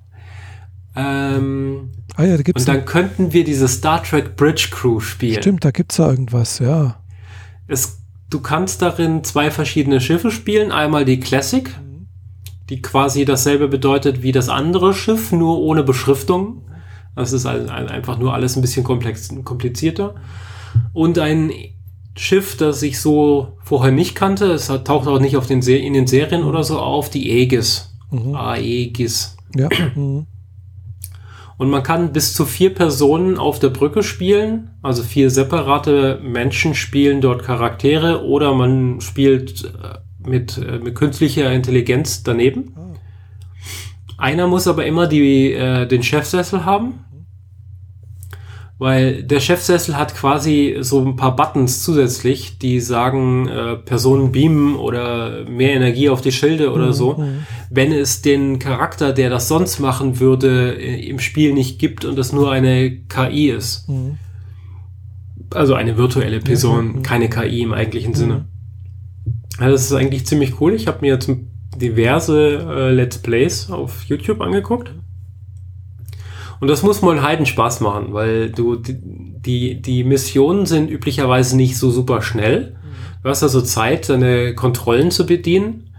A: Ähm,
B: Ah ja, da gibt's
A: und dann könnten wir diese Star Trek Bridge Crew spielen.
B: Stimmt, da gibt's da irgendwas, ja.
A: Es, du kannst darin zwei verschiedene Schiffe spielen. Einmal die Classic, die quasi dasselbe bedeutet wie das andere Schiff, nur ohne Beschriftung. Das ist ein, ein, einfach nur alles ein bisschen komplex, komplizierter. Und ein Schiff, das ich so vorher nicht kannte, es hat, taucht auch nicht auf den Se- in den Serien oder so auf, die Aegis.
B: Mhm.
A: Aegis.
B: Ja. Mhm.
A: Und man kann bis zu vier Personen auf der Brücke spielen, also vier separate Menschen spielen dort Charaktere oder man spielt äh, mit, äh, mit künstlicher Intelligenz daneben.
B: Ah.
A: Einer muss aber immer die, äh, den Chefsessel haben, weil der Chefsessel hat quasi so ein paar Buttons zusätzlich, die sagen, äh, Personen beamen oder mehr Energie auf die Schilde oder so.
B: Mhm.
A: Wenn es den Charakter, der das sonst machen würde, äh, im Spiel nicht gibt und es nur eine K I ist.
B: Mhm.
A: Also eine virtuelle Person,
B: Ja.
A: keine K I im eigentlichen
B: Mhm.
A: Sinne. Also das ist eigentlich ziemlich cool. Ich habe mir jetzt diverse äh, Let's Plays auf YouTube angeguckt. Und das muss mal einen Heidenspaß machen, weil du die, die, die Missionen sind üblicherweise nicht so super schnell. Du hast also Zeit, deine Kontrollen zu bedienen.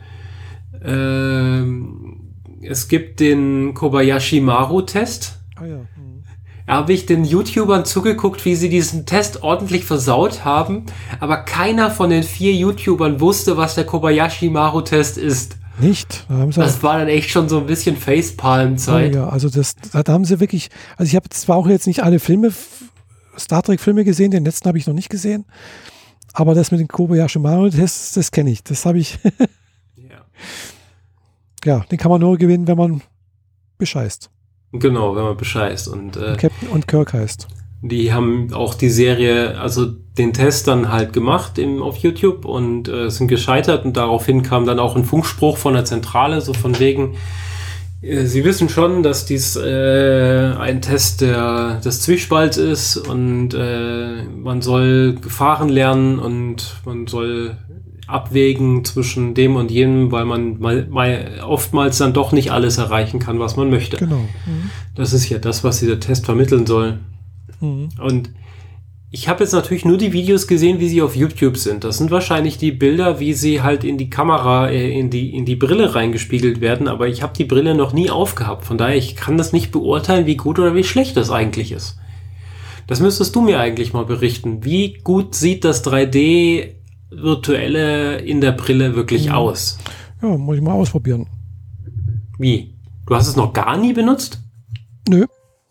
A: Ähm, es gibt den Kobayashi Maru-Test.
B: Ah ja. Mhm.
A: Da habe ich den YouTubern zugeguckt, wie sie diesen Test ordentlich versaut haben, aber keiner von den vier YouTubern wusste, was der Kobayashi Maru-Test ist.
B: Nicht? Da haben sie
A: Das war dann echt schon so ein bisschen
B: oh,
A: Facepalm-Zeit.
B: ja, also das, da haben sie wirklich, also ich habe zwar auch jetzt nicht alle Filme, Star Trek-Filme gesehen, den letzten habe ich noch nicht gesehen, aber das mit dem Kobayashi Maru-Test, das kenne ich, das habe ich,
A: Ja.
B: ja, den kann man nur gewinnen, wenn man bescheißt.
A: Genau, wenn man bescheißt. Und äh,
B: Captain und Kirk heißt.
A: die haben auch die Serie, also den Test dann halt gemacht im, auf YouTube und äh, sind gescheitert und daraufhin kam dann auch ein Funkspruch von der Zentrale, so von wegen, äh, sie wissen schon, dass dies äh, ein Test der, des Zwiespalts ist und äh, man soll Gefahren lernen und man soll abwägen zwischen dem und jenem, weil man mal, mal oftmals dann doch nicht alles erreichen kann, was man möchte.
B: Genau. Mhm.
A: Das ist ja das, was dieser Test vermitteln soll.
B: Mhm.
A: Und ich habe jetzt natürlich nur die Videos gesehen, wie sie auf YouTube sind. Das sind wahrscheinlich die Bilder, wie sie halt in die Kamera, äh, in die in die Brille reingespiegelt werden. Aber ich habe die Brille noch nie aufgehabt. Von daher, ich kann das nicht beurteilen, wie gut oder wie schlecht das eigentlich ist. Das müsstest du mir eigentlich mal berichten. Wie gut sieht das drei D virtuelle in der Brille wirklich
B: Mhm.
A: aus?
B: Ja, muss ich mal ausprobieren.
A: Wie? Du hast es noch gar nie benutzt?
B: Nö.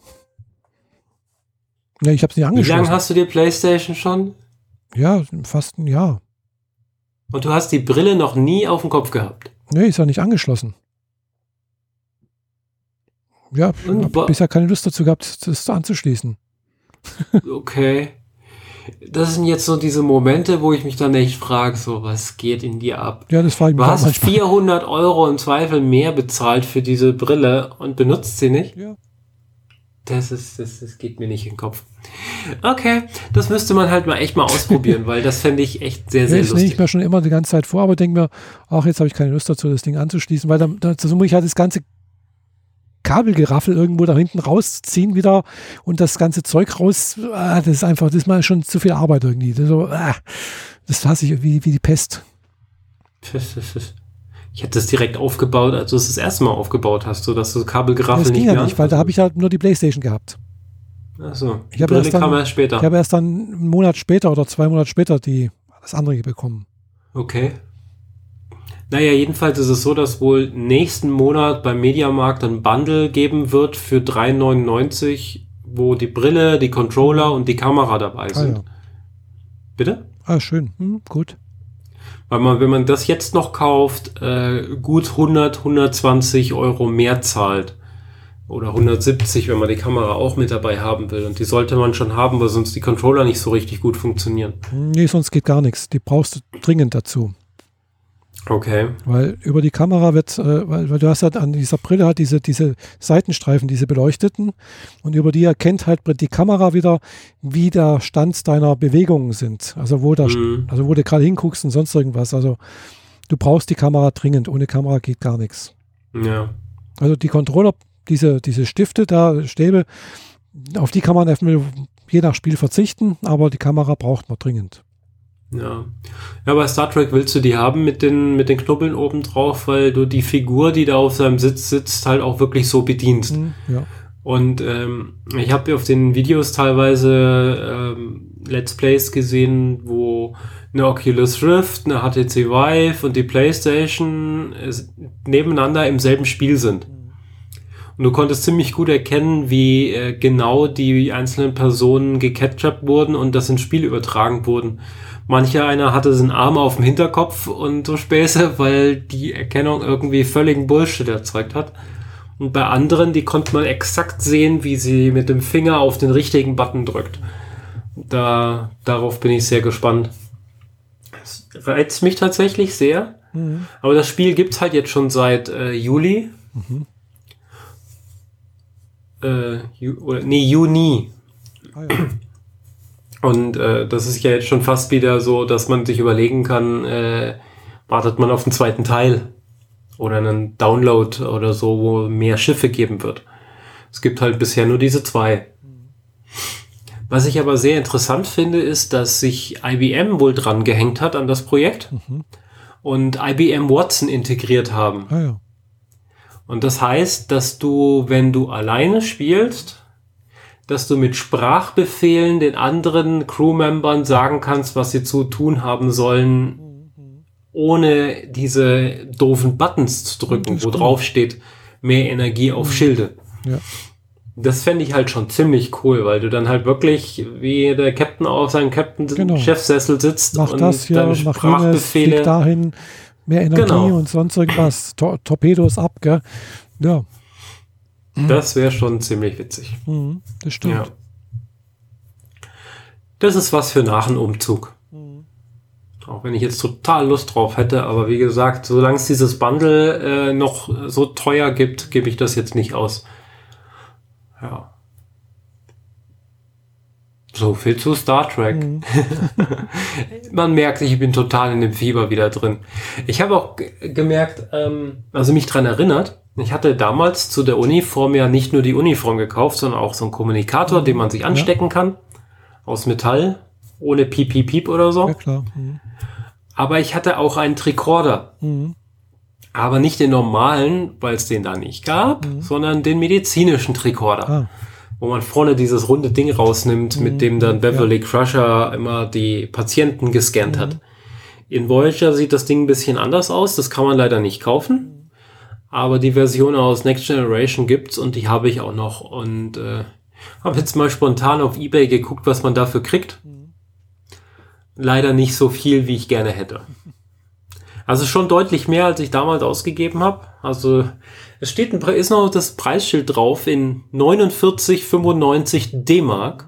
B: Nee, ich habe es nicht
A: Wie
B: angeschlossen.
A: lange hast du die PlayStation schon?
B: Ja, fast ein Jahr.
A: Und du hast die Brille noch nie auf dem Kopf gehabt?
B: Nee, ist ja nicht angeschlossen. Ja, ich
A: Und wa-
B: habe bisher keine Lust dazu gehabt, das anzuschließen.
A: Okay. Das sind jetzt so diese Momente, wo ich mich dann echt frage, so, was geht in dir ab?
B: Ja, das frage ich
A: Du
B: mich auch
A: hast
B: manchmal.
A: vierhundert Euro im Zweifel mehr bezahlt für diese Brille und benutzt sie nicht?
B: Ja.
A: Das ist, das, das geht mir nicht in den Kopf. Okay, das müsste man halt mal echt mal ausprobieren, weil das fände ich echt sehr,
B: Ja,
A: sehr
B: das nehme ich
A: lustig.
B: mir schon immer die ganze Zeit vor, aber denke mir, ach, jetzt habe ich keine Lust dazu, das Ding anzuschließen, weil dann, dazu muss ich halt das ganze Kabelgeraffel irgendwo da hinten rausziehen wieder und das ganze Zeug raus, ah, das ist einfach, das ist mal schon zu viel Arbeit irgendwie. Das, ist so, ah, das hasse ich wie, wie die Pest.
A: Ich hätte das direkt aufgebaut, als du es das erste Mal aufgebaut hast, so dass du Kabelgeraffel
B: Das
A: nicht
B: ging
A: mehr
B: ja nicht, weil da habe ich halt nur die Playstation gehabt.
A: Achso, die
B: Ich habe
A: Brille
B: erst dann-
A: kam erst später.
B: Ich habe erst dann einen Monat später oder zwei Monate später die, das andere bekommen.
A: Okay. Naja, jedenfalls ist es so, dass wohl nächsten Monat beim Mediamarkt ein Bundle geben wird für drei neunundneunzig, wo die Brille, die Controller und die Kamera dabei
B: Ah
A: sind.
B: ja.
A: Bitte?
B: Ah, schön. Hm, gut.
A: Weil man, wenn man das jetzt noch kauft, äh, gut hundert, hundertzwanzig Euro mehr zahlt. Oder hundertsiebzig, wenn man die Kamera auch mit dabei haben will. Und die sollte man schon haben, weil sonst die Controller nicht so richtig gut funktionieren.
B: Hm, nee, sonst geht gar nichts. Die brauchst du dringend dazu.
A: Okay.
B: Weil über die Kamera wird, äh, weil, weil du hast halt an dieser Brille halt diese, diese Seitenstreifen, diese beleuchteten, und über die erkennt halt die Kamera wieder, wie der Stand deiner Bewegungen sind. Also wo, der,
A: Mhm.
B: also wo du gerade hinguckst und sonst irgendwas. Also du brauchst die Kamera dringend. Ohne Kamera geht gar nichts.
A: Ja.
B: Also die Controller, diese, diese Stifte da, Stäbe, auf die kann man erstmal je nach Spiel verzichten, aber die Kamera braucht man dringend.
A: Ja. Ja, bei Star Trek willst du die haben mit den, mit den Knubbeln oben drauf, weil du die Figur, die da auf seinem Sitz sitzt, halt auch wirklich so bedienst.
B: Hm, ja.
A: Und ähm, ich habe auf den Videos teilweise ähm, Let's Plays gesehen, wo eine Oculus Rift, eine H T C Vive und die PlayStation äh, nebeneinander im selben Spiel sind. Und du konntest ziemlich gut erkennen, wie äh, genau die einzelnen Personen gecatcht wurden und das ins Spiel übertragen wurden. Mancher einer hatte seinen Arm auf dem Hinterkopf und so Späße, weil die Erkennung irgendwie völligen Bullshit erzeugt hat. Und bei anderen, die konnte man exakt sehen, wie sie mit dem Finger auf den richtigen Button drückt. Da, darauf bin ich sehr gespannt. Es reizt mich tatsächlich sehr.
B: Mhm.
A: Aber das Spiel gibt's halt jetzt schon seit äh, Juli.
B: Mhm.
A: Äh, Ju oder, nee, Juni.
B: Ah, ja.
A: Und äh, das ist ja jetzt schon fast wieder so, dass man sich überlegen kann, äh, wartet man auf den zweiten Teil oder einen Download oder so, wo mehr Schiffe geben wird. Es gibt halt bisher nur diese zwei. Was ich aber sehr interessant finde, ist, dass sich I B M wohl dran gehängt hat an das Projekt mhm. und I B M Watson integriert haben.
B: Ah, ja.
A: Und das heißt, dass du, wenn du alleine spielst, dass du mit Sprachbefehlen den anderen Crewmembern sagen kannst, was sie zu tun haben sollen, ohne diese doofen Buttons zu drücken, wo cool. drauf steht, mehr Energie auf Schilde.
B: Ja.
A: Das fände ich halt schon ziemlich cool, weil du dann halt wirklich wie der Captain auf seinem Captain-Chefsessel genau. sitzt
B: mach
A: und
B: das, ja,
A: deine
B: mach
A: Sprachbefehle
B: jenes, dahin, mehr Energie
A: genau.
B: und sonst irgendwas, Tor- Torpedos ab, gell? Ja.
A: Das wäre schon ziemlich witzig.
B: Mhm, das stimmt. Ja.
A: Das ist was für nach dem Umzug. Mhm. Auch wenn ich jetzt total Lust drauf hätte, aber wie gesagt, solange es dieses Bundle äh, noch so teuer gibt, gebe ich das jetzt nicht aus. Ja. So viel zu Star Trek. Mhm. Man merkt, ich bin total in dem Fieber wieder drin. Ich habe auch g- gemerkt, ähm, also mich dran erinnert, ich hatte damals zu der Uniform ja nicht nur die Uniform gekauft, sondern auch so einen Kommunikator, mhm. den man sich anstecken ja. kann. Aus Metall, ohne Piep, Piep, Piep oder so.
B: Ja, klar. Mhm.
A: Aber ich hatte auch einen Tricorder. Mhm. Aber nicht den normalen, weil es den da nicht gab, mhm. sondern den medizinischen Tricorder. Ah. Wo man vorne dieses runde Ding rausnimmt, mhm. mit dem dann Beverly ja. Crusher immer die Patienten gescannt mhm. hat. In Voyager sieht das Ding ein bisschen anders aus. Das kann man leider nicht kaufen. Aber die Version aus Next Generation gibt's und die habe ich auch noch. Und äh, habe jetzt mal spontan auf eBay geguckt, was man dafür kriegt. Mhm. Leider nicht so viel, wie ich gerne hätte. Also schon deutlich mehr, als ich damals ausgegeben habe. Also es steht ein, ist noch das Preisschild drauf in neunundvierzig fünfundneunzig D-Mark.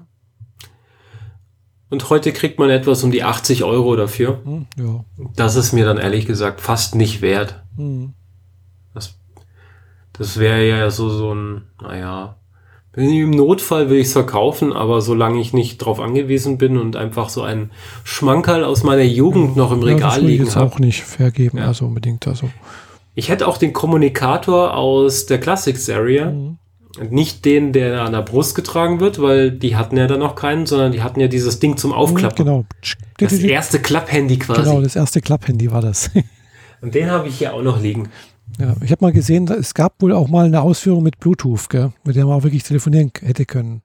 A: Und heute kriegt man etwas um die achtzig Euro dafür.
B: Mhm, ja.
A: Das ist mir dann ehrlich gesagt fast nicht wert.
B: Mhm.
A: Das, das wäre ja so, so ein, naja, im Notfall will ich es verkaufen, aber solange ich nicht drauf angewiesen bin und einfach so ein Schmankerl aus meiner Jugend noch im
B: ja,
A: Regal
B: das will
A: liegen
B: ich jetzt
A: habe.
B: auch nicht vergeben,
A: Ja.
B: also unbedingt. Also.
A: Ich hätte auch den Kommunikator aus der Classic-Serie,
B: Mhm.
A: nicht den, der an der Brust getragen wird, weil die hatten ja dann noch keinen, sondern die hatten ja dieses Ding zum Aufklappen.
B: Genau.
A: Das erste Klapphandy quasi.
B: Genau, das erste Klapphandy war das.
A: Und den habe ich hier auch noch liegen.
B: Ja, ich habe mal gesehen, es gab wohl auch mal eine Ausführung mit Bluetooth, gell, mit der man auch wirklich telefonieren hätte können.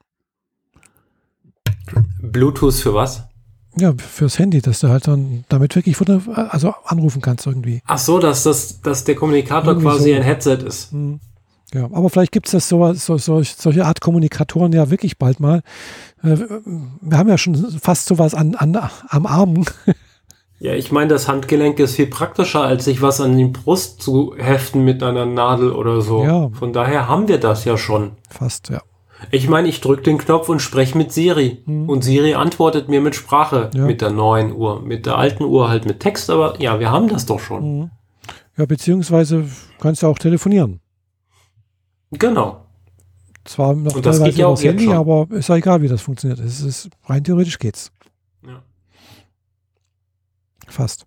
A: Bluetooth für was?
B: Ja, fürs Handy, dass du halt dann damit wirklich von der, also anrufen kannst irgendwie.
A: Ach so, dass, das, dass der Kommunikator
B: Irgendwie
A: quasi
B: so.
A: ein Headset ist.
B: Mhm. Ja, aber vielleicht gibt es das so, so, so, solche Art Kommunikatoren ja wirklich bald mal. Äh, Wir haben ja schon fast sowas an, an, am Arm.
A: Ja, ich meine, das Handgelenk ist viel praktischer, als sich was an die Brust zu heften mit einer Nadel oder so.
B: Ja.
A: Von daher haben wir das ja schon.
B: Fast, ja.
A: Ich meine, ich drücke den Knopf und spreche mit Siri.
B: Mhm.
A: Und Siri antwortet mir mit Sprache,
B: Ja.
A: mit der neuen Uhr. Mit der alten Uhr halt mit Text, aber ja, wir haben das doch schon.
B: Mhm. Ja, beziehungsweise kannst du auch telefonieren.
A: Genau.
B: Zwar noch
A: Und das
B: teilweise
A: geht ja auch
B: übers
A: jetzt
B: Handy,
A: schon.
B: aber ist ja egal, wie das funktioniert. Es ist, rein theoretisch geht's.
A: Ja.
B: Fast.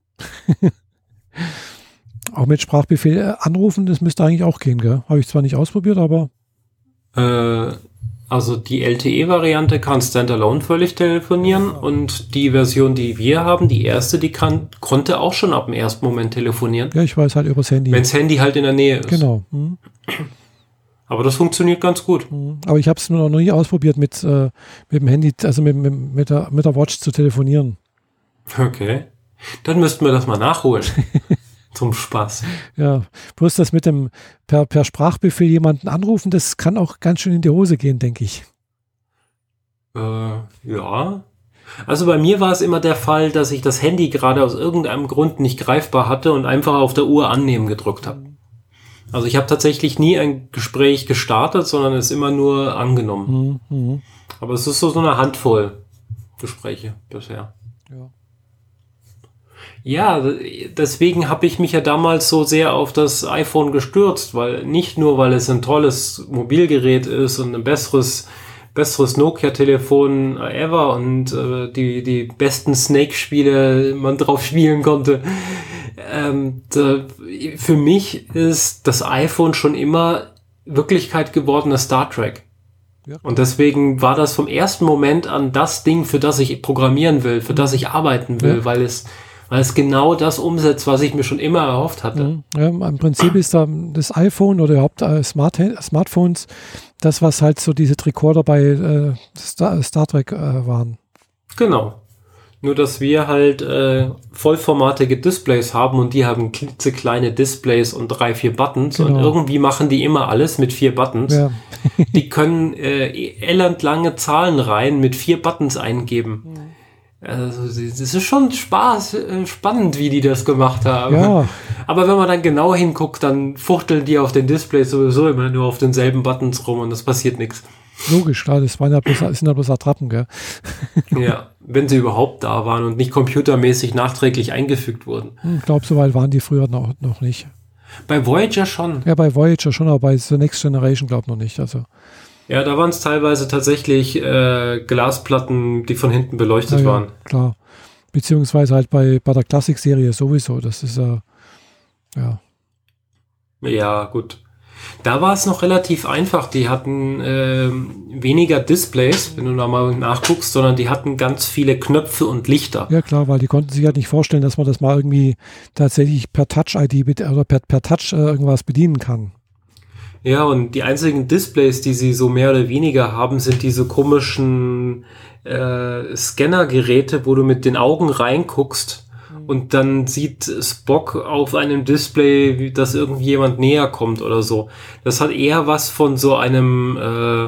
B: Auch mit Sprachbefehl äh, anrufen, das müsste eigentlich auch gehen, gell? Habe ich zwar nicht ausprobiert, aber
A: Äh, also die L T E-Variante kann Standalone völlig telefonieren und die Version, die wir haben, die erste, die kann, konnte auch schon ab dem ersten Moment telefonieren,
B: ja, ich weiß halt übers Handy.
A: wenn das Handy halt in der Nähe ist.
B: Genau. Hm.
A: Aber das funktioniert ganz gut.
B: Hm. Aber ich habe es nur noch nie ausprobiert, mit, äh, mit dem Handy, also mit, mit, mit, der, mit der Watch zu telefonieren.
A: Okay. Dann müssten wir das mal nachholen. Zum Spaß.
B: Ja, bloß das mit dem per, per Sprachbefehl jemanden anrufen, das kann auch ganz schön in die Hose gehen, denke ich.
A: Äh, ja. Also bei mir war es immer der Fall, dass ich das Handy gerade aus irgendeinem Grund nicht greifbar hatte und einfach auf der Uhr annehmen gedrückt habe. Also ich habe tatsächlich nie ein Gespräch gestartet, sondern es immer nur angenommen.
B: Mhm. Mhm.
A: Aber es ist so, so eine Handvoll Gespräche bisher.
B: Ja.
A: Ja, deswegen habe ich mich ja damals so sehr auf das iPhone gestürzt, weil nicht nur, weil es ein tolles Mobilgerät ist und ein besseres besseres Nokia-Telefon ever und äh, die, die besten Snake-Spiele man drauf spielen konnte. Ähm, da, für mich ist das iPhone schon immer Wirklichkeit geworden, das Star Trek. Ja. Und deswegen war das vom ersten Moment an das Ding, für das ich programmieren will, für das ich arbeiten will, ja. weil es weil es genau das umsetzt, was ich mir schon immer erhofft hatte.
B: Ja, im Prinzip ist da das iPhone oder überhaupt äh, Smart Smartphones das, was halt so diese Tricorder bei äh, Star, Star Trek äh, waren.
A: Genau. Nur, dass wir halt äh, vollformatige Displays haben und die haben klitzekleine Displays und drei, vier Buttons genau. und irgendwie machen die immer alles mit vier Buttons. Ja. Die können äh, elendlange Zahlenreihen mit vier Buttons eingeben. Mhm. Also, das ist schon Spaß, spannend, wie die das gemacht haben.
B: Ja.
A: Aber wenn man dann genau hinguckt, dann fuchteln die auf den Displays sowieso immer nur auf denselben Buttons rum und es passiert nichts.
B: Logisch, klar, das waren ja bloß, sind ja bloß Attrappen, gell?
A: Ja, wenn sie überhaupt da waren und nicht computermäßig nachträglich eingefügt wurden.
B: Ich glaube, so weit waren die früher noch, noch nicht.
A: Bei Voyager schon.
B: Ja, bei Voyager schon, aber bei The Next Generation glaube ich noch nicht. Also.
A: Ja, da waren es teilweise tatsächlich äh, Glasplatten, die von hinten beleuchtet ja, waren.
B: Ja, klar. Beziehungsweise halt bei, bei der Klassik-Serie sowieso. Das ist äh, ja.
A: Ja, gut. Da war es noch relativ einfach. Die hatten äh, weniger Displays, wenn du da mal nachguckst, sondern die hatten ganz viele Knöpfe und Lichter.
B: Ja klar, weil die konnten sich ja nicht vorstellen, dass man das mal irgendwie tatsächlich per Touch-I D oder per, per Touch äh, irgendwas bedienen kann.
A: Ja, und die einzigen Displays, die sie so mehr oder weniger haben, sind diese komischen äh, Scannergeräte, wo du mit den Augen reinguckst mhm. und dann sieht Spock auf einem Display, dass irgendjemand näher kommt oder so. Das hat eher was von so einem, äh,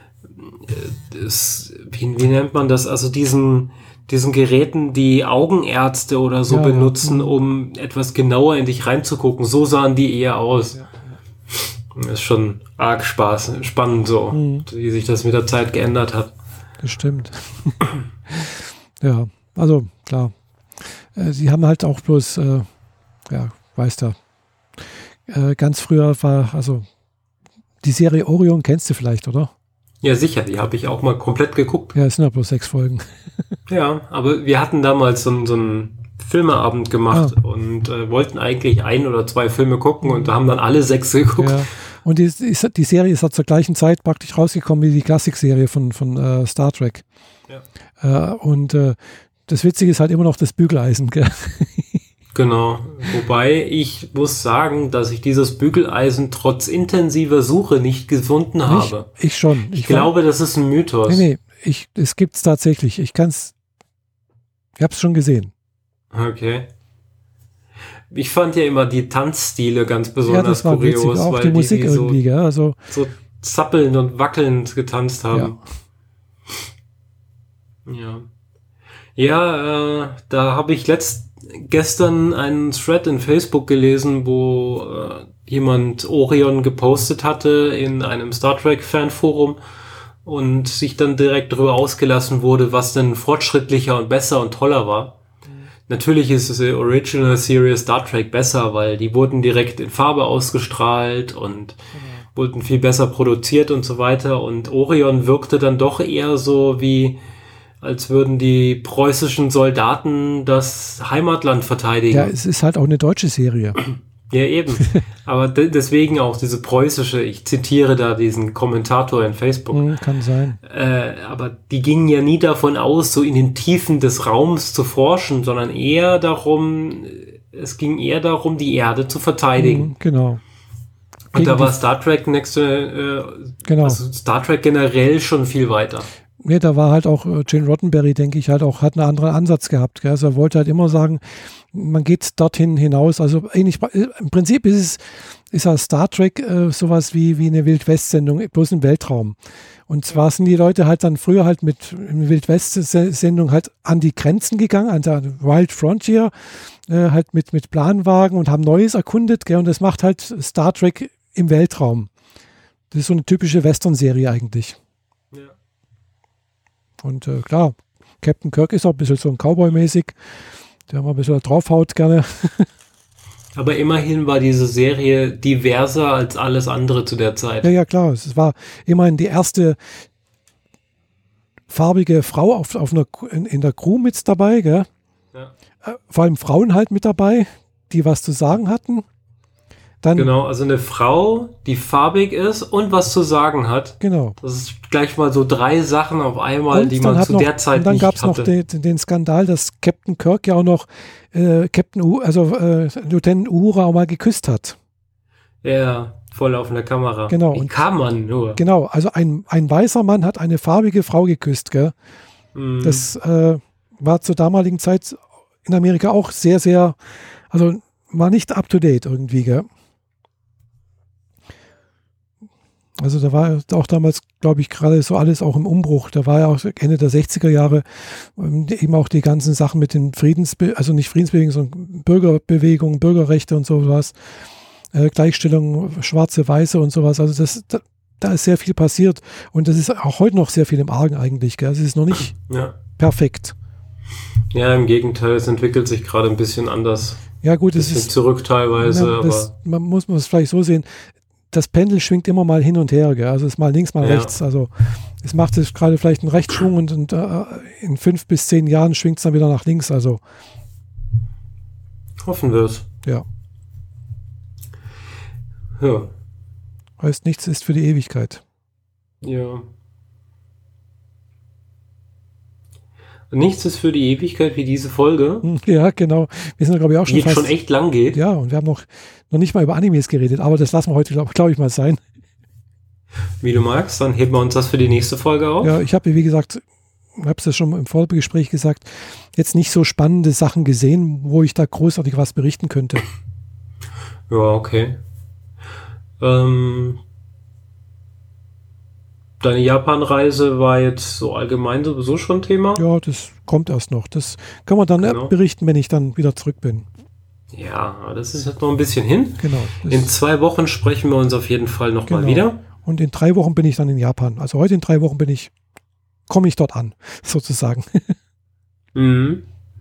A: das, wie, wie nennt man das? Also diesen, diesen Geräten, die Augenärzte oder so ja, benutzen, ja. um etwas genauer in dich reinzugucken. So sahen die eher aus. Ja. Ist schon arg Spaß, spannend so, mhm. wie sich das mit der Zeit geändert hat.
B: Das stimmt. Ja, also klar. Äh, sie haben halt auch bloß, äh, ja, weißt du, äh, ganz früher war, also die Serie Orion kennst du vielleicht, oder?
A: Ja, sicher, die habe ich auch mal komplett geguckt.
B: Ja, es sind ja bloß sechs Folgen.
A: Ja, aber wir hatten damals so, so einen Filmeabend gemacht ah. und äh, wollten eigentlich ein oder zwei Filme gucken und da haben dann alle sechs geguckt. Ja.
B: Und die, die Serie ist zur gleichen Zeit praktisch rausgekommen wie die Klassikserie von, von äh, Star Trek. Ja. Äh, und äh, das Witzige ist halt immer noch das Bügeleisen, gell?
A: Genau. Wobei ich muss sagen, dass ich dieses Bügeleisen trotz intensiver Suche nicht gefunden habe.
B: Ich, ich schon.
A: Ich, ich glaube, das ist ein Mythos.
B: Nee, nee, ich, es gibt's tatsächlich. Ich kann's, ich hab's schon gesehen.
A: Okay. Ich fand ja immer die Tanzstile ganz besonders ja, das war kurios,
B: witzig, auch
A: weil
B: die Musik
A: die,
B: die irgendwie,
A: so,
B: gell? Also,
A: so zappelnd und wackelnd getanzt haben. Ja. Ja, ja äh, da habe ich letzt gestern einen Thread in Facebook gelesen, wo äh, jemand Orion gepostet hatte in einem Star Trek Fanforum und sich dann direkt darüber ausgelassen wurde, was denn fortschrittlicher und besser und toller war. Natürlich ist die Original Series Star Trek besser, weil die wurden direkt in Farbe ausgestrahlt und mhm. wurden viel besser produziert und so weiter. Und Orion wirkte dann doch eher so wie, als würden die preußischen Soldaten das Heimatland verteidigen.
B: Ja, es ist halt auch eine deutsche Serie.
A: Ja, eben. Aber de- deswegen auch diese preußische, ich zitiere da diesen Kommentator in Facebook.
B: Mm, kann sein.
A: Äh, aber die gingen ja nie davon aus, so in den Tiefen des Raums zu forschen, sondern eher darum, es ging eher darum, die Erde zu verteidigen.
B: Mm, genau.
A: Und Gegen da war Star Trek next, äh, genau. also Star Trek generell schon viel weiter.
B: Nee, da war halt auch Gene Roddenberry, denke ich, halt auch, hat einen anderen Ansatz gehabt. Gell? Also er wollte halt immer sagen, man geht dorthin hinaus. Also ähnlich, im Prinzip ist es, ist ja Star Trek äh, sowas wie, wie eine Wild-West-Sendung, bloß im Weltraum. Und zwar sind die Leute halt dann früher halt mit Wild-West-Sendung halt an die Grenzen gegangen, an der Wild Frontier, äh, halt mit, mit Planwagen und haben Neues erkundet. Gell? Und das macht halt Star Trek im Weltraum. Das ist so eine typische Western-Serie eigentlich. Ja. Und äh, klar, Captain Kirk ist auch ein bisschen so ein Cowboy-mäßig, der mal ein bisschen draufhaut gerne.
A: Aber immerhin war diese Serie diverser als alles andere zu der Zeit.
B: Ja, ja, klar. Es war immerhin die erste farbige Frau auf, auf einer, in, in der Crew mit dabei, gell?
A: Ja.
B: Vor allem Frauen halt mit dabei, die was zu sagen hatten. Dann,
A: genau, also eine Frau, die farbig ist und was zu sagen hat.
B: Genau.
A: Das ist gleich mal so drei Sachen auf einmal,
B: und
A: die man zu
B: noch,
A: der Zeit
B: und dann
A: nicht
B: gab's
A: hatte.
B: Dann gab es noch den, den Skandal, dass Captain Kirk ja auch noch äh, Captain U, also äh, Lieutenant Uhura auch mal geküsst hat.
A: Ja, voll auf der Kamera.
B: Genau.
A: Wie
B: Und,
A: kann man nur?
B: Genau, also ein, ein weißer Mann hat eine farbige Frau geküsst, gell?
A: Mm.
B: Das äh, war zur damaligen Zeit in Amerika auch sehr, sehr, also war nicht up to date irgendwie, gell? Also da war auch damals, glaube ich, gerade so alles auch im Umbruch. Da war ja auch Ende der sechziger Jahre ähm, eben auch die ganzen Sachen mit den Friedensbe also nicht Friedensbewegungen, sondern Bürgerbewegungen, Bürgerrechte und sowas, äh, Gleichstellung, Schwarze, Weiße und sowas. Also das, da, da ist sehr viel passiert und das ist auch heute noch sehr viel im Argen eigentlich. Gell? Es ist noch nicht
A: ja.
B: perfekt.
A: Ja, im Gegenteil, es entwickelt sich gerade ein bisschen anders.
B: Ja gut, es
A: bisschen
B: ist
A: zurück teilweise,
B: na, das,
A: aber
B: man muss man es vielleicht so sehen. Das Pendel schwingt immer mal hin und her, gell? Also es ist mal links, mal
A: ja.
B: rechts. Also es macht es gerade vielleicht einen Rechtsschwung und, und äh, in fünf bis zehn Jahren schwingt es dann wieder nach links. Also
A: hoffen wir es.
B: Ja.
A: Ja.
B: Heißt, nichts ist für die Ewigkeit.
A: Ja. Nichts ist für die Ewigkeit wie diese Folge.
B: Ja, genau. Wir sind, glaube ich, auch schon
A: die
B: fast...
A: schon echt lang geht.
B: Ja, und wir haben noch, noch nicht mal über Animes geredet, aber das lassen wir heute, glaube glaub ich, mal sein.
A: Wie du magst, dann heben wir uns das für die nächste Folge auf.
B: Ja, ich habe, wie gesagt, habe es ja schon im Vorgespräch gesagt, jetzt nicht so spannende Sachen gesehen, wo ich da großartig was berichten könnte.
A: Ja, okay. Ähm, deine Japan-Reise war jetzt so allgemein sowieso schon Thema?
B: Ja, das kommt erst noch. Das kann man dann
A: Genau.
B: berichten, wenn ich dann wieder zurück bin.
A: Ja, das ist jetzt noch ein bisschen hin.
B: Genau.
A: In zwei Wochen sprechen wir uns auf jeden Fall nochmal
B: Genau.
A: wieder.
B: Und in drei Wochen bin ich dann in Japan. Also heute in drei Wochen bin ich, komme ich dort an, sozusagen.
A: Mhm.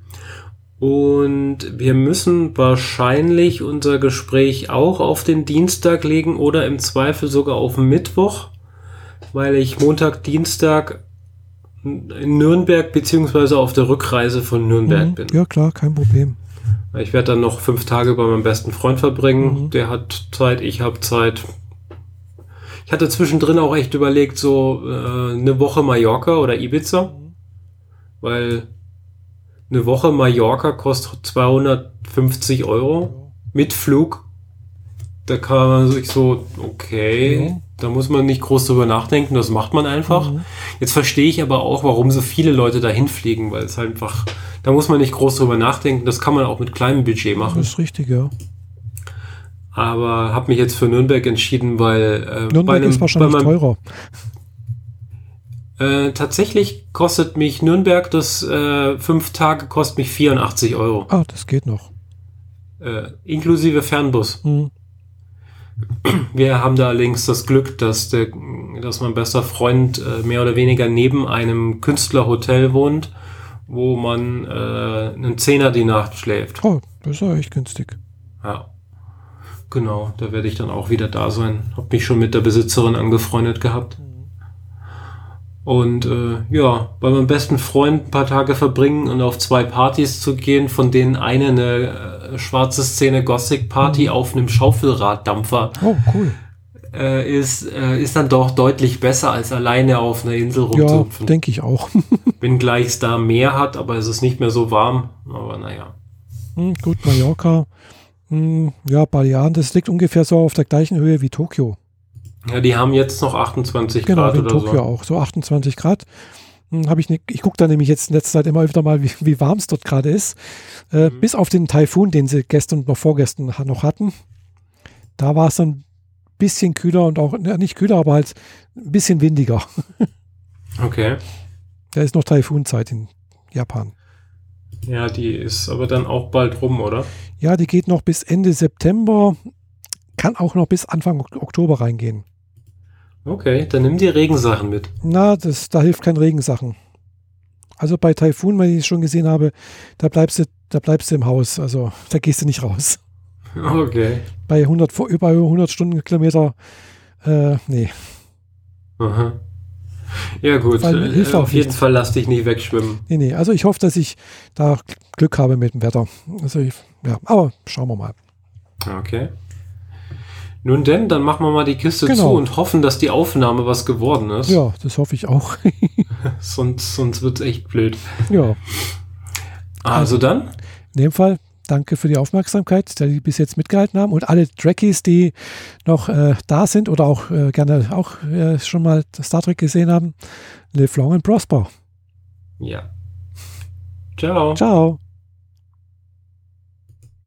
A: Und wir müssen wahrscheinlich unser Gespräch auch auf den Dienstag legen oder im Zweifel sogar auf Mittwoch, weil ich Montag, Dienstag in Nürnberg beziehungsweise auf der Rückreise von Nürnberg
B: Mhm.
A: bin.
B: Ja, klar, kein Problem.
A: Ich werde dann noch fünf Tage bei meinem besten Freund verbringen.
B: Mhm.
A: Der hat Zeit, ich habe Zeit. Ich hatte zwischendrin auch echt überlegt, so äh, eine Woche Mallorca oder Ibiza, weil eine Woche Mallorca kostet zweihundertfünfzig Euro mit Flug. Da kann man sich so, okay,
B: Ja.
A: da muss man nicht groß drüber nachdenken, das macht man einfach.
B: Mhm.
A: Jetzt verstehe ich aber auch, warum so viele Leute dahin fliegen, weil es halt einfach, da muss man nicht groß drüber nachdenken, das kann man auch mit kleinem Budget machen.
B: Das ist richtig, ja.
A: Aber habe mich jetzt für Nürnberg entschieden, weil äh,
B: Nürnberg
A: bei einem,
B: ist wahrscheinlich
A: bei meinem,
B: teurer.
A: Äh, tatsächlich kostet mich Nürnberg, das äh, fünf Tage kostet mich vierundachtzig Euro.
B: Ah, das geht noch.
A: Äh, inklusive Fernbus.
B: Mhm.
A: Wir haben da allerdings das Glück, dass, der, dass mein bester Freund äh, mehr oder weniger neben einem Künstlerhotel wohnt, wo man äh, einen Zehner die Nacht schläft.
B: Oh, das ist ja echt günstig.
A: Ja, genau, da werde ich dann auch wieder da sein. Hab mich schon mit der Besitzerin angefreundet gehabt. Und äh, ja, bei meinem besten Freund ein paar Tage verbringen und auf zwei Partys zu gehen, von denen eine eine äh, schwarze Szene Gothic Party
B: Mhm.
A: auf einem Schaufelraddampfer
B: Oh, cool.
A: äh, ist, äh, ist dann doch deutlich besser als alleine auf einer Insel
B: Ja,
A: rumzupfen.
B: denke ich auch.
A: Wenngleich es da Meer hat, aber es ist nicht mehr so warm. Aber naja.
B: Hm, gut, Mallorca. Hm, ja, Balearen, das liegt ungefähr so auf der gleichen Höhe wie Tokio.
A: Ja, die haben jetzt noch achtundzwanzig
B: Genau,
A: Grad
B: wie in
A: oder
B: Tokio
A: so.
B: auch. So achtundzwanzig Grad. Hm, hab ich ne, ich gucke da nämlich jetzt in letzter Zeit immer öfter mal, wie, wie warm es dort gerade ist. Äh,
A: Mhm.
B: Bis auf den Taifun, den sie gestern und noch vorgestern ha- noch hatten. Da war es dann ein bisschen kühler und auch, ne, nicht kühler, aber halt ein bisschen windiger.
A: Okay.
B: Da ist noch Taifunzeit in Japan.
A: Ja, die ist aber dann auch bald rum, oder?
B: Ja, die geht noch bis Ende September, kann auch noch bis Anfang Ok- Oktober reingehen.
A: Okay, dann nimm die Regensachen mit.
B: Na, das, da hilft kein Regensachen. Also bei Taifun, wenn ich es schon gesehen habe, da bleibst du, da bleibst du im Haus. Also da gehst du nicht raus.
A: Okay.
B: Bei hundert, vor- über hundert Stundenkilometer, äh, nee.
A: Aha. Ja gut,
B: Weil, hilft
A: äh,
B: auch
A: auf jeden
B: nichts.
A: Fall lass dich nicht wegschwimmen.
B: Nee, nee, also ich hoffe, dass ich da Glück habe mit dem Wetter. Also ich, ja, aber schauen wir mal.
A: Okay. Nun denn, dann machen wir mal die Kiste
B: Genau.
A: zu und hoffen, dass die Aufnahme was geworden ist.
B: Ja, das hoffe ich auch.
A: Sonst, sonst wird es echt blöd.
B: Ja,
A: Also dann,
B: in dem Fall danke für die Aufmerksamkeit, die bis jetzt mitgehalten haben und alle Trekkies, die noch äh, da sind oder auch äh, gerne auch äh, schon mal Star Trek gesehen haben. Live long and prosper.
A: ja. Ciao.
B: Ciao.